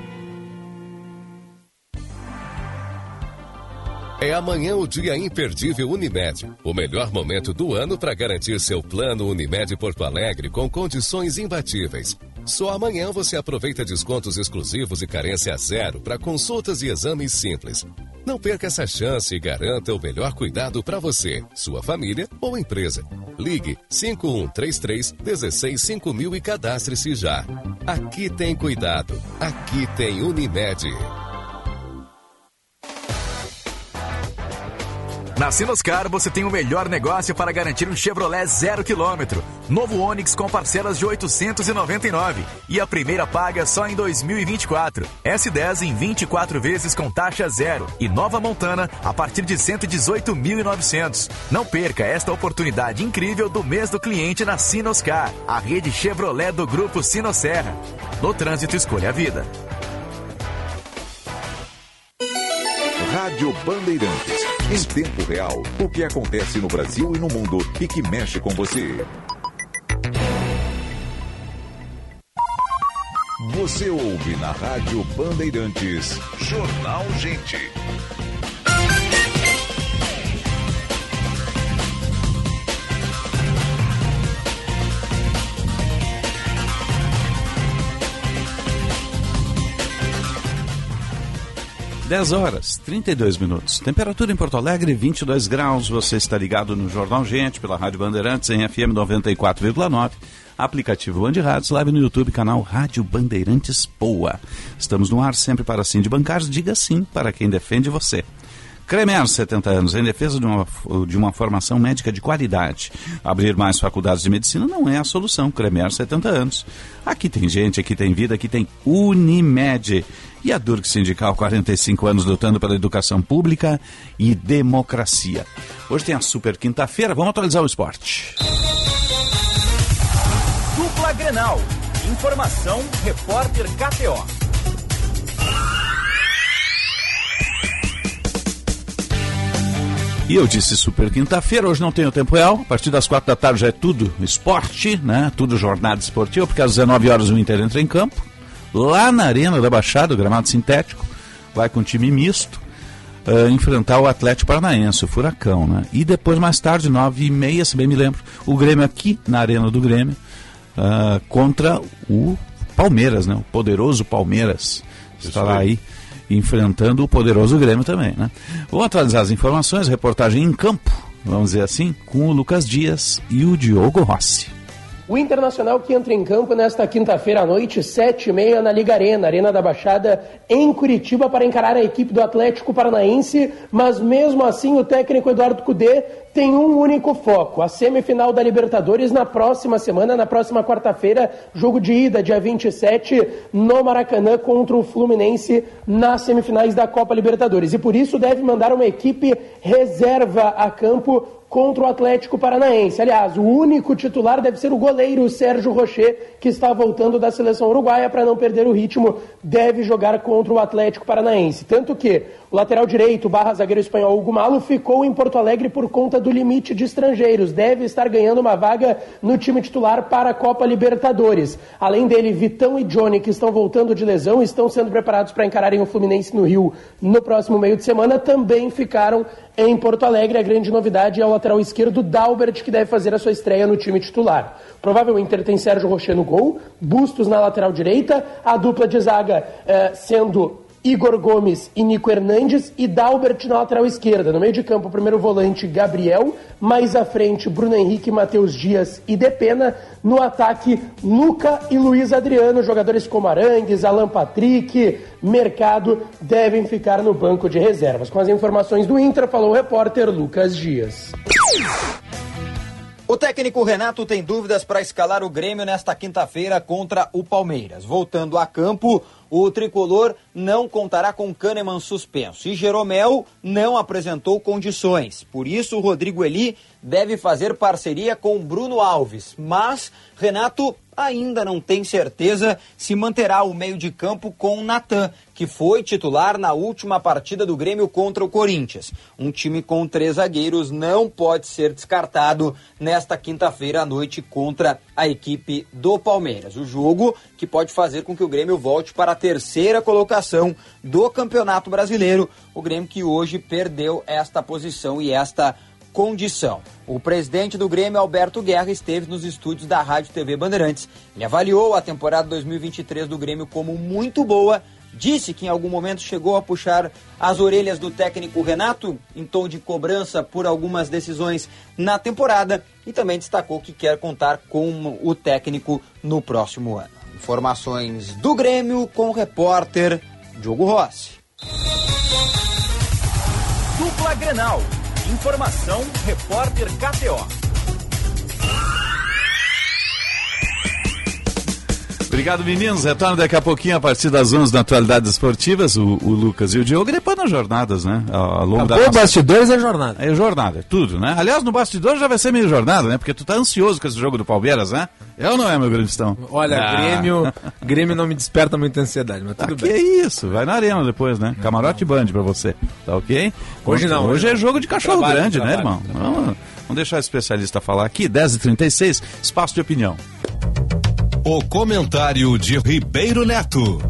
É amanhã o dia imperdível Unimed. O melhor momento do ano para garantir seu plano Unimed Porto Alegre com condições imbatíveis. Só amanhã você aproveita descontos exclusivos e carência zero para consultas e exames simples. Não perca essa chance e garanta o melhor cuidado para você, sua família ou empresa. Ligue cinco um três três, um seis cinco mil e cadastre-se já. Aqui tem cuidado. Aqui tem Unimed. Na Sinoscar você tem o melhor negócio para garantir um Chevrolet zero quilômetro. Novo Onix com parcelas de oitocentos e noventa e nove e a primeira paga só em dois mil e vinte e quatro. S dez em vinte e quatro vezes com taxa zero e nova Montana a partir de cento e dezoito mil e novecentos. Não perca esta oportunidade incrível do mês do cliente na Sinoscar, a rede Chevrolet do grupo Sinosserra. No trânsito, escolha a vida. Rádio Bandeirantes. Em tempo real, o que acontece no Brasil e no mundo e que mexe com você. Você ouve na Rádio Bandeirantes, Jornal Gente. dez horas, trinta e dois minutos. Temperatura em Porto Alegre, vinte e dois graus. Você está ligado no Jornal Gente, pela Rádio Bandeirantes, em F M noventa e quatro vírgula nove. Aplicativo Band Rádios, live no YouTube, canal Rádio Bandeirantes Poa. Estamos no ar sempre para sim de bancários. Diga sim para quem defende você. Cremer, setenta anos, em defesa de uma, de uma formação médica de qualidade. Abrir mais faculdades de medicina não é a solução. Cremer, setenta anos. Aqui tem gente, aqui tem vida, aqui tem Unimed. E a Durg Sindical, quarenta e cinco anos lutando pela educação pública e democracia. Hoje tem a super quinta-feira, vamos atualizar o esporte. Dupla Grenal. Informação, repórter K T O. E eu disse super quinta-feira, hoje não tenho tempo real, a partir das quatro da tarde já é tudo esporte, né? Tudo jornada esportiva, porque às dezenove horas o Inter entra em campo, lá na Arena da Baixada, o gramado sintético, vai com time misto, uh, enfrentar o Atlético Paranaense, o Furacão, né? E depois, mais tarde, nove e meia, se bem me lembro, o Grêmio aqui, na Arena do Grêmio, uh, contra o Palmeiras, né? O poderoso Palmeiras, estará aí enfrentando o poderoso Grêmio também, né? Vou atualizar as informações, reportagem em campo, vamos dizer assim, com o Lucas Dias e o Diogo Rossi. O Internacional que entra em campo nesta quinta-feira à noite, sete e meia, na Liga Arena, Arena da Baixada, em Curitiba, para encarar a equipe do Atlético Paranaense, mas mesmo assim o técnico Eduardo Cudê tem um único foco, a semifinal da Libertadores na próxima semana, na próxima quarta-feira, jogo de ida, dia vinte e sete, no Maracanã contra o Fluminense nas semifinais da Copa Libertadores. E por isso deve mandar uma equipe reserva a campo contra o Atlético Paranaense. Aliás, o único titular deve ser o goleiro Sérgio Rocher, que está voltando da seleção uruguaia para não perder o ritmo, deve jogar contra o Atlético Paranaense. Tanto que O lateral direito, barra zagueiro espanhol Hugo Malo, ficou em Porto Alegre por conta do limite de estrangeiros. Deve estar ganhando uma vaga no time titular para a Copa Libertadores. Além dele, Vitão e Johnny, que estão voltando de lesão, estão sendo preparados para encararem o Fluminense no Rio no próximo meio de semana, também ficaram em Porto Alegre. A grande novidade é o lateral esquerdo Dalbert, que deve fazer a sua estreia no time titular. Provável Inter tem Sérgio Rocher no gol, Bustos na lateral direita, a dupla de zaga eh, sendo Igor Gomes e Nico Hernandes e Dalbert na lateral esquerda. No meio de campo, o primeiro volante Gabriel, mais à frente Bruno Henrique, Matheus Dias e Depena. No ataque, Luca e Luiz Adriano. Jogadores como Arangues, Alan Patrick, Mercado devem ficar no banco de reservas. Com as informações do Inter, falou o repórter Lucas Dias. O técnico Renato tem dúvidas para escalar o Grêmio nesta quinta-feira contra o Palmeiras. Voltando a campo, o tricolor não contará com Kahneman suspenso e Jeromel não apresentou condições. Por isso, o Rodrigo Eli deve fazer parceria com Bruno Alves, mas Renato ainda não tem certeza se manterá o meio de campo com Natan, que foi titular na última partida do Grêmio contra o Corinthians. Um time com três zagueiros não pode ser descartado nesta quinta-feira à noite contra a equipe do Palmeiras. O jogo que pode fazer com que o Grêmio volte para a terceira colocação do Campeonato Brasileiro. O Grêmio que hoje perdeu esta posição e esta condição. O presidente do Grêmio, Alberto Guerra, esteve nos estúdios da Rádio T V Bandeirantes. Ele avaliou a temporada dois mil e vinte e três do Grêmio como muito boa, disse que em algum momento chegou a puxar as orelhas do técnico Renato em tom de cobrança por algumas decisões na temporada e também destacou que quer contar com o técnico no próximo ano. Informações do Grêmio com o repórter Diogo Rossi. Dupla Grenal. Informação, repórter K T O. Obrigado, meninos. Retorno daqui a pouquinho a partir das onze da Atualidades Esportivas, o, o Lucas e o Diogo. E depois nas jornadas, né? Ao longo da nossa... bastidores é jornada. É jornada, é tudo, né? Aliás, no bastidor já vai ser meio jornada, né? Porque tu tá ansioso com esse jogo do Palmeiras, né? É ou não é, meu grandistão? Olha, ah. Grêmio, Grêmio não me desperta muita ansiedade, mas tudo ah, bem. Que isso, vai na arena depois, né? Camarote Band pra você, tá ok? Hoje não. Hoje, hoje é jogo de cachorro trabalho, grande, trabalho, né, irmão? Trabalho. Vamos, vamos deixar o especialista falar aqui, dez e trinta e seis, espaço de opinião. O comentário de Ribeiro Neto.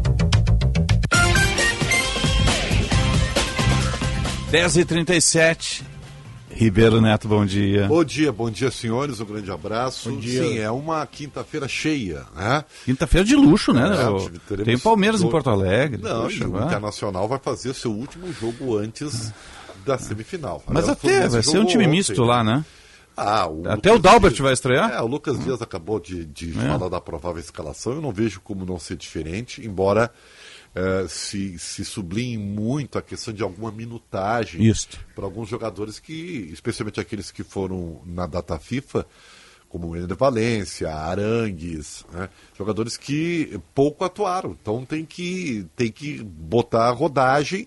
dez e trinta e sete. Ribeiro Neto, bom dia. Bom dia, bom dia, senhores. Um grande abraço. Bom dia. Sim, é uma quinta-feira cheia, né? Quinta-feira de luxo, né? É, Tem Palmeiras do... em Porto Alegre. Não, Poxa, o vai. Internacional vai fazer seu último jogo antes da semifinal. Mas Aliás, até vai ser um time ontem. misto lá, né? Ah, o Até Lucas o Dalbert Dias, vai estrear? É, o Lucas Dias acabou de, de é. falar da provável escalação. Eu não vejo como não ser diferente, embora é, se, se sublinhe muito a questão de alguma minutagem para alguns jogadores que, especialmente aqueles que foram na data FIFA, como o Ender Valência, Arangues, né? Jogadores que pouco atuaram. Então tem que, tem que botar a rodagem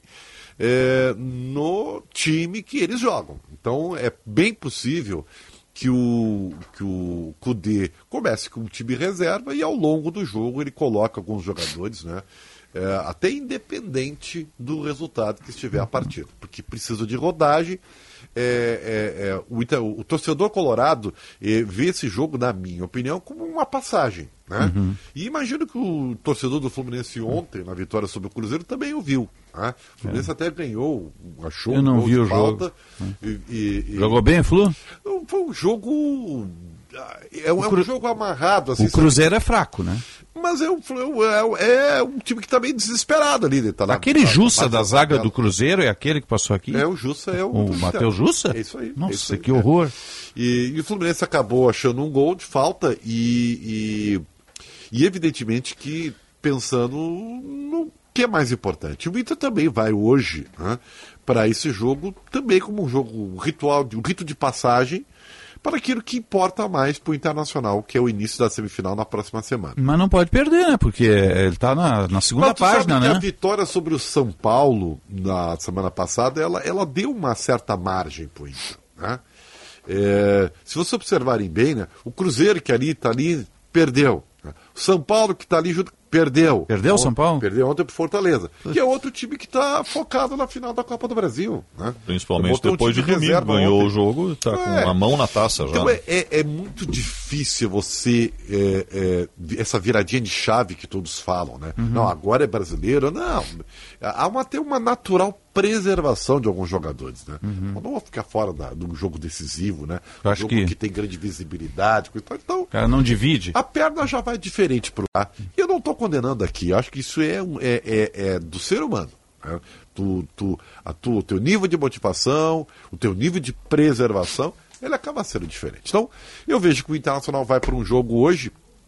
É, no time que eles jogam. Então é bem possível que o, que o Kudê comece com o time reserva e ao longo do jogo ele coloca alguns jogadores, né, é, até independente do resultado que estiver a partida, porque precisa de rodagem. É, é, é, o, o torcedor colorado é, vê esse jogo, na minha opinião, como uma passagem, né? Uhum. E imagino que o torcedor do Fluminense ontem, na vitória sobre o Cruzeiro, também o viu, né? O Fluminense é. até ganhou, achou Eu não um gol vi de o falta. Jogo. E, e, e... Jogou bem, Flu? Foi um jogo... É, é Cru... um jogo amarrado. Assim, o Cruzeiro sabe? É fraco, né? Mas é um, é, é um time que está meio desesperado ali. Tá na, aquele na, Jussa na da zaga do Cruzeiro é aquele que passou aqui? É, o Jussa é o... O Matheus Jussa? É isso aí. Nossa, é isso aí, que horror. É. E, e o Fluminense acabou achando um gol de falta e, e, e evidentemente que pensando no que é mais importante. O Inter também vai hoje, né, para esse jogo, também como um jogo um ritual, um rito de passagem, para aquilo que importa mais para o Internacional, que é o início da semifinal na próxima semana. Mas não pode perder, né? Porque ele está na, na segunda Mas tu página, sabe né? Que a vitória sobre o São Paulo na semana passada, ela, ela deu uma certa margem para o Inter, né? É, se vocês observarem bem, né, o Cruzeiro que ali está ali, perdeu. Né? O São Paulo que está ali junto, Perdeu. Perdeu o São Paulo? Perdeu ontem pro Fortaleza. Que é outro time que está focado na final da Copa do Brasil. Né? Principalmente depois um de domingo, ganhou ontem. O jogo, está é. com a mão na taça já. Então é, é, é muito difícil você, é, é, essa viradinha de chave que todos falam, né? Uhum. Não, agora é brasileiro. Não, há uma, tem uma natural preservação de alguns jogadores, né? Uhum. Não vou ficar fora da, do jogo decisivo, né? Eu um acho jogo que... que tem grande visibilidade. Então, o cara não divide. A perna já vai diferente pro ar. E eu não estou condenando aqui. Eu acho que isso é, um, é, é, é do ser humano. Né? Tu, tu, a tu, o teu nível de motivação, o teu nível de preservação, ele acaba sendo diferente. Então, eu vejo que o Internacional vai para um jogo hoje,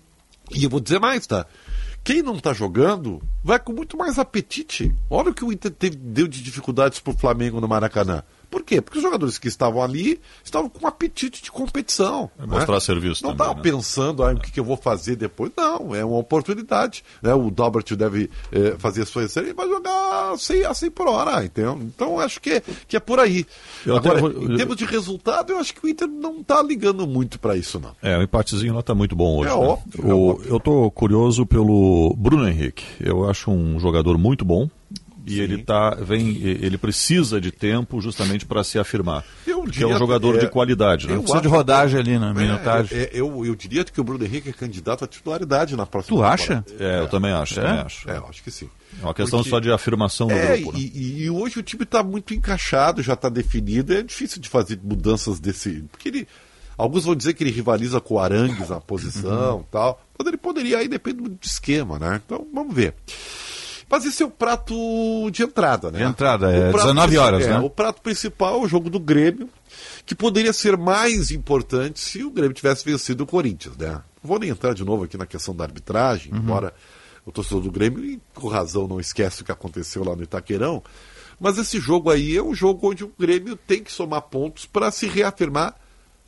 e eu vou dizer mais, tá? Quem não está jogando vai com muito mais apetite. Olha o que o Inter teve, deu de dificuldades para o Flamengo no Maracanã. Por quê? Porque os jogadores que estavam ali estavam com apetite de competição. É mostrar né? serviço Não também, estavam né? pensando ah, o que, que eu vou fazer depois. Não, é uma oportunidade. Né? O Dobert deve é, fazer a sua série e vai jogar cem, a cem por hora. Entendeu? Então acho que é, que é por aí. Eu Agora, vou... em termos de resultado, eu acho que o Inter não está ligando muito para isso, não. É, o empatezinho lá está muito bom hoje. É né? óbvio. O, é óbvio. Eu estou curioso pelo Bruno Henrique. Eu acho um jogador muito bom. E ele, tá, vem, ele precisa de tempo justamente para se afirmar. Eu que é um jogador é, de qualidade. Né? Precisa de rodagem ali na minutagem. É, é, eu, eu diria que o Bruno Henrique é candidato à titularidade na próxima Tu acha? É, eu também acho. É? Também acho. É, eu acho que sim. É uma questão Porque, só de afirmação no é, grupo. Né? E, e hoje o time está muito encaixado, já está definido. É difícil de fazer mudanças desse... Porque ele... Alguns vão dizer que ele rivaliza com o Arangues na posição e uhum. tal. Mas ele poderia, aí depende do esquema, né? Então, vamos ver. Mas esse é o prato de entrada, né? De entrada, é dezenove horas, é, né? O prato principal é o jogo do Grêmio, que poderia ser mais importante se o Grêmio tivesse vencido o Corinthians, né? Não vou nem entrar de novo aqui na questão da arbitragem, uhum. embora o torcedor do Grêmio, e com razão, não esquece o que aconteceu lá no Itaquerão, mas esse jogo aí é um jogo onde o Grêmio tem que somar pontos para se reafirmar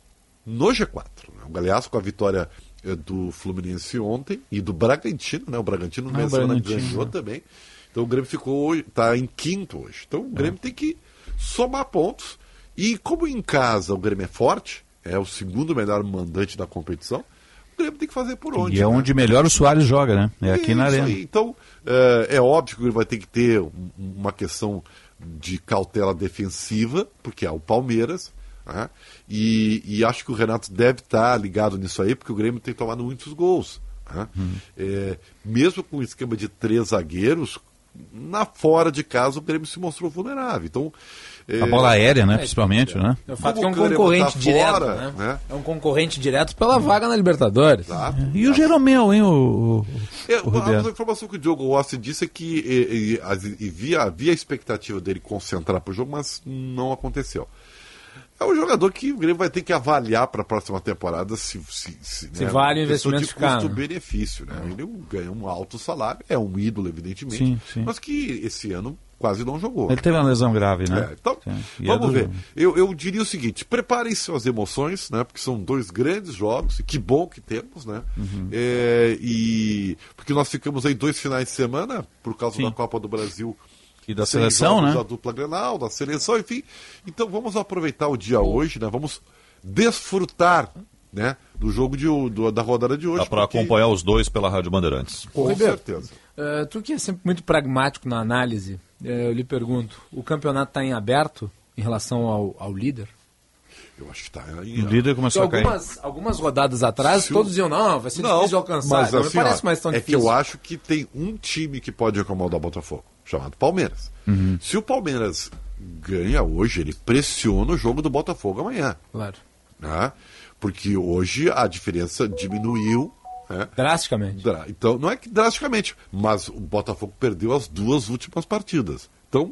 no G quatro. Né? Aliás, com a vitória do Fluminense ontem e do Bragantino, né? O Bragantino na semana ganhou também. Então o Grêmio ficou está em quinto hoje. Então o Grêmio é. tem que somar pontos. E como em casa o Grêmio é forte, é o segundo melhor mandante da competição, o Grêmio tem que fazer por onde. E é né? onde melhor o Soares joga, né? É aqui é na Arena. Aí. Então é, é óbvio que o Grêmio vai ter que ter uma questão de cautela defensiva, porque é o Palmeiras. Né? E, e acho que o Renato deve estar ligado nisso aí, porque o Grêmio tem tomado muitos gols. Né? Hum. É, mesmo com o esquema de três zagueiros, na fora de casa o Grêmio se mostrou vulnerável. Então, é, a bola aérea, né, principalmente, é, né? O fato que é um concorrente tá direto, fora, né? Né? É um concorrente direto pela vaga na Libertadores. Exato, e exato. O Jeromel, hein, o, o, é, o A informação que o Diogo Rossi disse é que e, e, havia, havia a expectativa dele concentrar para o jogo, mas não aconteceu. É um jogador que o Grêmio vai ter que avaliar para a próxima temporada se, se, se, se né, vale o investimento de custo-benefício. Né? Ele ganha um alto salário, é um ídolo, evidentemente, sim, sim. mas que esse ano quase não jogou. Ele teve uma lesão grave, né? É, então, vamos ver. Eu, eu diria o seguinte, preparem-se as emoções, né? Porque são dois grandes jogos, e que bom que temos, né? Uhum. É, e porque nós ficamos aí dois finais de semana, por causa sim. da Copa do Brasil, e da seleção, né? Da dupla Grenal, da seleção, enfim. Então vamos aproveitar o dia hoje, né? Vamos desfrutar, né? Do jogo de, do, da rodada de hoje. Dá para porque... acompanhar os dois pela Rádio Bandeirantes. Com Ribeiro, certeza. Uh, tu que é sempre muito pragmático na análise, uh, eu lhe pergunto, o campeonato está em aberto em relação ao, ao líder? Eu acho que está aí. O líder começou então, a cair. Algumas, algumas rodadas atrás, Se todos diziam, não, vai ser não, difícil de alcançar. Mas, não assim, me parece ó, mais tão é difícil. É que eu acho que tem um time que pode acomodar o Botafogo, chamado Palmeiras. Uhum. Se o Palmeiras ganha hoje, ele pressiona o jogo do Botafogo amanhã. Claro. Né? Porque hoje a diferença diminuiu. Né? Drasticamente. Então, não é que drasticamente, mas o Botafogo perdeu as duas últimas partidas. Então...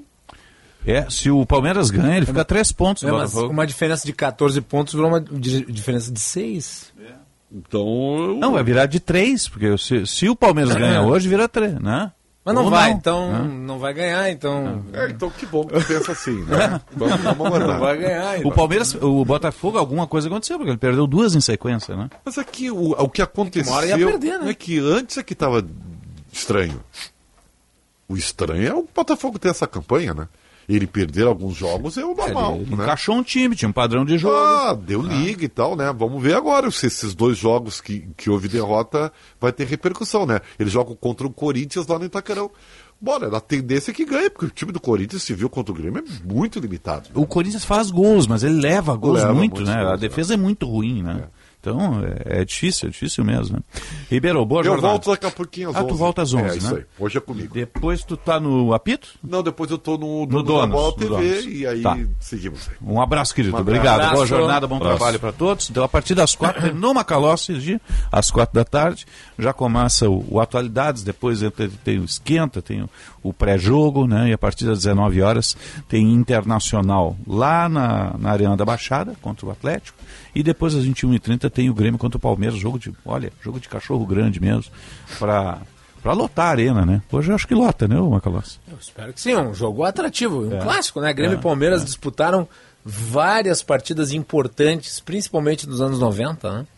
É, se o Palmeiras ganha, ele fica a três pontos. É, mas uma diferença de catorze pontos virou uma diferença de seis. É. Então... Não, vai virar de três, porque se, se o Palmeiras ganha hoje, vira três, né? Mas não Ou vai, não. então é. não vai ganhar, então... É, então que bom que tu pensa assim, né? Vamos, vamos aguardar. Não vai ganhar. Então. O Palmeiras, o Botafogo, alguma coisa aconteceu, porque ele perdeu duas em sequência, né? Mas aqui o, o que aconteceu uma hora ia perder, né? é que antes é que estava estranho. O estranho é o Botafogo ter essa campanha, né? ele perder alguns jogos é o normal. Ele né? encaixou um time, tinha um padrão de jogo. Ah, deu liga e tal, né? Vamos ver agora se esses dois jogos que, que houve derrota vai ter repercussão, né? Eles jogam contra o Corinthians lá no Itaquerão. Bora, a tendência é que ganhe, porque o time do Corinthians, se viu contra o Grêmio, é muito limitado. O Corinthians faz gols, mas ele leva gols leva muito, né? Gols, a defesa é, é muito ruim, né? É. Então, é, é difícil, é difícil mesmo, né? Ribeiro, boa Eu jornada. volto daqui a pouquinho às ah, onze. tu volta às onze, é, né? Isso aí, hoje é comigo. Depois tu tá no apito? Não, depois eu tô no, no, no Donos da Bola T V e aí tá. seguimos. Aí. Um abraço, querido. Um Obrigado. abraço. Boa jornada, bom abraço. trabalho para todos. Então, a partir das quatro, terminou Macalossi esse dia, às quatro da tarde, já começa o, o Atualidades, depois tem o Esquenta, tem o, o pré-jogo, né? E a partir das dezenove horas tem Internacional lá na, na Arena da Baixada, contra o Atlético. E depois às vinte e uma e trinta tem o Grêmio contra o Palmeiras, jogo de, olha, jogo de cachorro grande mesmo, para para lotar a arena, né? Hoje eu acho que lota, né, Macalossi? Eu espero que sim, um jogo atrativo, um é. clássico, né? Grêmio é. e Palmeiras é. disputaram várias partidas importantes, principalmente nos anos noventa, né?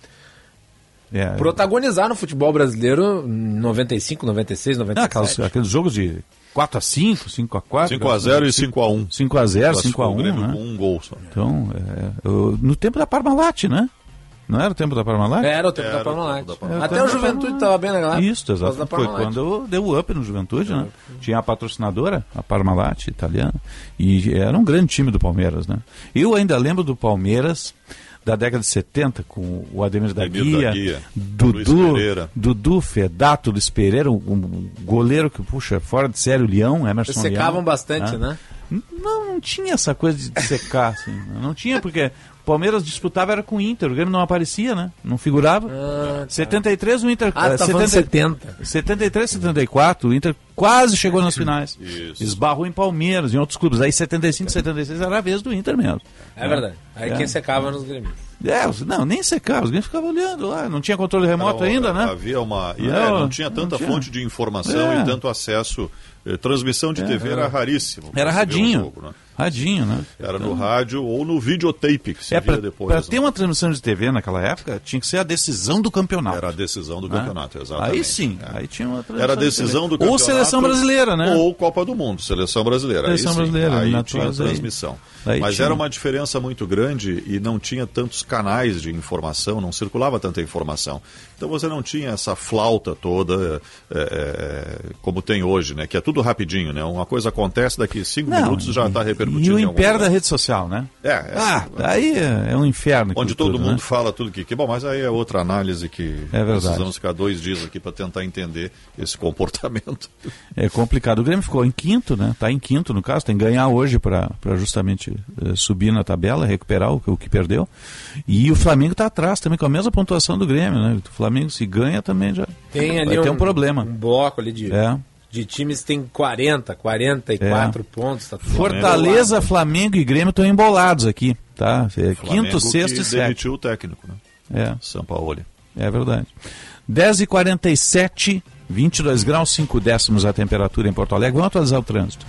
É. Protagonizaram o futebol brasileiro em noventa e cinco, noventa e seis, noventa e sete. Não, aqueles, aqueles jogos de quatro a cinco, cinco a quatro. cinco a zero e cinco a um. cinco a zero, cinco a um, né? Com um gol só. Então, é, eu, no tempo da Parmalat, né? Não era o tempo da Parmalat? Era o tempo era da Parmalat. Parmalat. Até o Juventude estava bem naquela época. Isso, exato. Foi quando deu o up no Juventude, né? Tinha a patrocinadora, a Parmalat italiana, e era um grande time do Palmeiras, né? Eu ainda lembro do Palmeiras da década de setenta, com o Ademir da Guia, da Guia Dudu, Dudu, Fedato, Luiz Pereira, um, um goleiro que, puxa, fora de sério, Leão, Emerson Leão. Eles secavam bastante, né? né? Não, não tinha essa coisa de secar, assim. Não tinha, porque o Palmeiras disputava era com o Inter, o Grêmio não aparecia, né? Não figurava. Ah, tá. setenta e três o Inter... Ah, tá setenta, setenta. setenta e três, setenta e quatro, o Inter quase chegou nas finais. Isso. Esbarrou em Palmeiras, em outros clubes. Aí setenta e cinco, setenta e seis era a vez do Inter mesmo. É verdade. Aí é. quem secava nos Grêmios. É, não, nem secava, os Grêmios ficavam olhando lá, não tinha controle remoto não, ainda, né? Havia uma. E, não, é, não tinha tanta não tinha. fonte de informação é. e tanto acesso. Eh, transmissão de é, T V era, era raríssimo. Era radinho. Um jogo, né? Radinho, né? Era então, no rádio ou no videotape que se é, via pra, depois. Para né? ter uma transmissão de T V naquela época, tinha que ser a decisão do campeonato. Era a decisão do campeonato, ah? exatamente. Aí sim, é. aí tinha uma transmissão. Era a decisão do campeonato. Ou seleção brasileira, né? Ou Copa do Mundo, seleção brasileira. Seleção aí, brasileira, aí na tinha a transmissão. Aí Mas tinha. era uma diferença muito grande e não tinha tantos canais de informação, não circulava tanta informação. Então você não tinha essa flauta toda é, é, como tem hoje, né? Que é tudo rapidinho, né? Uma coisa acontece, daqui cinco não, minutos já está repercutindo. E o em império da rede social, né? É. é ah, aí é, é um inferno. Onde todo tudo, mundo né? fala tudo que, que... Bom, mas aí é outra análise que é precisamos ficar dois dias aqui para tentar entender esse comportamento. É complicado. O Grêmio ficou em quinto, né? Está em quinto, no caso. Tem que ganhar hoje para justamente uh, subir na tabela, recuperar o, o que perdeu. E o Flamengo está atrás também, com a mesma pontuação do Grêmio, né? O Flamengo, se ganha, também já tem ali vai um, ter um problema. Um bloco ali de... É. De times tem quarenta, quarenta e quatro é. pontos. Tá tudo Fortaleza, embolado. Flamengo e Grêmio estão embolados aqui, tá? É quinto, que sexto e sétimo. Demitiu o técnico, né? É. São Paulo. É verdade. dez e quarenta e sete, vinte e dois graus, cinco décimos a temperatura em Porto Alegre. Vamos atualizar o trânsito.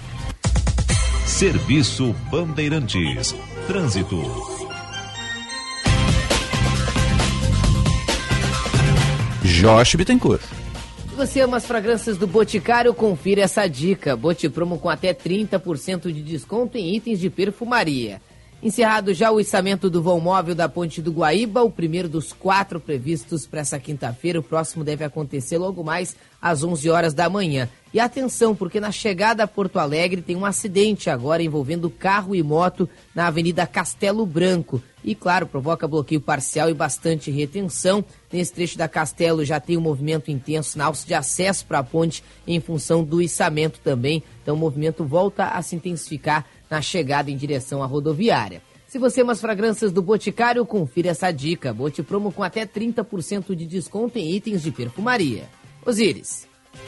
Serviço Bandeirantes. Trânsito. Josh Bittencourt. Você ama as fragrâncias do Boticário? Confira essa dica. Botipromo com até trinta por cento de desconto em itens de perfumaria. Encerrado já o içamento do vão móvel da Ponte do Guaíba, o primeiro dos quatro previstos para essa quinta-feira. O próximo deve acontecer logo mais às onze horas da manhã. E atenção, porque na chegada a Porto Alegre tem um acidente agora envolvendo carro e moto na Avenida Castelo Branco. E, claro, provoca bloqueio parcial e bastante retenção. Nesse trecho da Castelo já tem um movimento intenso na alça de acesso para a ponte em função do içamento também. Então o movimento volta a se intensificar na chegada em direção à rodoviária. Se você ama as fragrâncias do Boticário, confira essa dica. Botipromo com até trinta por cento de desconto em itens de perfumaria. Osíris.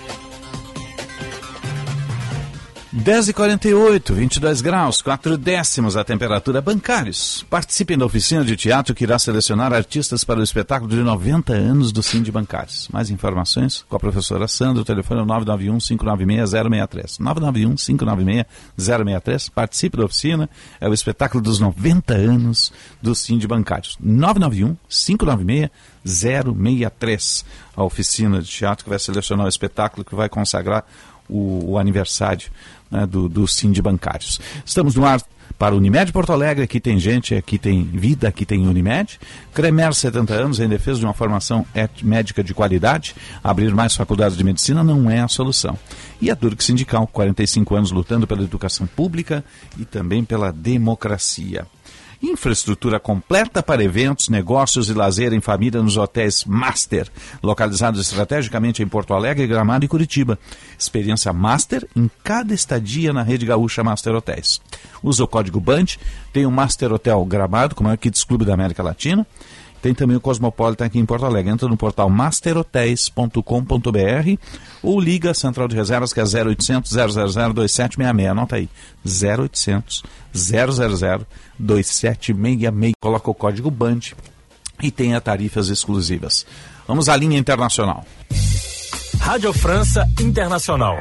dez e quarenta e oito, vinte e dois graus, quatro décimos a temperatura. Bancários. Participem da oficina de teatro que irá selecionar artistas para o espetáculo de noventa anos do Sind Bancários. Mais informações com a professora Sandra. O telefone é nove nove um, cinco nove seis, zero seis três. nove nove um, cinco nove seis, zero seis três. Participe da oficina. É o espetáculo dos noventa anos do Sind Bancários. nove nove um, cinco nove seis, zero seis três. A oficina de teatro que vai selecionar o espetáculo que vai consagrar o, o aniversário, né, do, do Sindibancários. Estamos no ar para Unimed Porto Alegre. Aqui tem gente, aqui tem vida, aqui tem Unimed. Cremer, setenta anos, em defesa de uma formação médica de qualidade. Abrir mais faculdades de medicina não é a solução. E a Durk Sindical, quarenta e cinco anos lutando pela educação pública e também pela democracia. Infraestrutura completa para eventos, negócios e lazer em família nos hotéis Master, localizados estrategicamente em Porto Alegre, Gramado e Curitiba. Experiência Master em cada estadia na rede gaúcha Master Hotéis. Usa o código BAND, tem o Master Hotel Gramado, como é o Kids Clube da América Latina. Tem também o Cosmopolitan aqui em Porto Alegre. Entra no portal master hotels ponto com ponto b r ou liga a Central de Reservas, que é zero oitocentos, zero zero zero, dois sete seis seis. Anota aí, zero oitocentos, zero zero zero, dois sete seis seis. Coloca o código BAND e tenha tarifas exclusivas. Vamos à linha internacional. Rádio França Internacional.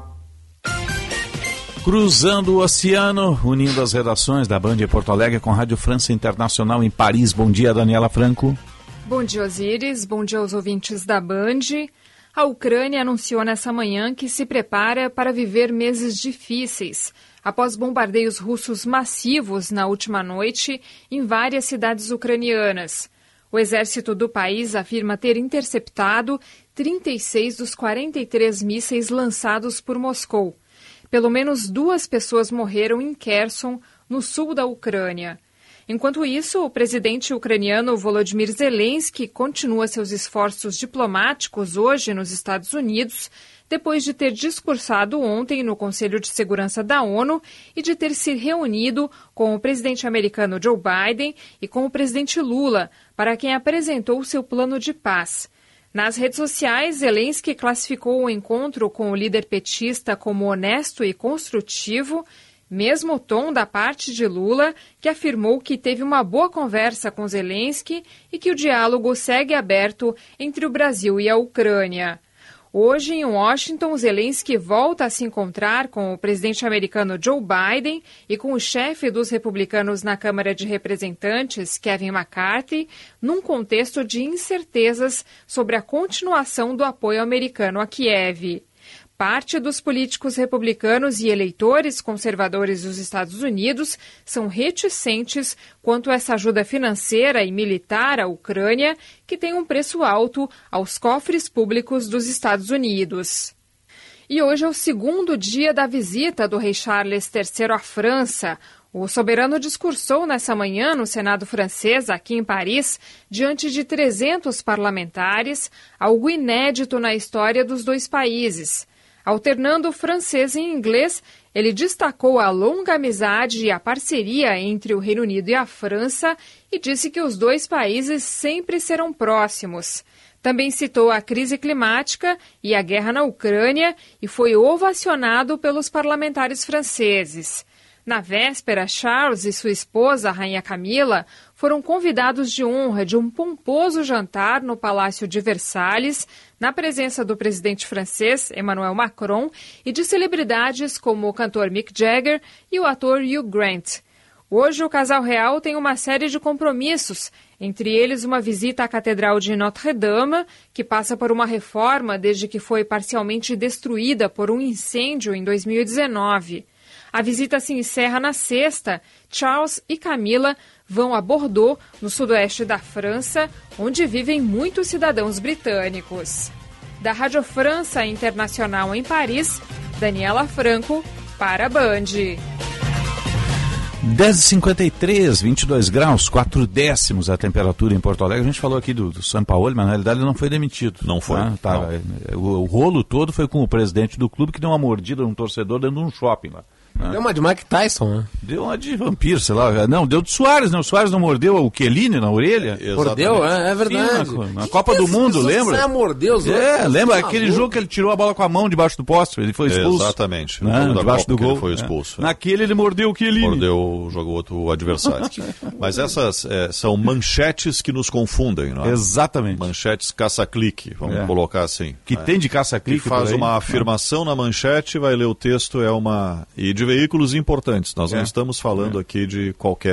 Cruzando o oceano, unindo as redações da Band em Porto Alegre com a Rádio França Internacional em Paris. Bom dia, Daniela Franco. Bom dia, Osíris. Bom dia aos ouvintes da Band. A Ucrânia anunciou nessa manhã que se prepara para viver meses difíceis, após bombardeios russos massivos na última noite em várias cidades ucranianas. O exército do país afirma ter interceptado trinta e seis dos quarenta e três mísseis lançados por Moscou. Pelo menos duas pessoas morreram em Kherson, no sul da Ucrânia. Enquanto isso, o presidente ucraniano Volodymyr Zelensky continua seus esforços diplomáticos hoje nos Estados Unidos, depois de ter discursado ontem no Conselho de Segurança da ONU e de ter se reunido com o presidente americano Joe Biden e com o presidente Lula, para quem apresentou seu plano de paz. Nas redes sociais, Zelensky classificou o encontro com o líder petista como honesto e construtivo, mesmo tom da parte de Lula, que afirmou que teve uma boa conversa com Zelensky e que o diálogo segue aberto entre o Brasil e a Ucrânia. Hoje, em Washington, Zelensky volta a se encontrar com o presidente americano Joe Biden e com o chefe dos republicanos na Câmara de Representantes, Kevin McCarthy, num contexto de incertezas sobre a continuação do apoio americano a Kiev. Parte dos políticos republicanos e eleitores conservadores dos Estados Unidos são reticentes quanto a essa ajuda financeira e militar à Ucrânia, que tem um preço alto aos cofres públicos dos Estados Unidos. E hoje é o segundo dia da visita do rei Charles terceiro à França. O soberano discursou nessa manhã no Senado francês, aqui em Paris, diante de trezentos parlamentares, algo inédito na história dos dois países. Alternando francês e inglês, ele destacou a longa amizade e a parceria entre o Reino Unido e a França e disse que os dois países sempre serão próximos. Também citou a crise climática e a guerra na Ucrânia e foi ovacionado pelos parlamentares franceses. Na véspera, Charles e sua esposa, a rainha Camila, foram convidados de honra de um pomposo jantar no Palácio de Versalhes, na presença do presidente francês, Emmanuel Macron, e de celebridades como o cantor Mick Jagger e o ator Hugh Grant. Hoje, o casal real tem uma série de compromissos, entre eles uma visita à Catedral de Notre-Dame, que passa por uma reforma desde que foi parcialmente destruída por um incêndio em dois mil e dezenove. A visita se encerra na sexta. Charles e Camila vão a Bordeaux, no sudoeste da França, onde vivem muitos cidadãos britânicos. Da Rádio França Internacional em Paris, Daniela Franco, para a Band. dez e cinquenta e três, vinte e dois graus, quatro décimos a temperatura em Porto Alegre. A gente falou aqui do, do Sampaoli, mas na realidade ele não foi demitido. Não foi. Né? Tá, não. O, o rolo todo foi com o presidente do clube que deu uma mordida num torcedor dentro de um shopping lá. Né? Deu uma de Mike Tyson, né? Deu uma de vampiro, sei lá. Não, deu de Soares, né? O Soares não mordeu o Chiellini na orelha? É, mordeu? É, é verdade. Sim, na, na Copa do Mundo, lembra? É, mordeu os outros. É, lembra aquele maluco. Jogo que ele tirou a bola com a mão debaixo do poste, ele foi expulso. Exatamente. Né? Debaixo do gol. Ele foi expulso. É. Naquele ele mordeu o Chiellini. Mordeu, jogou outro adversário. Mas essas é, são manchetes que nos confundem, não é? Exatamente. Manchetes caça-clique, vamos é. colocar assim. Que né? tem de caça-clique. Que faz uma afirmação na manchete, vai ler o texto, é uma... E de veículos importantes. Nós é. não estamos falando é. aqui de qualquer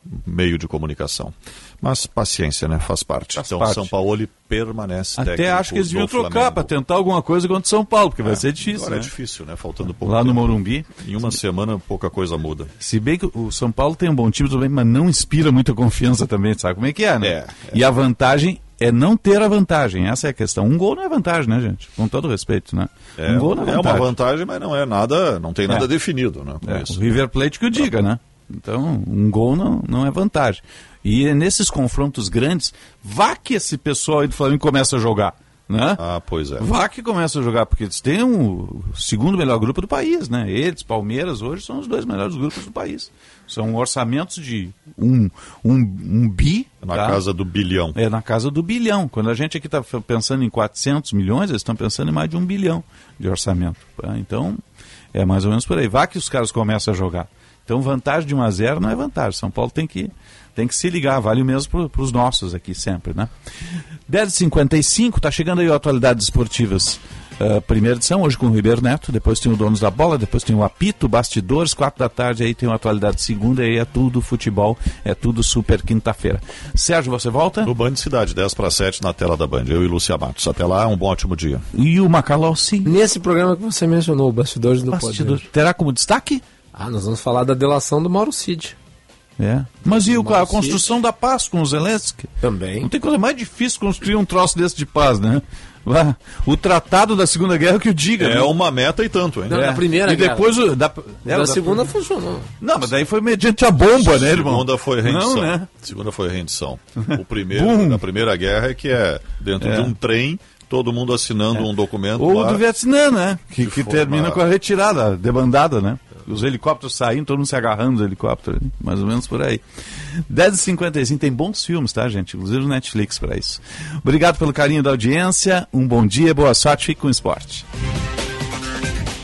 meio de comunicação. Mas paciência, né? Faz parte. Faz então, parte. São Paulo permanece Até técnico acho que eles deviam do trocar para tentar alguma coisa contra o São Paulo, porque É, vai ser difícil, agora né? é difícil, né? Faltando pouco Lá no tempo. Morumbi. Em uma semana, pouca coisa muda. Se bem que o São Paulo tem um bom time também, mas não inspira muita confiança também, sabe como é que é, né? É, é. E a vantagem é não ter a vantagem, essa é a questão. Um gol não é vantagem, né, gente? Com todo respeito, né? É, um gol não é é vantagem. uma vantagem, mas não é nada, não tem nada É. definido, né? Com É, isso. o River Plate que o diga, né? Então, um gol não, não é vantagem. E é nesses confrontos grandes, vá que esse pessoal aí do Flamengo começa a jogar, né? Ah, pois é. Vá que começa a jogar, porque eles têm um, o segundo melhor grupo do país, né? Eles, Palmeiras, hoje são os dois melhores grupos do país. São orçamentos de um, um, um bi. Na tá? casa do bilhão. É, na casa do bilhão. Quando a gente aqui está pensando em quatrocentos milhões, eles estão pensando em mais de um bilhão de orçamento. Tá? Então, é mais ou menos por aí. Vá que os caras começam a jogar. Então, vantagem de um a zero não é vantagem. São Paulo tem que, tem que se ligar. Vale o mesmo para os nossos aqui sempre, né? dez e cinquenta e cinco, está chegando aí o Atualidades Esportivas. Uh, primeira edição, hoje com o Ribeiro Neto, depois tem o Donos da Bola, depois tem o Apito, Bastidores, quatro da tarde, aí tem o Atualidade Segunda, aí é tudo futebol, é tudo super quinta-feira. Sérgio, você volta? No Band Cidade, dez para sete na tela da Band, eu e Lúcia Matos. Até lá, um bom ótimo dia. E o Macalossi? Nesse programa que você mencionou, Bastidores do Bastidor. Poder. Terá como destaque? Ah, nós vamos falar da delação do Mauro Cid. É. Mas e o, Mauro a construção Cid. da paz com o Zelensky? Também. Não tem coisa mais difícil construir um troço desse de paz, né? Lá, o tratado da Segunda Guerra que o diga. É né? uma meta e tanto, hein? Não, É. da primeira E depois o, da, Da, era da segunda funcionou. Não, mas daí foi mediante a bomba, né, irmão? Segunda foi rendição. Não, né? Segunda foi rendição. O primeiro, da Primeira Guerra é que é dentro É. de um trem, todo mundo assinando um documento Ou lá. do Vietnã, né? Que, Que que foi termina uma- com a retirada, a debandada, né? Os helicópteros saindo, todo mundo se agarrando dos helicópteros, mais ou menos por aí. dez e cinquenta e cinco, tem bons filmes, tá, gente? Inclusive no Netflix para isso. Obrigado pelo carinho da audiência, um bom dia, boa sorte, fique com o esporte.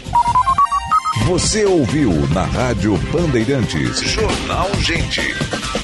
Você ouviu na Rádio Bandeirantes. Jornal Gente.